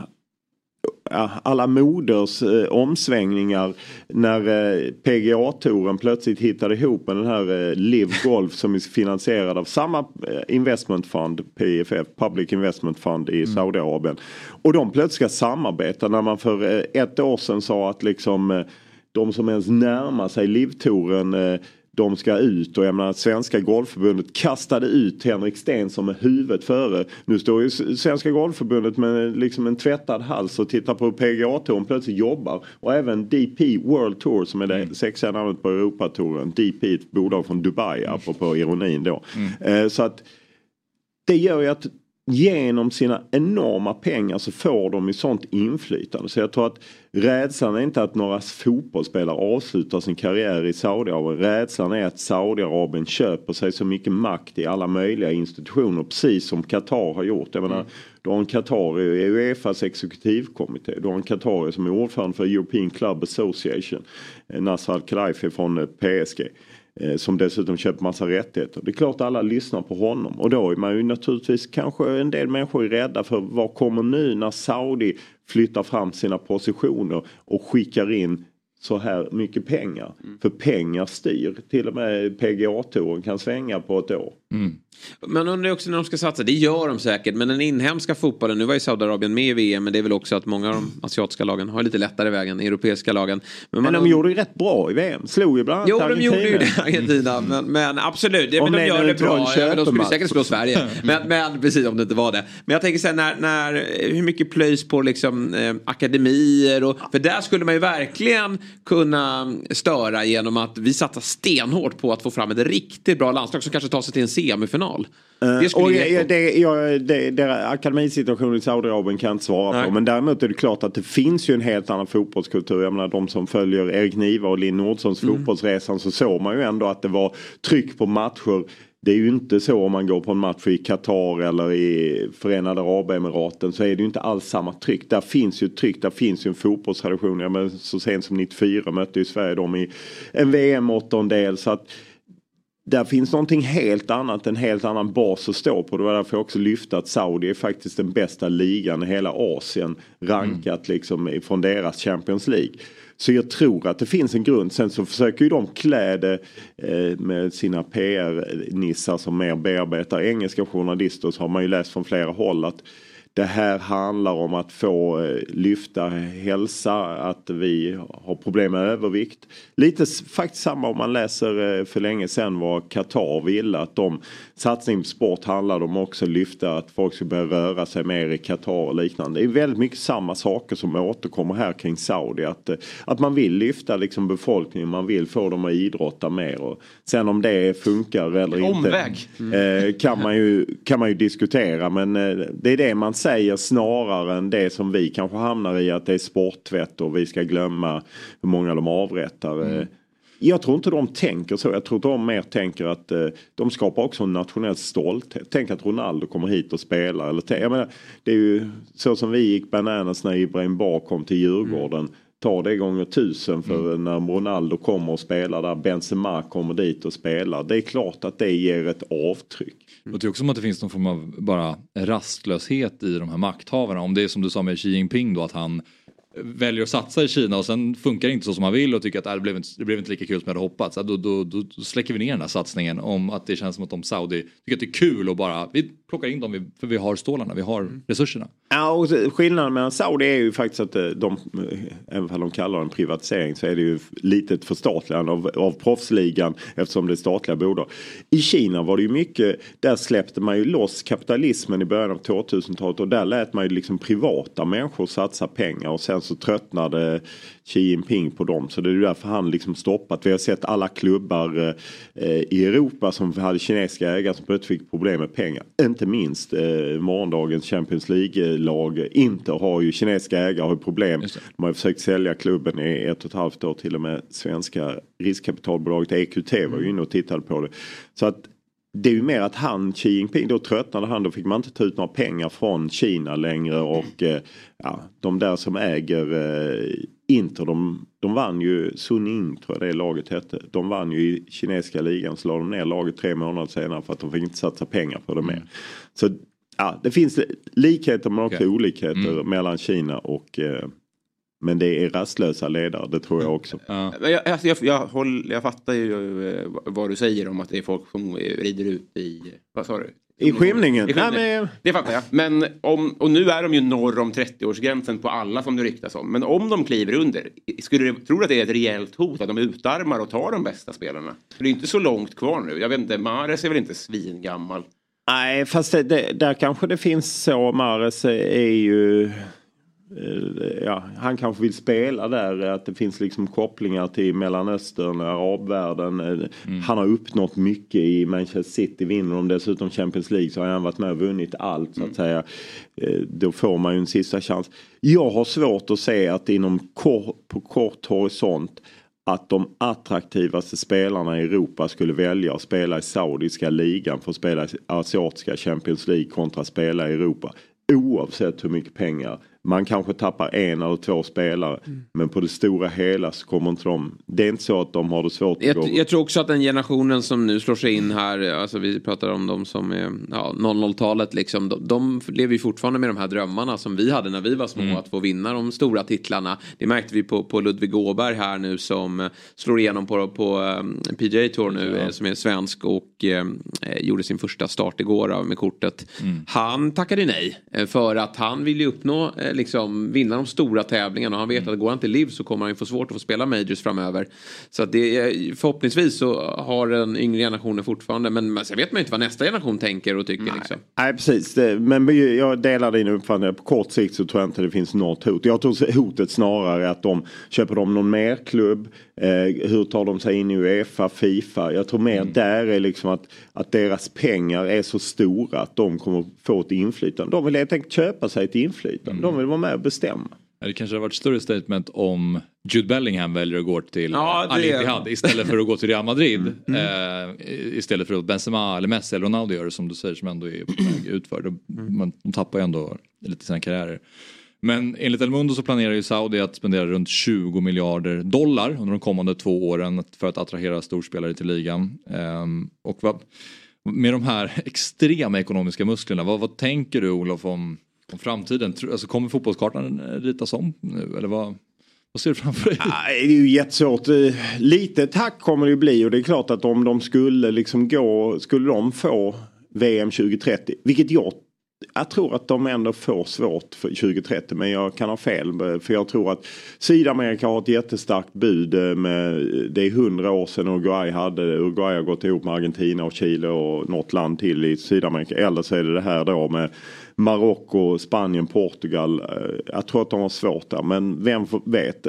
alla moders eh, omsvängningar när eh, P G A-touren plötsligt hittade ihop med den här eh, Live Golf som är finansierad av samma eh, investment fund, P F F, Public Investment Fund i mm. Saudiarabien. Och de plötsligt ska samarbeta när man för eh, ett år sedan sa att liksom eh, de som ens närmar sig Live-touren eh, de ska ut och jag menar Svenska Golfförbundet kastade ut Henrik Stenson med huvudet före. Nu står ju Svenska Golfförbundet med liksom en tvättad hals och tittar på P G A-touren plötsligt jobbar. Och även D P World Tour som är det mm. sexiga namnet på Europatouren. D P ett bolag från Dubai apropå ironin då. Mm. Eh, så att det gör ju att genom sina enorma pengar så får de ju sånt inflytande. Så jag tror att rädslan är inte att några fotbollsspelare avslutar sin karriär i Saudiarabien. Rädslan är att Saudiarabien köper sig så mycket makt i alla möjliga institutioner. Precis som Qatar har gjort. Jag menar, du har en Qatar i UEFAs exekutivkommitté. Du har en Qatar som är ordförande för European Club Association. Nasser Al-Khelaifi från P S G. Som dessutom köper massa rättigheter. Det är klart att alla lyssnar på honom. Och då är man ju naturligtvis kanske en del människor är rädda för vad kommer nu när Saudi flyttar fram sina positioner och skickar in så här mycket pengar. Mm. För pengar styr. Till och med P G A-touren kan svänga på ett år. Mm. Men undrar också när de ska satsa, det gör de säkert, men den inhemska fotbollen, nu var ju Saudiarabien med i V M, men det är väl också att många av de asiatiska lagen har lite lättare vägen, europeiska lagen. Men, men de man, gjorde ju rätt bra i V M, slog ju bland annat jo, Argentina. Jo, de gjorde ju det, Argentina, men, men absolut, det, men de gör det bra, ja, de skulle säkert slå Sverige, men, men precis om det inte var det. Men jag tänker sen när, när hur mycket plöjs på liksom eh, akademier, och, för där skulle man ju verkligen kunna störa genom att vi satsar stenhårt på att få fram ett riktigt bra landslag som kanske tar sig till en semifinal. Det och det, det, jag, det, det, akademisituationen i Saudiarabien kan jag inte svara Nej. på. Men däremot är det klart att det finns ju en helt annan fotbollskultur. Jag menar, de som följer Erik Niva och Linn Nordssons mm. fotbollsresan, så såg man ju ändå att det var tryck på matcher. Det är ju inte så om man går på en match i Qatar eller i Förenade Arabemiraten, så är det ju inte alls samma tryck. Där finns ju tryck, där finns ju en fotbollstradition. Ja, men så sent som nittiofyra mötte ju Sverige dem i en V M-åttondel, så att där finns någonting helt annat, en helt annan bas att stå på. Det var därför jag också lyfte att Saudi är faktiskt den bästa ligan i hela Asien, rankat mm. liksom från deras Champions League. Så jag tror att det finns en grund. Sen så försöker ju de kläde eh, med sina P R-nissar som mer bearbetar engelska journalister, så har man ju läst från flera håll att det här handlar om att få eh, lyfta hälsa, att vi har problem med övervikt. Lite faktiskt samma om man läser eh, för länge sedan vad Qatar ville, att de satsning på sport handlar om också lyfta att folk ska börja röra sig mer i Qatar och liknande. Det är väldigt mycket samma saker som återkommer här kring Saudi, att, eh, att man vill lyfta liksom befolkningen, man vill få dem att idrotta mer, och sen om det funkar eller Omväg. inte mm. eh, kan, man ju, kan man ju diskutera, men eh, det är det man säger snarare än det som vi kanske hamnar i, att det är sporttvätt och vi ska glömma hur många de avrättar. Mm. Jag tror inte de tänker så. Jag tror att de mer tänker att eh, de skapar också en nationell stolthet. Tänk att Ronaldo kommer hit och spelar. Eller t- jag menar, det är ju så som vi gick bananas när Ibrahim Ba kom till Djurgården. Mm. ta det gånger tusen för mm. när Ronaldo kommer och spelar där, Benzema kommer dit och spelar. Det är klart att det ger ett avtryck. Mm. Och det är också som att det finns någon form av bara rastlöshet i de här makthavarna. Om det är som du sa med Xi Jinping då, att han väljer att satsa i Kina och sen funkar det inte så som han vill och tycker att äh, det, blev inte, det blev inte lika kul som jag hade hoppats. Då, då, då, då släcker vi ner den här satsningen om att det känns som att de Saudi tycker att det är kul och bara vi plockar in dem för vi har stålarna, vi har mm. resurserna. Ja, och skillnaden mellan Saudi är ju faktiskt att de, även om de kallar det en privatisering så är det ju lite ett förstatligande av, av proffsligan eftersom det är statliga bolag. I Kina var det ju mycket, där släppte man ju loss kapitalismen i början av tvåtusentalet och där lät man ju liksom privata människor satsa pengar och sen så tröttnade Xi Jinping på dem. Så det är därför han liksom stoppat. Vi har sett alla klubbar eh, i Europa som hade kinesiska ägare som plötsligt fick problem med pengar. Inte minst eh, morgondagens Champions League-lag. Inter har ju kinesiska ägare har ju problem. De har ju försökt sälja klubben i ett och ett halvt år. Till och med svenska riskkapitalbolaget E Q T var ju inne och tittade på det. Så att det är ju mer att han, Xi Jinping, då tröttnade han. Då fick man inte ta ut några pengar från Kina längre. Och eh, ja, de där som äger eh, Inter, de, de vann ju Suning, tror jag det laget hette. De vann ju i kinesiska ligan, så la de ner laget tre månader senare för att de fick inte satsa pengar på det mer. Så ja, det finns likheter men också okay. olikheter mm. mellan Kina och... Eh, men det är rastlösa ledare, det tror jag också. Ja. Jag, alltså jag, jag, håll, jag fattar ju vad du säger om att det är folk som rider ut i... Vad sa du? I skymningen. I skymningen. Nej, men... Det fattar jag. Men om, och nu är de ju norr om trettio-årsgränsen på alla som det ryktas om. Men om de kliver under, skulle du tro att det är ett rejält hot att de utarmar och tar de bästa spelarna? För det är inte så långt kvar nu. Jag vet inte, Mahrez är väl inte svingammal? Nej, fast det, det, där kanske det finns så. Mahrez är ju... Ja, han kanske vill spela där, att det finns liksom kopplingar till Mellanöstern, arabvärlden. Mm. Han har uppnått mycket i Manchester City, vinner de dessutom Champions League så har han varit med och vunnit allt så att säga. Då får man ju en sista chans. Jag har svårt att se att inom kor- på kort horisont att de attraktivaste spelarna i Europa skulle välja att spela i saudiska ligan för att spela i asiatiska Champions League kontra att spela i Europa. Oavsett hur mycket pengar. Man kanske tappar en eller två spelare. Mm. Men på det stora hela så kommer inte de... Det är inte så att de har det svårt. Jag, jag tror också att den generationen som nu slår sig in här. Alltså vi pratar om de som är ja, noll noll-talet liksom. De, de lever ju fortfarande med de här drömmarna som vi hade när vi var små. Mm. Att få vinna de stora titlarna. Det märkte vi på, på Ludvig Åberg här nu. Som slår igenom på, på um, P G A Tour nu. Ja. Som är svensk och um, gjorde sin första start igår med kortet. Mm. Han tackade nej. För att han vill ju uppnå liksom vinna de stora tävlingarna och han vet mm. att går han till liv så kommer han ju få svårt att få spela majors framöver. Så att det är, förhoppningsvis så har den yngre generationen fortfarande, men sen vet man ju inte vad nästa generation tänker och tycker. Nej, liksom. Nej precis. Det, men jag delar din uppfattning. På kort sikt så tror jag inte det finns något hot. Jag tror hotet snarare är att de köper de någon mer klubb. Eh, hur tar de sig in i UEFA, FIFA? Jag tror mer mm. där är liksom att, att deras pengar är så stora att de kommer få ett inflytande. De vill helt enkelt köpa sig ett inflytande. Mm. De vill vara med och bestämma. Det kanske har varit större statement om Jude Bellingham väljer att gå till ja, Al Ittihad istället för att gå till Real Madrid. Mm. Eh, istället för att Benzema eller Messi eller Ronaldo gör det som du säger som ändå är på väg utför. De, mm. de tappar ju ändå lite sina karriärer. Men enligt El Mundo så planerar ju Saudi att spendera runt tjugo miljarder dollar under de kommande två åren för att attrahera storspelare till ligan. Um, och vad, med de här extrema ekonomiska musklerna, vad, vad tänker du Olof om, om framtiden? Alltså, kommer fotbollskartan ritas om nu? Eller vad, vad ser du framför dig? Ja, det är ju jättesvårt. Lite tack kommer det ju bli och det är klart att om de skulle liksom gå, skulle de få V M tjugo trettio, vilket jag Jag tror att de ändå får svårt för tjugo trettio men jag kan ha fel för jag tror att Sydamerika har ett jättestarkt bud med, det är hundra år sedan Uruguay hade Uruguay har gått ihop med Argentina och Chile och något land till i Sydamerika eller så är det det här då med Marocko, Spanien, Portugal. Jag tror att de har svårt där men vem vet.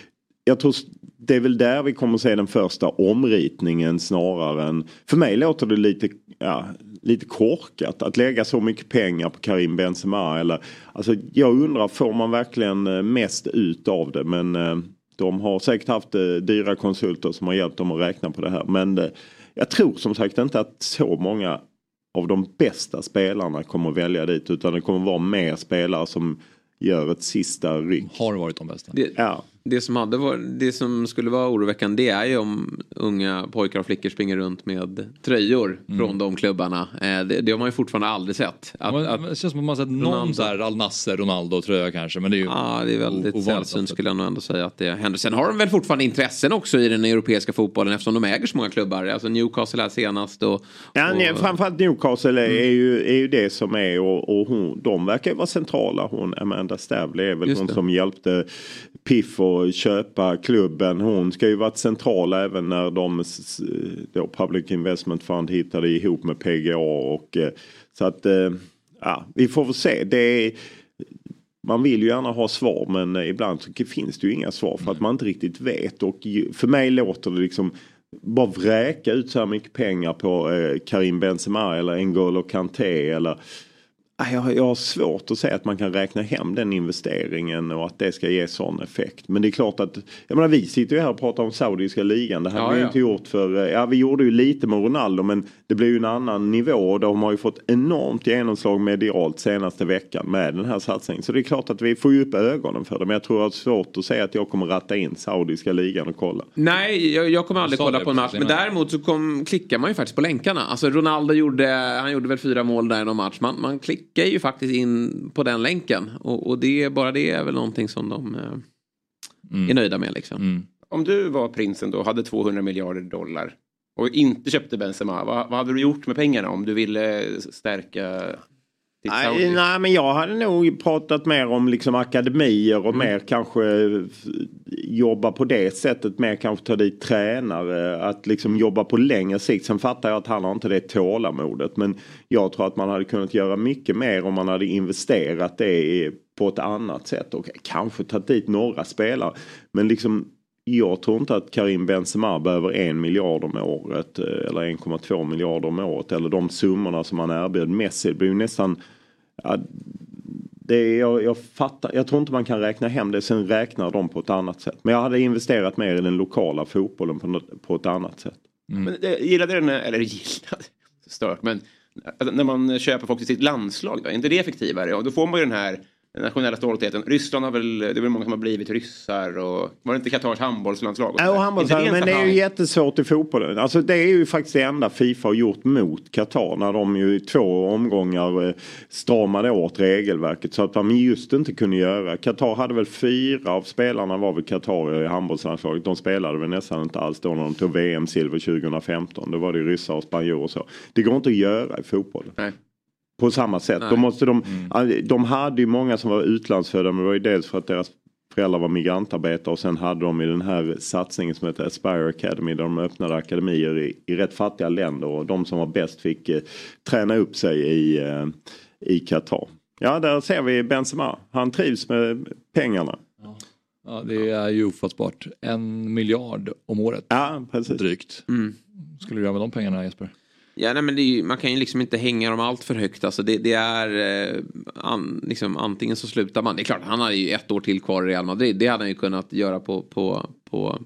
Jag tror det är väl där vi kommer att se den första omritningen snarare än, för mig låter det lite ja, lite korkat att lägga så mycket pengar på Karim Benzema eller, alltså jag undrar får man verkligen mest ut av det men de har säkert haft dyra konsulter som har hjälpt dem att räkna på det här men jag tror som sagt inte att så många av de bästa spelarna kommer att välja dit utan det kommer att vara mer spelare som gör ett sista ryck. Har varit de bästa. Det, ja. Det som, hade var, det som skulle vara oroväckande, det är ju om unga pojkar och flickor springer runt med tröjor mm. från de klubbarna. Eh, det, det har man ju fortfarande aldrig sett. Att, man, att det känns som att man har sett någon där Al Nassr, Ronaldo tröja kanske. Men det är ju ja, det är väldigt sällsynt skulle jag nog ändå säga att det händer. Sen har de väl fortfarande intressen också i den europeiska fotbollen eftersom de äger så många klubbar. Alltså Newcastle här senast. Och, och... Ja, nej, framförallt Newcastle är, mm. är, ju, är ju det som är och, och hon, de verkar ju vara centrala. Hon, Amanda Stavley är väl hon som hjälpte Piff att köpa klubben. Hon ska ju varit central även när de då Public Investment Fund hittade ihop med P G A och så att ja, vi får väl se. Det är, man vill ju gärna ha svar men ibland så finns det ju inga svar för att man inte riktigt vet och för mig låter det liksom bara vräka ut så här mycket pengar på eh, Karim Benzema eller N'Golo Kanté eller Jag, jag har svårt att säga att man kan räkna hem den investeringen och att det ska ge sån effekt. Men det är klart att, jag menar vi sitter ju här och pratar om saudiska ligan. Det hade ja, vi ja. inte gjort för, ja vi gjorde ju lite med Ronaldo men det blev ju en annan nivå och de har ju fått enormt genomslag medialt senaste veckan med den här satsningen. Så det är klart att vi får ju upp ögonen för det. Men jag tror att det är svårt att säga att jag kommer ratta in saudiska ligan och kolla. Nej, jag, jag kommer aldrig kolla på en match. Men däremot så kom, klickar man ju faktiskt på länkarna. Alltså Ronaldo gjorde, han gjorde väl fyra mål där i någon match. Man, man klickar är ju faktiskt in på den länken och, och det är bara det är väl någonting som de eh, mm. är nöjda med liksom. Mm. Om du var prinsen då hade tvåhundra miljarder dollar och inte köpte Benzema, vad, vad hade du gjort med pengarna om du ville stärka ditt nej, nej men jag hade nog pratat mer om liksom akademier och mm. mer kanske jobba på det sättet, mer kanske ta dit tränare, att liksom jobba på längre sikt. Sen fattar jag att han har inte det tålamodet men jag tror att man hade kunnat göra mycket mer om man hade investerat det på ett annat sätt och kanske tagit dit några spelare men liksom jag tror inte att Karim Benzema behöver en miljard om året eller en komma två miljarder om året eller de summorna som man erbjöd. Messi blir ju nästan ja, det är, jag, jag fattar, jag tror inte man kan räkna hem det, sen räknar de på ett annat sätt. Men jag hade investerat mer i den lokala fotbollen på, något, på ett annat sätt. Mm. Men det, gillade den, eller gillade, stört, men alltså, när man köper folk till sitt landslag, då, är inte det effektivare? Och då får man ju den här nationella stoltheten. Ryssland har väl, det är väl många som har blivit ryssar och var det inte Katars handbollslandslag? Ja, och handbollslag, det men det är ju jättesvårt i fotbollen. Alltså det är ju faktiskt det enda FIFA har gjort mot Katar när de ju i två omgångar stramade åt regelverket så att de just inte kunde göra. Katar hade väl fyra av spelarna var väl Katarier i handbollslandslaget. De spelade väl nästan inte alls då när de tog V M-silver tjugohundrafemton. Då var det ryssar och spanjorer och så. Det går inte att göra i fotbollen. Nej. På samma sätt. De, måste de, mm. de hade ju många som var utlandsfödda men det var ju dels för att deras föräldrar var migrantarbetare och sen hade de i den här satsningen som heter Aspire Academy där de öppnade akademier i, i rätt fattiga länder och de som var bäst fick eh, träna upp sig i, eh, i Qatar. Ja, där ser vi Benzema. Han trivs med pengarna. Ja, ja det är ju ofattbart. En miljard om året. Ja, precis. Drygt. Mm. Skulle du göra med de pengarna, Jesper? Ja, nej, men det är ju, man kan ju liksom inte hänga dem allt för högt. Alltså det, det är eh, an, liksom, antingen så slutar man. Det är klart, han har ju ett år till kvar i Real Madrid. Det hade han ju kunnat göra på, på, på,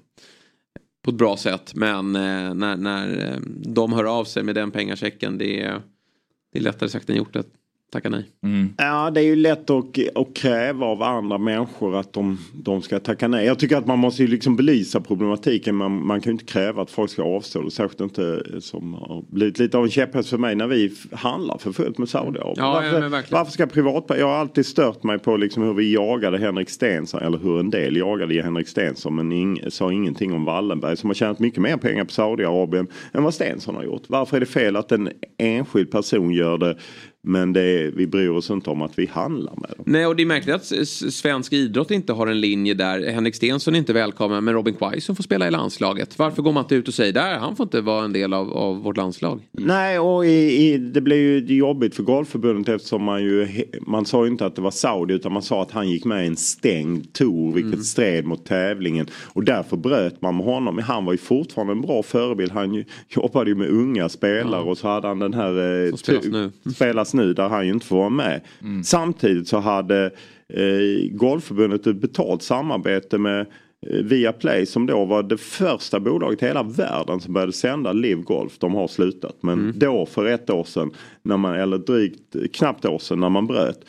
på ett bra sätt. Men eh, när, när eh, de hör av sig med den pengachecken, det är, det är lättare sagt än gjort att tacka nej. Mm. Ja, det är ju lätt att, att kräva av andra människor att de, de ska tacka nej. Jag tycker att man måste ju liksom belysa problematiken. Man, man kan ju inte kräva att folk ska avstå. Det särskilt inte som har blivit lite av en käpphäst för mig när vi handlar för fullt med Saudiarabien. Ja, varför, ja, varför ska privat... Jag har alltid stört mig på liksom hur vi jagade Henrik Stenson, eller hur en del jagade Henrik Stenson, men ing, sa ingenting om Wallenberg som har tjänat mycket mer pengar på Saudiarabien än vad Stenson har gjort. Varför är det fel att en enskild person gör det? Men det är, vi bryr oss inte om att vi handlar med dem. Nej, och det är märkligt att svensk idrott inte har en linje där. Henrik Stenson är inte välkommen, men Robin Quaison får spela i landslaget. Varför går man inte ut och säger där? Han får inte vara en del av, av vårt landslag. Nej, och i, i, det blev ju jobbigt för Golfförbundet eftersom man ju, man sa ju inte att det var Saudi utan man sa att han gick med i en stängd tour, vilket mm. stred mot tävlingen. Och därför bröt man med honom. Han var ju fortfarande en bra förebild. Han ju, jobbade ju med unga spelare ja. och så hade han den här... Som spelas nu. Spelas nu där han ju inte får vara med. Mm. Samtidigt så hade eh, Golfförbundet ett betalt samarbete med eh, Viaplay som då var det första bolaget i hela världen som började sända Live Golf. De har slutat. Men mm. då för ett år sedan, när man, eller drygt knappt år sedan när man bröt,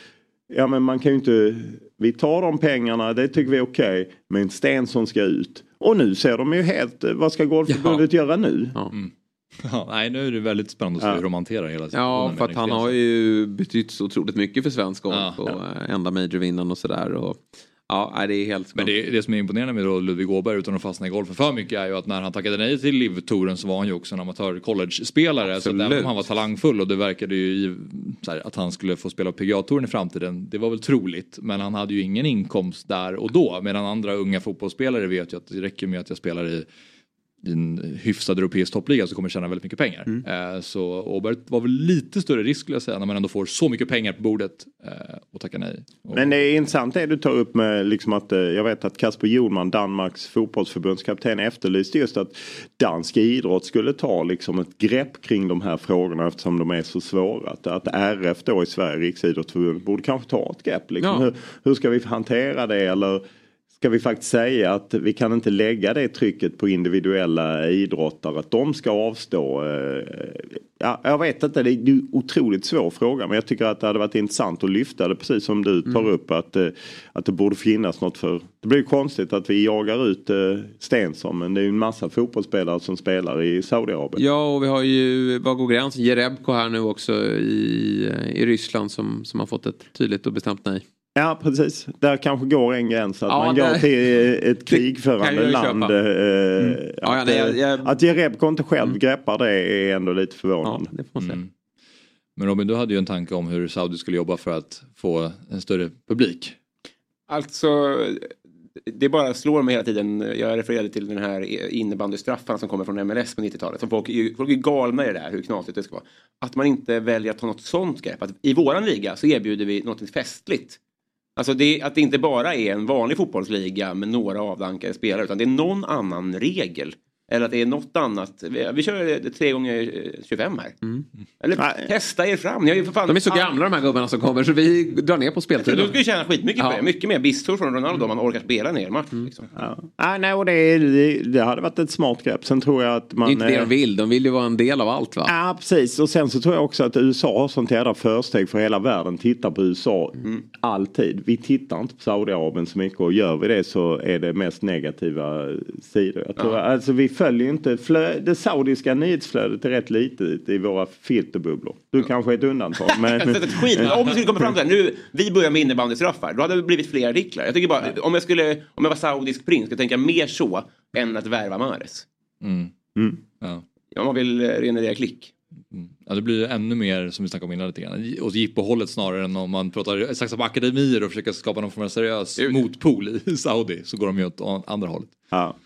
ja men man kan ju inte, vi tar de pengarna, det tycker vi är okej, okay, men Stensson ska ut. Och nu ser de ju helt, vad ska Golfförbundet ja. göra nu? Ja. Mm. Ja, nej, nu är det väldigt spännande att se hur de hanterar hela situationen. Ja, för att han har ju betytt så otroligt mycket för svensk golf ja. och ja. enda majorvinnaren och sådär. Och ja, det är helt... Men det, det som är imponerande med då Ludvig Åberg utan att fastna i golfen för mycket är ju att när han tackade nej till Live-touren så var han ju också en amatör-college-spelare. Så även om han var talangfull och det verkade ju så här, att han skulle få spela P G A-touren i framtiden, det var väl troligt. Men han hade ju ingen inkomst där och då. Medan andra unga fotbollsspelare vet ju att det räcker med att jag spelar i i en hyfsad europeisk toppliga så kommer jag tjäna väldigt mycket pengar. Mm. Eh, så Åberg var väl lite större risk skulle jag säga när man ändå får så mycket pengar på bordet eh, och tacka nej. Och... Men det är intressant det du tar upp med liksom att eh, jag vet att Kasper Hjulman, Danmarks fotbollsförbundskapten, efterlyste just att dansk idrott skulle ta liksom ett grepp kring de här frågorna eftersom de är så svåra. Att, att R F då i Sverige, Riksidrottsförbundet, borde kanske ta ett grepp. Liksom. Ja. Hur, hur ska vi hantera det eller... Ska vi faktiskt säga att vi kan inte lägga det trycket på individuella idrottare att de ska avstå. Ja, jag vet inte, det är en otroligt svår fråga men jag tycker att det hade varit intressant att lyfta det precis som du tar mm. upp att, att det borde finnas något för. Det blir konstigt att vi jagar ut Stensson men det är ju en massa fotbollsspelare som spelar i Saudiarabien. Ja och vi har ju, vad går gränsen, Jerebko här nu också i, i Ryssland som, som har fått ett tydligt och bestämt nej. Ja, precis. Där kanske går en gräns att ja, man går till ett krigförande land. Äh, mm. Att, ja, nej, jag, jag... att Jerebko inte själv mm. greppar det är ändå lite förvånande. Ja, det får man säga. Mm. Men Robin, du hade ju en tanke om hur Saudi skulle jobba för att få en större publik. Alltså, det bara slår mig hela tiden. Jag refererade till den här innebandystraffarna som kommer från M L S på nittiotalet. Som folk, folk är galna i det där, hur knasigt det ska vara. Att man inte väljer att ta något sånt grepp. Att i våran liga så erbjuder vi något festligt. Alltså det, att det inte bara är en vanlig fotbollsliga med några avdankade spelare utan det är någon annan regel. Eller att det är något annat. Vi, vi kör tre gånger tjugofem här. Mm. Eller Nej. testa er fram. Jag är för fan, de är så gamla de här gubbarna som kommer så vi drar ner på speltiden. Du ska ju tjäna skitmycket ja. på det. Mycket mer bistor från Ronaldo om man orkar spela ner match. Mm. Liksom. Ja. Ah, nej, och det, det, det hade varit ett smart grepp. Sen tror jag att man... Det är inte det de vill. De vill ju vara en del av allt va? Ja, precis. Och sen så tror jag också att U S A har sånt jävla försteg för hela världen. Tittar på U S A mm. alltid. Vi tittar inte på Saudiarabien så mycket och gör vi det så är det mest negativa sidor. Jag tror ja. alltså vi följer inte flö- det saudiska nyhetsflödet är rätt litet i våra filterbubblor. Du ja. kanske är ett undantag. Men... skit. Om vi skulle komma fram till det här, nu, vi börjar med innebandystraffar, då hade det blivit fler artiklar. Jag tycker bara, om jag skulle, om jag var saudisk prins, skulle jag tänka mer så än att värva Mahrez. Mm. Mm. Ja. Om man vill generera klick. Mm. Ja, det blir ännu mer som vi snackade om innan lite grann. Och jippo-hållet snarare än om man pratar saxa på akademier och försöker skapa någon form av seriös Ut. motpol i Saudi så går de ju åt andra hållet. Ja.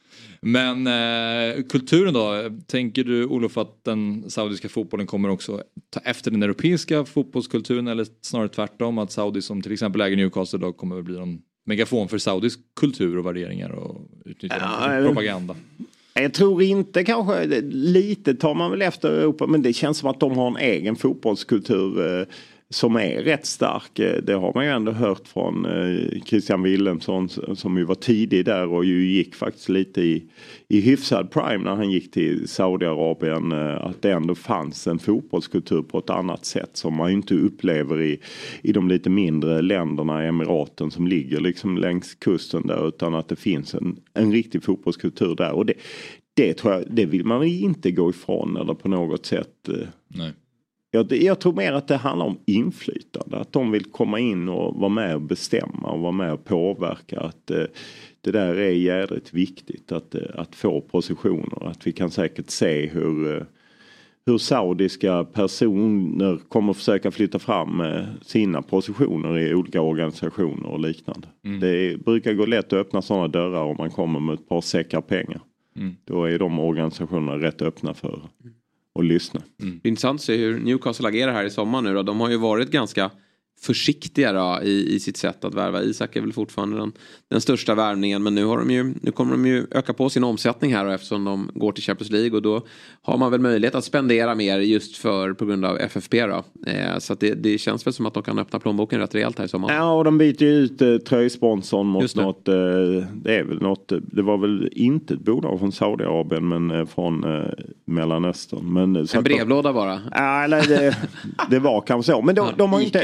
Men eh, kulturen då, tänker du Olof att den saudiska fotbollen kommer också ta efter den europeiska fotbollskulturen eller snarare tvärtom att Saudi som till exempel äger Newcastle då kommer att bli en megafon för saudisk kultur och värderingar och utnyttja ja, propaganda? Jag tror inte kanske, lite tar man väl efter Europa men det känns som att de har en egen fotbollskultur eh, som är rätt stark. Det har man ju ändå hört från eh, Christian Wilhelmsson som ju var tidig där och ju gick faktiskt lite i, i hyfsad prime när han gick till Saudiarabien. Eh, att det ändå fanns en fotbollskultur på ett annat sätt som man ju inte upplever i, i de lite mindre länderna i Emiraten som ligger liksom längs kusten där utan att det finns en, en riktig fotbollskultur där. Och det, det tror jag, det vill man inte gå ifrån eller på något sätt. Eh, Nej. Jag, jag tror mer att det handlar om inflytande. Att de vill komma in och vara med och bestämma och vara med och påverka. Att eh, det där är jävligt viktigt att, eh, att få positioner. Att vi kan säkert se hur, eh, hur saudiska personer kommer försöka flytta fram eh, sina positioner i olika organisationer och liknande. Mm. Det brukar gå lätt att öppna sådana dörrar om man kommer med ett par säckar pengar. Mm. Då är de organisationerna rätt öppna för och lyssna. Mm. Det är intressant att se hur Newcastle agerar här i sommar nu då. De har ju varit ganska försiktiga då, i, i sitt sätt att värva. Isak är väl fortfarande den, den största värvningen men nu, har de ju, nu kommer de ju öka på sin omsättning här då, eftersom de går till Champions League och då har man väl möjlighet att spendera mer just för på grund av F F P då. Eh, så att det, det känns väl som att de kan öppna plånboken rätt rejält här i sommar. Ja och de byter ju ut eh, tröjsponsorn mot något, eh, det är väl något, det var väl inte ett bolag från Saudiarabien men eh, från eh, Mellanöstern. Men, en brevlåda bara? Ja eller det, det var kanske så. Men de, de har inte, de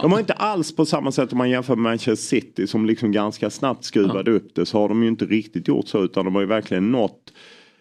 De har inte alls på samma sätt om man jämför med Manchester City som liksom ganska snabbt skruvade ja. upp det, så har de ju inte riktigt gjort så, utan de har ju verkligen nått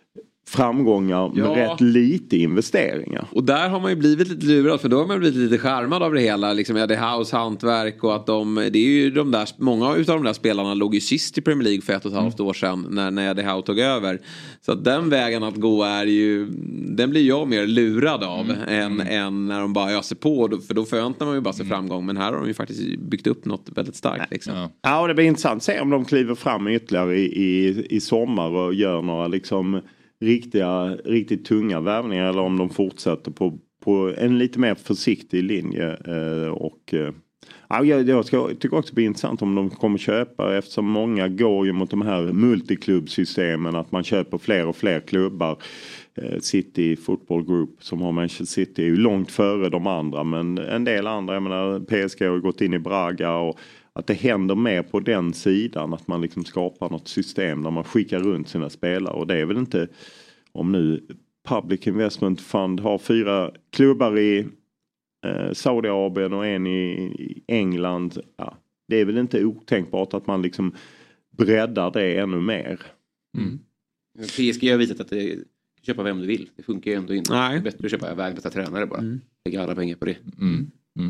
framgångar med ja. rätt lite investeringar. Och där har man ju blivit lite lurad, för då har man blivit lite skärmad av det hela. Liksom, ja, det är house, hantverk och att de, det är ju de där, många av de där spelarna låg ju sist i Premier League för ett och ett halvt år sedan när, när det Howe tog över. Så att den vägen att gå är ju, den blir jag mer lurad av mm. än, mm. än när de bara öser på, för då förväntar man ju bara sig mm. framgång. Men här har de ju faktiskt byggt upp något väldigt starkt. Liksom. Ja. ja, och det blir intressant att se om de kliver fram ytterligare i, i, i sommar och gör några liksom riktiga, riktigt tunga värvningar, eller om de fortsätter på, på en lite mer försiktig linje. Eh, och eh, ja, jag ska, tycker också det blir intressant om de kommer köpa, eftersom många går ju mot de här multiklubbsystemen, att man köper fler och fler klubbar. Eh, City Football Group som har Manchester City är ju långt före de andra, men en del andra, jag menar P S G har gått in i Braga, och att det händer mer på den sidan, att man liksom skapar något system där man skickar runt sina spelare. Och det är väl inte, om nu Public Investment Fund har fyra klubbar i eh, Saudiarabien och en i, i England. Ja, det är väl inte otänkbart att man liksom breddar det ännu mer. Mm. P S G har visat att det, köpa vem du vill. Det funkar ju ändå inte. Nej. Det är bättre att köpa världens tränare bara. Mm. Lägga alla pengar på det. Mm. Mm.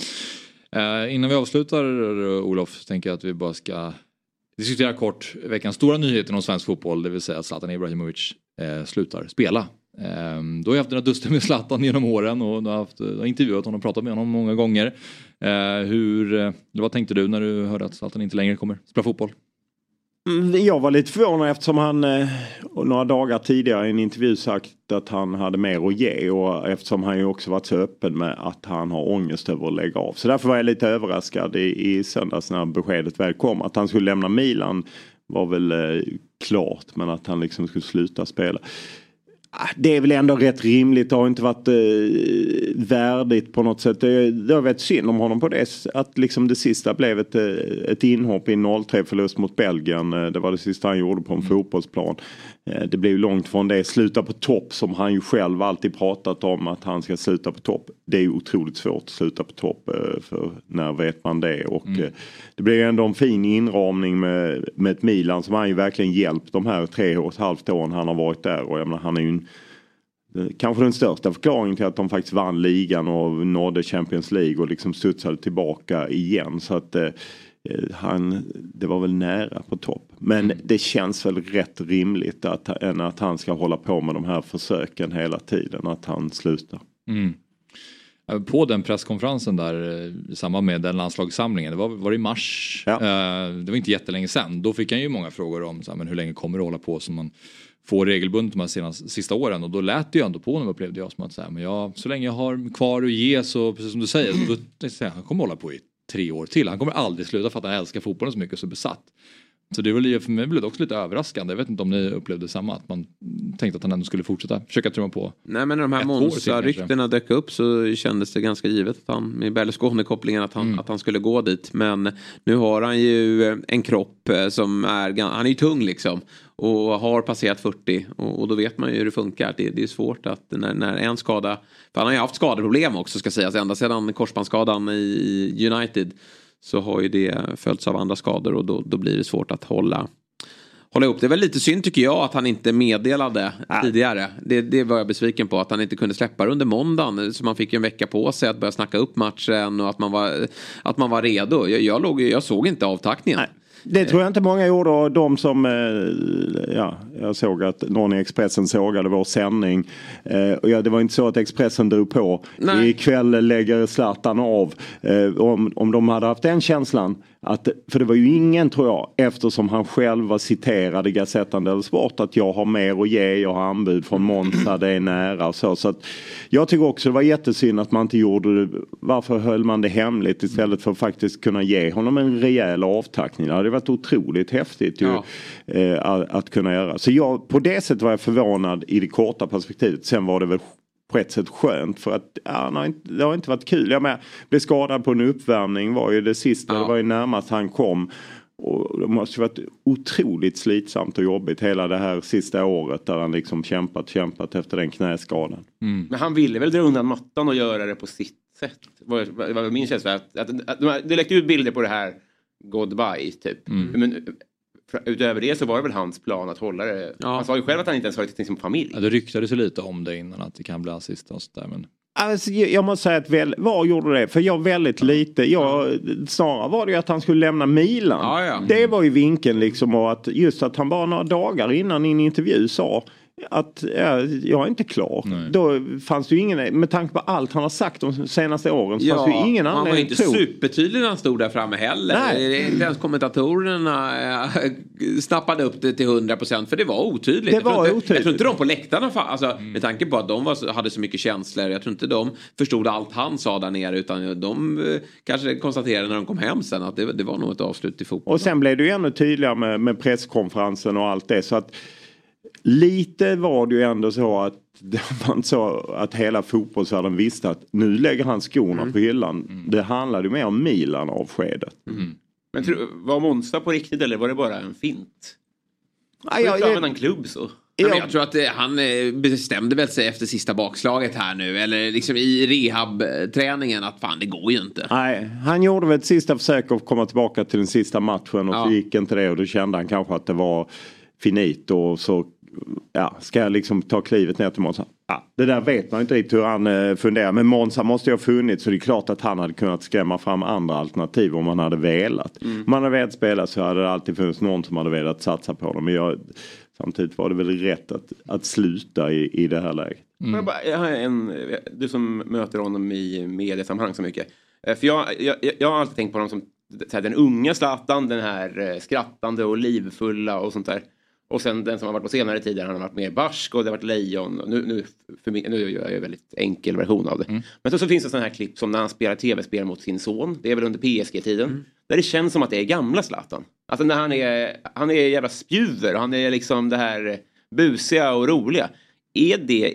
Uh, innan vi avslutar, Olof, tänker jag att vi bara ska diskutera kort veckans stora nyheter om svensk fotboll, det vill säga att Zlatan Ibrahimovic uh, slutar spela. Uh, då har jag haft den här dusten med Zlatan genom åren, och jag har, haft, jag har intervjuat honom och pratat med honom många gånger. Uh, hur, uh, vad tänkte du när du hörde att Zlatan inte längre kommer spela fotboll? Jag var lite förvånad eftersom han eh, några dagar tidigare i en intervju sagt att han hade mer att ge, och eftersom han ju också varit så öppen med att han har ångest över att lägga av. Så därför var jag lite överraskad i, i söndags när beskedet väl kom. Att han skulle lämna Milan var väl eh, klart, men att han liksom skulle sluta spela. Det är väl ändå rätt rimligt. Det har inte varit eh, värdigt på något sätt. Det, det har varit synd om honom på det. Att liksom det sista blev ett, ett inhopp i noll tre förlust mot Belgien. Det var det sista han gjorde på en mm. fotbollsplan. Eh, det blev ju långt från det. Sluta på topp, som han ju själv alltid pratat om att han ska sluta på topp. Det är ju otroligt svårt att sluta på topp. Eh, för när vet man det? Och mm. eh, det blev ju ändå en fin inramning med, med ett Milan som han ju verkligen hjälpt de här tre och ett halvt åren han har varit där. Och jag menar, han är ju en kanske den största förklaringen till att de faktiskt vann ligan och nådde Champions League och liksom studsade tillbaka igen. Så att eh, han, det var väl nära på topp. Men mm. det känns väl rätt rimligt att, än att han ska hålla på med de här försöken hela tiden. Att han slutar. Mm. På den presskonferensen där i samband med den landslagssamlingen, det var, var det i mars. Ja. Det var inte jättelänge sedan. Då fick han ju många frågor om så här, men hur länge kommer det hålla på som man får regelbundet de här senaste, sista åren. Och då lät det ju ändå på honom, upplevde jag som att så, här, men jag, så länge jag har kvar att ge, så precis som du säger, då, då, han kommer hålla på i tre år till. Han kommer aldrig sluta för att han älskar fotbollen så mycket och så besatt. Så det var väl för mig blev det också lite överraskande. Jag vet inte om ni upplevde samma, att man tänkte att han ändå skulle fortsätta försöka trumma på. Nej, men när de här Monza-ryktena dök upp så kändes det ganska givet att han, med Berlusconi-kopplingen, att han, mm. att han skulle gå dit. Men nu har han ju en kropp som är, han är ju tung liksom. Och har passerat fyrtio. Och, och då vet man ju hur det funkar. Det, det är svårt att när, när en skada, för han har ju haft skadeproblem också ska sägas. Ända sedan korsbandsskadan i United så har ju det följts av andra skador, och då, då blir det svårt att hålla, hålla ihop. Det är väl lite synd tycker jag att han inte meddelade äh. tidigare. Det, det var jag besviken på, att han inte kunde släppa under måndagen. Så man fick ju en vecka på sig att börja snacka upp matchen och att man var, att man var redo. Jag, jag, låg, jag såg inte avtackningen. Nej. Det tror jag inte många gjorde, och de som, ja, jag såg att någon i Expressen sågade vår sändning. Och ja, det var inte så att Expressen drog på. Nej. Ikväll lägger Zlatan av. Om, om de hade haft den känslan, att, för det var ju ingen, tror jag, eftersom han själv var citerad i Gazettan dello Sport, att jag har mer att ge, jag har anbud från Monza, det är nära och så. Så att jag tycker också det var jättesynd att man inte gjorde det. Varför höll man det hemligt istället för att faktiskt kunna ge honom en rejäl avtackning? Det hade varit otroligt häftigt ju, ja. eh, att, att kunna göra. Så jag, på det sättet var jag förvånad i det korta perspektivet. Sen var det väl på ett sätt skönt, för att ja, det, har inte, det har inte varit kul. Jag med, blev skadad på en uppvärmning var ju det sista, ja. Det var ju närmast han kom. Och det måste ju varit otroligt slitsamt och jobbigt hela det här sista året där han liksom kämpat, kämpat efter den knäskadan. Mm. Men han ville väl dra undan mattan och göra det på sitt sätt. Vad var min känsla att, att, att, att det läckte ut bilder på det här goodbye typ. Mm. Men utöver det så var det väl hans plan att hålla det. Ja. Han sa ju själv att han inte ens var till sin familj. Ja, det ryktades ju lite om det innan att det kan bli assist och sådär, men... Alltså, jag måste säga att väl, vad gjorde det? För jag väldigt lite. Jag, snarare var det ju att han skulle lämna Milan. Ja, ja. Det var ju vinkeln liksom. Och att just att han bara några dagar innan i en intervju sa att ja, jag är inte klar. Nej. Då fanns det ju ingen, med tanke på allt han har sagt de senaste åren, så ja, fanns det ju ingen anledning. Han var inte tro. supertydlig när han stod där framme heller. Nej. Inte ens kommentatorerna snappade upp det till hundra procent, för det var otydligt. Det var jag, tror inte, otydligt. jag tror inte de på läktarna, alltså, mm. med tanke på att de var, hade så mycket känslor, jag tror inte de förstod allt han sa där nere, utan de kanske konstaterade när de kom hem sen att det, det var nog ett avslut i fotboll. Och sen blev det ju ännu tydligare med, med presskonferensen och allt det, så att lite var det ju ändå så att det var inte så att hela fotbollsvärlden visste att nu lägger han skorna mm. på hyllan. Mm. Det handlade ju mer om Milan-avskedet. Mm. Men tro, var Monza på riktigt eller var det bara en fint? Ja, jag, jag, en klubb så. Ja, men jag tror att det, han bestämde väl sig efter sista bakslaget här nu. Eller liksom i rehab-träningen att fan, det går ju inte. Nej, han gjorde väl ett sista försök att komma tillbaka till den sista matchen. Och ja. så gick inte det, och då kände han kanske att det var finit. Och så ja, ska jag liksom ta klivet ner till Monza? Ja, det där vet man inte riktigt hur han eh, funderar. Men Monza måste ju ha funnits, så det är klart att han hade kunnat skrämma fram andra alternativ om man hade velat. Mm. Om man hade velat spela så hade det alltid funnits någon som hade velat satsa på dem. Men jag, samtidigt var det väl rätt att, att sluta i, i det här läget. Mm. Jag, bara, jag har en, du som möter honom i mediesammanhang så mycket. För jag, jag, jag har alltid tänkt på honom som så här, den unga Zlatan, den här skrattande och livfulla och sånt där. Och sen den som har varit på senare tider, han har varit mer barsk och det har varit lejon. Och nu, nu, för mig, nu gör jag en väldigt enkel version av det. Mm. Men så, så finns det sådana här klipp som när han spelar tv-spel mot sin son. Det är väl under P S G-tiden. Mm. Där det känns som att det är gamla Zlatan. Alltså när han är, han är jävla spjuver. Och han är liksom det här busiga och roliga. Är det,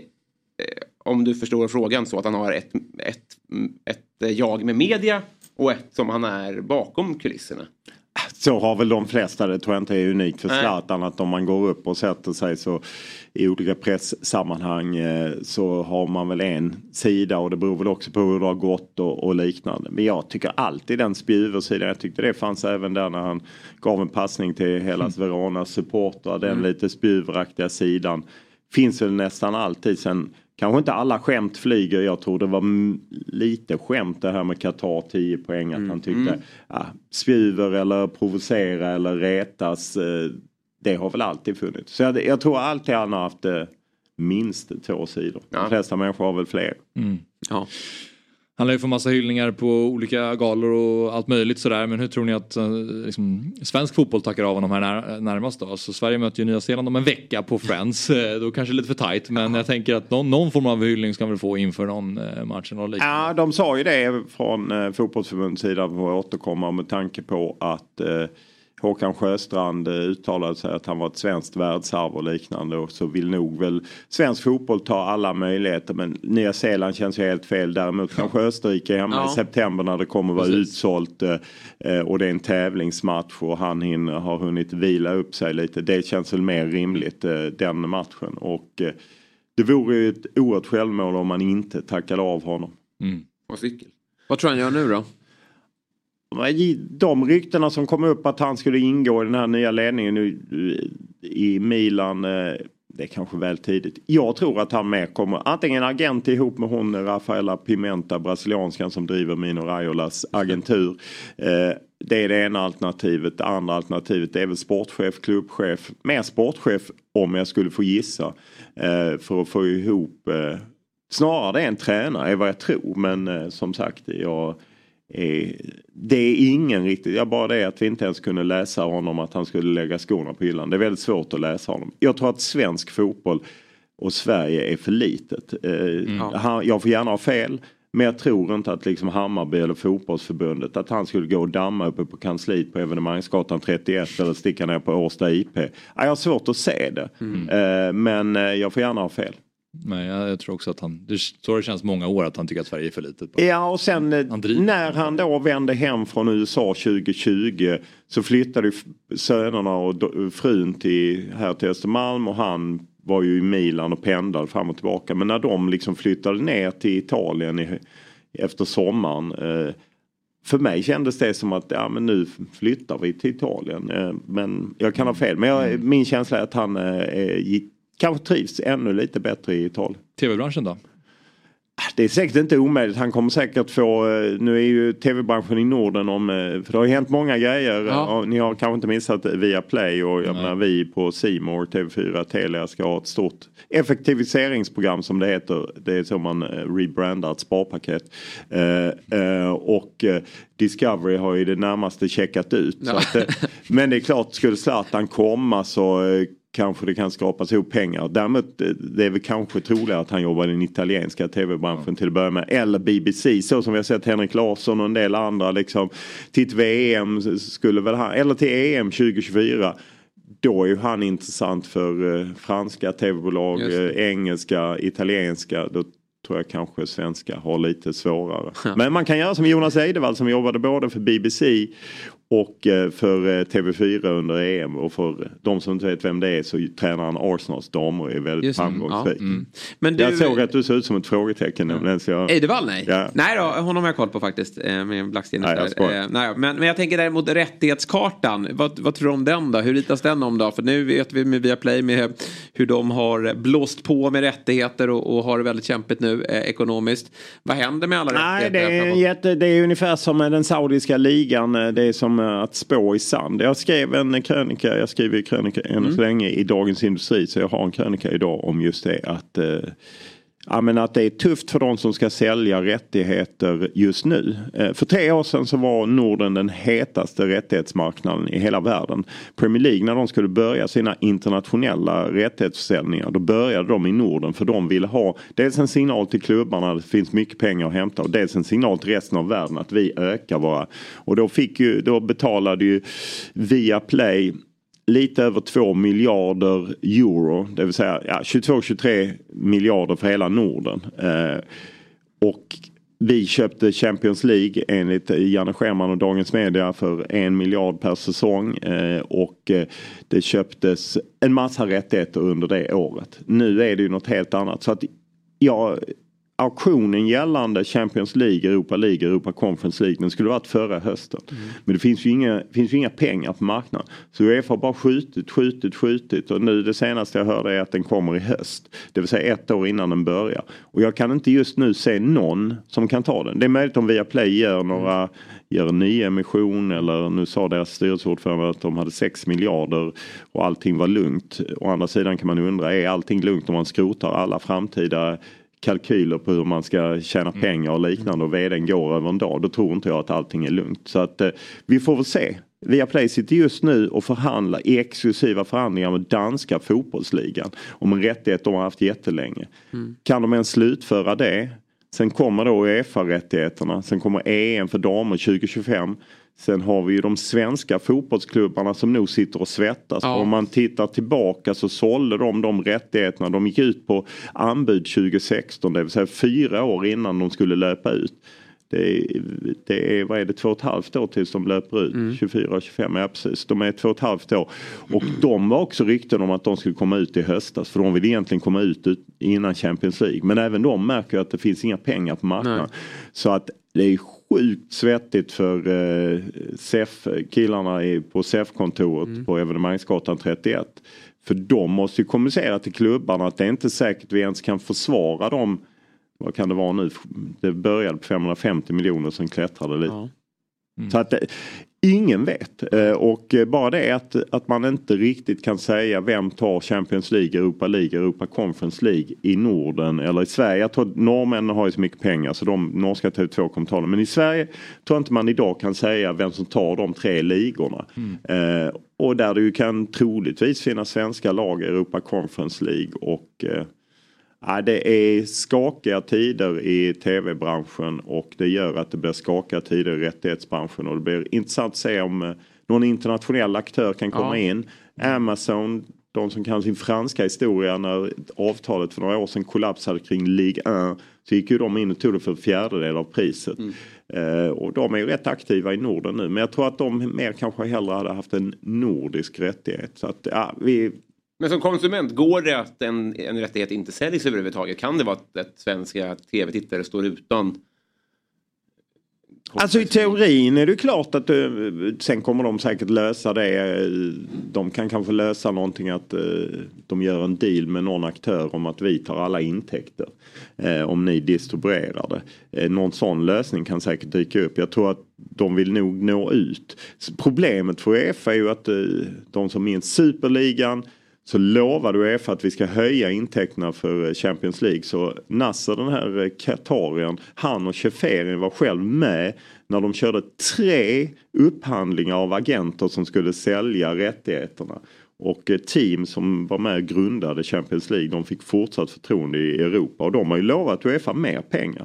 om du förstår frågan, så att han har ett, ett, ett jag med media och ett som han är bakom kulisserna? Så har väl de flesta, det tror jag inte är unikt för Zlatan, att om man går upp och sätter sig så i olika presssammanhang så har man väl en sida, och det beror väl också på hur det har gått och, och liknande. Men jag tycker alltid den spjuversidan, jag tyckte det fanns även där när han gav en passning till hela Veronas supportrar, den mm. lite spjuveraktiga sidan finns väl nästan alltid. Sen kanske inte alla skämt flyger. Jag tror det var m- lite skämt det här med Qatar tio poäng. Att mm. han tyckte mm. ja, spjuver eller provocera eller retas. Eh, det har väl alltid funnits. Så jag, jag tror alltid han har haft eh, minst två sidor. Ja. De flesta människor har väl fler. Mm. Ja. Han lär ju få massa hyllningar på olika galor och allt möjligt sådär. Men hur tror ni att liksom, svensk fotboll tackar av honom här när, närmast då? Så Sverige möter ju Nya Zeeland om en vecka på Friends. Då kanske lite för tajt. Men jag tänker att någon, någon form av hyllning ska vi få inför någon match. Någon ja, de sa ju det från eh, fotbollsförbundets sida för att återkomma med tanke på att eh, Håkan Sjöstrand uttalade sig att han var ett svenskt världsarv och liknande, och så vill nog väl svensk fotboll ta alla möjligheter, men Nya Zeeland känns ju helt fel. Däremot kanske Österrike hemma ja. i september när det kommer vara Precis. utsålt eh, och det är en tävlingsmatch och han hinner, har hunnit vila upp sig lite. Det känns väl mer rimligt eh, den matchen, och eh, det vore ju ett oerhört självmål om man inte tackade av honom. Mm. Och cykel. Vad tror han gör nu då? De ryktena som kom upp att han skulle ingå i den här nya ledningen i Milan, det är kanske väl tidigt. Jag tror att han med kommer, antingen agent ihop med hon Rafaela Pimenta, brasilianskan som driver Mino Raiolas agentur. Det är det ena alternativet. Det andra alternativet är väl sportchef, klubbchef, mer sportchef om jag skulle få gissa, för att få ihop, snarare det är en tränare är vad jag tror, men som sagt, jag det är ingen riktigt, jag bara det att vi inte ens kunde läsa honom att han skulle lägga skorna på hyllan. Det är väldigt svårt att läsa honom. Jag tror att svensk fotboll och Sverige är för litet. Mm. Jag får gärna ha fel, men jag tror inte att liksom Hammarby eller fotbollsförbundet att han skulle gå och damma uppe på kansliet på Evenemangsgatan trettioett eller sticka ner på Årsta I P. Jag har svårt att se det. Mm. Men jag får gärna ha fel. Nej, jag tror också att han, det, så det känns många år att han tycker att Sverige är för litet. Ja, och sen han när han då vände hem från U S A tjugo tjugo så flyttade sönerna och frun till, här till Östermalm, och han var ju i Milan och pendlade fram och tillbaka. Men när de liksom flyttade ner till Italien i, efter sommaren. Eh, för mig kändes det som att ja, men nu flyttar vi till Italien. Eh, men jag kan ha fel. Men jag, min känsla är att han eh, gick, kanske trivs ännu lite bättre i Italien. T V-branschen då? Det är säkert inte omöjligt. Han kommer säkert få, nu är ju tv-branschen i Norden om, för det har ju hänt många grejer. Ja. Ni har kanske inte missat via Play och jag menar, vi på C More, T V fyra, Telia ska ha ett stort effektiviseringsprogram som det heter. Det är så man rebrandar ett sparpaket. Uh, uh, och uh, Discovery har ju det närmaste checkat ut. Ja. Så att, uh, men det är klart, skulle Zlatan komma så uh, kanske det kan skapas ihop pengar. Däremot det är väl kanske troligare att han jobbar i den italienska tv-branschen ja. till att börja med. Eller B B C, så som vi har sett Henrik Larsson och en del andra. Liksom, till ett V M skulle väl han, eller till E M tjugo tjugofyra. Då är ju han intressant för eh, franska tv-bolag, eh, engelska, italienska. Då tror jag kanske svenska har lite svårare. Ja. Men man kan göra som Jonas Eidevall som jobbade både för B B C och för T V fyra under E M. Och för de som inte vet vem det är så tränar han Arsenals damer och är väldigt Just, framgångsrik. Ja. Mm. Men du... Jag såg att du såg ut som ett frågetecken. Ja. Jag... Eidevall, nej. Ja. Nej då, honom har jag koll på faktiskt. Med Blackstenius där. Eh, nej, men, men jag tänker däremot rättighetskartan. Vad, vad tror du om den då? Hur ritas den om då? För nu vet vi med Viaplay med hur de har blåst på med rättigheter och, och har det väldigt kämpigt nu eh, ekonomiskt. Vad händer med alla nej, rättigheter? Det är, jätte, det är ungefär som med den saudiska ligan. Det är som att spå i sand. Jag skrev en krönika, jag skriver ju krönika än mm. så länge i Dagens Industri, så jag har en krönika idag om just det att eh, ja, men att det är tufft för de som ska sälja rättigheter just nu. Eh, för tre år sedan så var Norden den hetaste rättighetsmarknaden i hela världen. Premier League, när de skulle börja sina internationella rättighetsförsäljningar, då började de i Norden, för de ville ha dels en signal till klubbarna att det finns mycket pengar att hämta, och dels en signal till resten av världen att vi ökar våra. Och då fick ju, då betalade ju Viaplay lite över två miljarder euro, det vill säga ja, tjugotvå till tjugotre miljarder för hela Norden. Eh, och vi köpte Champions League enligt Janne Scherman och Dagens Media för en miljard per säsong. Eh, och eh, det köptes en massa rättigheter under det året. Nu är det ju något helt annat. Så att ja, auktionen gällande Champions League, Europa League, Europa Conference League, den skulle varit förra hösten. Mm. Men det finns ju, inga, finns ju inga pengar på marknaden. Så UEFA har bara skjutit, skjutit, skjutit. Och nu det senaste jag hörde är att den kommer i höst. Det vill säga ett år innan den börjar. Och jag kan inte just nu se någon som kan ta den. Det är möjligt om Viaplay gör några... Mm. gör en ny emission, eller nu sa deras styrelseordförande att de hade sex miljarder och allting var lugnt. Å andra sidan kan man undra, är allting lugnt om man skrotar alla framtida kalkyler på hur man ska tjäna pengar och liknande, och vdn går över en dag? Då tror inte jag att allting är lugnt. Så att eh, vi får väl se. Viaplay sitter just nu och förhandlar i exklusiva förhandlingar med danska fotbollsligan om en rättighet de har haft jättelänge. Mm. Kan de ens slutföra det? Sen kommer då UEFA-rättigheterna. Sen kommer E M för damer tjugo tjugofem. Sen har vi ju de svenska fotbollsklubbarna som nog sitter och svettas. Ja. Om man tittar tillbaka så sålde de de rättigheterna. De gick ut på anbud tjugo sexton. Det vill säga fyra år innan de skulle löpa ut. Det är, det är, vad är det, två och ett halvt år tills de löper ut. Mm. tjugofyra och tjugofem, ja precis. De är två och ett halvt år. Och de var också rykten om att de skulle komma ut i höstas. För de vill egentligen komma ut innan Champions League. Men även de märker att det finns inga pengar på marknaden. Nej. Så att det är sjukt svettigt för eh, C E F-killarna i, på C E F-kontoret mm. på Evenemangsgatan trettioett. För de måste ju kommunicera till klubbarna att det är inte säkert vi ens kan försvara dem. Vad kan det vara nu? Det började på femhundrafemtio miljoner, som klättrade lite. Ja. Mm. Så att ingen vet. Och bara det att, att man inte riktigt kan säga vem tar Champions League, Europa League, Europa Conference League i Norden eller i Sverige. Jag tror att norrmännen har ju så mycket pengar så de norska T V två kommer ta det. Men i Sverige tror jag inte man idag kan säga vem som tar de tre ligorna. Mm. Eh, och där det ju kan troligtvis finnas svenska lag i Europa Conference League och... Eh, Ja, det är skakiga tider i tv-branschen och det gör att det blir skakiga tider i rättighetsbranschen, och det blir intressant att se om någon internationell aktör kan komma ja. in. Amazon, de som kan sin franska historia, när avtalet för några år sedan kollapsade kring Ligue ett, så gick ju de in och tog det för en fjärdedel av priset. Mm. Uh, och de är ju rätt aktiva i Norden nu, men jag tror att de mer kanske hellre hade haft en nordisk rättighet. Så att, ja, vi... Men som konsument, går det att en, en rättighet inte säljs överhuvudtaget? Kan det vara att, att svenska tv-tittare står utan Alltså i teorin är det klart att uh, sen kommer de säkert lösa det. De kan kanske lösa någonting att uh, de gör en deal med någon aktör om att vi tar alla intäkter. Uh, om ni distribuerar det. Uh, någon sån lösning kan säkert dyka upp. Jag tror att de vill nog nå ut. Så problemet för UEFA är ju att uh, de som minns Superligan, så lovade UEFA att vi ska höja intäkterna för Champions League. Så Nasser, den här Katarien, han och Cheferi var själv med när de körde tre upphandlingar av agenter som skulle sälja rättigheterna. Och team som var med och grundade Champions League, de fick fortsatt förtroende i Europa. Och de har ju lovat UEFA mer pengar.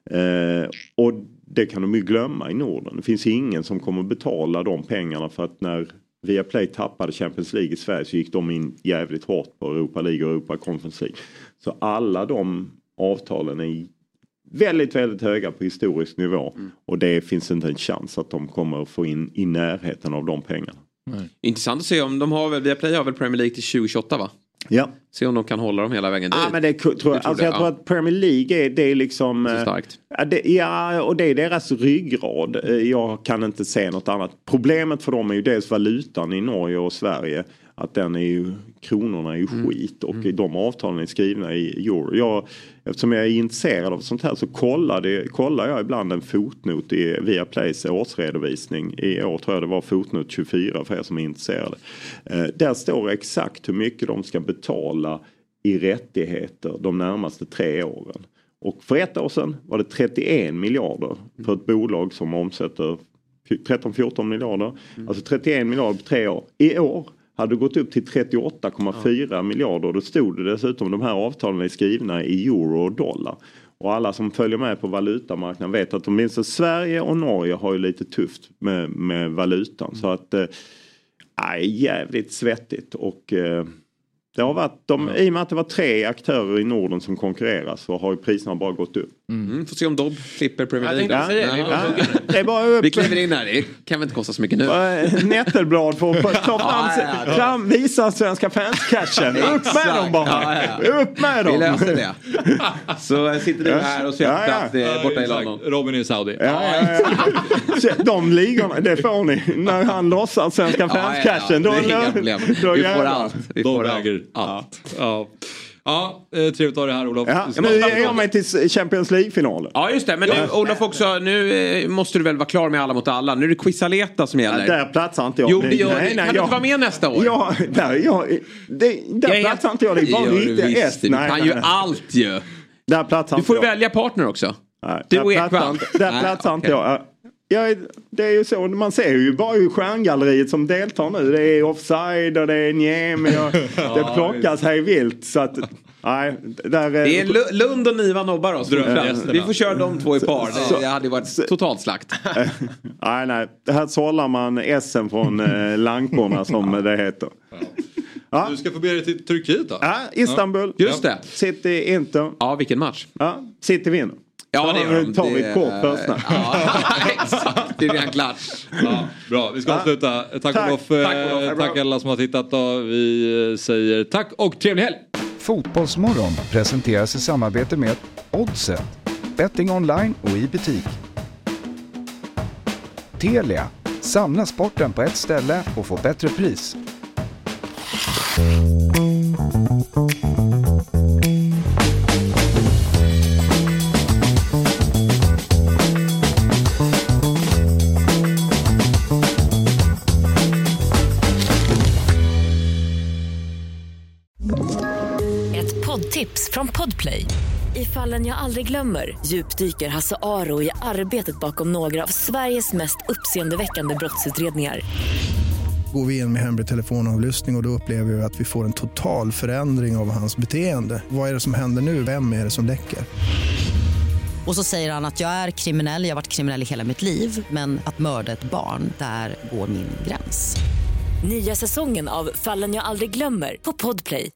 Eh, och det kan de ju glömma i Norden. Det finns ingen som kommer betala de pengarna, för att när Viaplay tappade Champions League i Sverige så gick de in jävligt hårt på Europa League och Europa Conference League. Så alla de avtalen är väldigt, väldigt höga på historisk nivå. Mm. Och det finns inte en chans att de kommer att få in i närheten av de pengarna. Nej. Intressant att se om de har väl, Viaplay har väl Premier League till tjugo tjugoåtta, va? Ja. Se om de kan hålla dem hela vägen dit. Ja, men det tror jag. Tror alltså jag ja. tror att Premier League är, det är liksom... Så starkt. Ja, det, ja, och det är deras ryggrad. Jag kan inte se något annat. Problemet för dem är ju dels valutan i Norge och Sverige. Att den är ju, kronorna är ju mm. skit. Och mm. de avtalen är skrivna i euro. Jag, eftersom jag är intresserad av sånt här så kollar, det, kollar jag ibland en fotnot i Viaplays årsredovisning. I år tror jag det var fotnot tjugofyra för er som är intresserade. Eh, där står exakt hur mycket de ska betala i rättigheter de närmaste tre åren. Och för ett år sedan var det trettioen miljarder för ett bolag som omsätter tretton fjorton miljarder. Mm. Alltså trettioen miljarder på tre år. I år hade gått upp till trettioåtta komma fyra ja. miljarder. Då stod det dessutom, de här avtalen är skrivna i euro och dollar. Och alla som följer med på valutamarknaden vet att åtminstone Sverige och Norge har ju lite tufft med, med valutan. Mm. Så att det äh, är jävligt svettigt. Och äh, det har varit, de, mm. i och med att det var tre aktörer i Norden som konkurrerar, så har ju priserna bara gått upp. Mm. Får se om Dobb slipper Premier League. Ja, ja, ja. Det är bara upp. Vi kliver in här, det kan väl inte kosta så mycket nu. Nettelblad får ta fram, ja, ja, fram, visa svenska fans-cashen. Upp med dem bara. Ja, ja. Upp med dem. Vi löser det. Så sitter du här och svettad ja, ja. borta i London. Robin i Saudi. Ja, ja, ja. De ligorna, det får ni. När han lossar svenska fans-cashen. Ja, ja, ja. Då, då, då vi får allt. Vi de får väger allt. Ja. Ja, trevligt att ha det här, Olof. Ja, nu är jag med till Champions League-finalen. Ja, just det. Men nu, Olof också, nu måste du väl vara klar med alla mot alla. Nu är det Quizaleta som gäller. Ja, där platsar inte jag. Jo, det gör nej, nej, Kan jag... du inte vara med nästa år? Ja, där, jag, det, där jag platsar inte jag. Det är bara riktiga S. Du nej, kan nej, ju nej. allt ju. Där platsar du får inte jag. välja partner också. Nej, du och Ekvall. Där platsar inte jag. Ja, det är ju så, man ser ju bara hur stjärngalleriet som deltar nu. Det är offside och det är Niemi och det plockas här vilt. Så att, nej, där, det är Lund och Niva nobbar oss. Vi får köra de två i par. Det, det hade varit totalt slakt. nej, nej. Här sållar man essen från eh, Lankorna som det heter. Ja. Du ska få be dig till Turkiet då? Ja, Istanbul. Ja. Just det. City Inter. Ja, vilken match? Ja, City vinner. Ja, det gör de. tar vi kort först. Ja, exakt. Det är redan klart. Ja, bra, vi ska ja. avsluta. Tack, tack Olof. Tack, Olof. Tack alla som har tittat. Då. Vi säger tack och trevlig helg. Fotbollsmorgon presenteras i samarbete med Oddset. Betting online och i butik. Telia. Samla sporten på ett ställe och få bättre pris. Tips från Podplay. I Fallen jag aldrig glömmer djupdyker Hasse Aro i arbetet bakom några av Sveriges mest uppseendeväckande brottsutredningar. Går vi in med hemlig telefonavlyssning och, och då upplever vi att vi får en total förändring av hans beteende. Vad är det som händer nu? Vem är det som läcker? Och så säger han att jag är kriminell, jag har varit kriminell i hela mitt liv. Men att mörda ett barn, där går min gräns. Nya säsongen av Fallen jag aldrig glömmer på Podplay.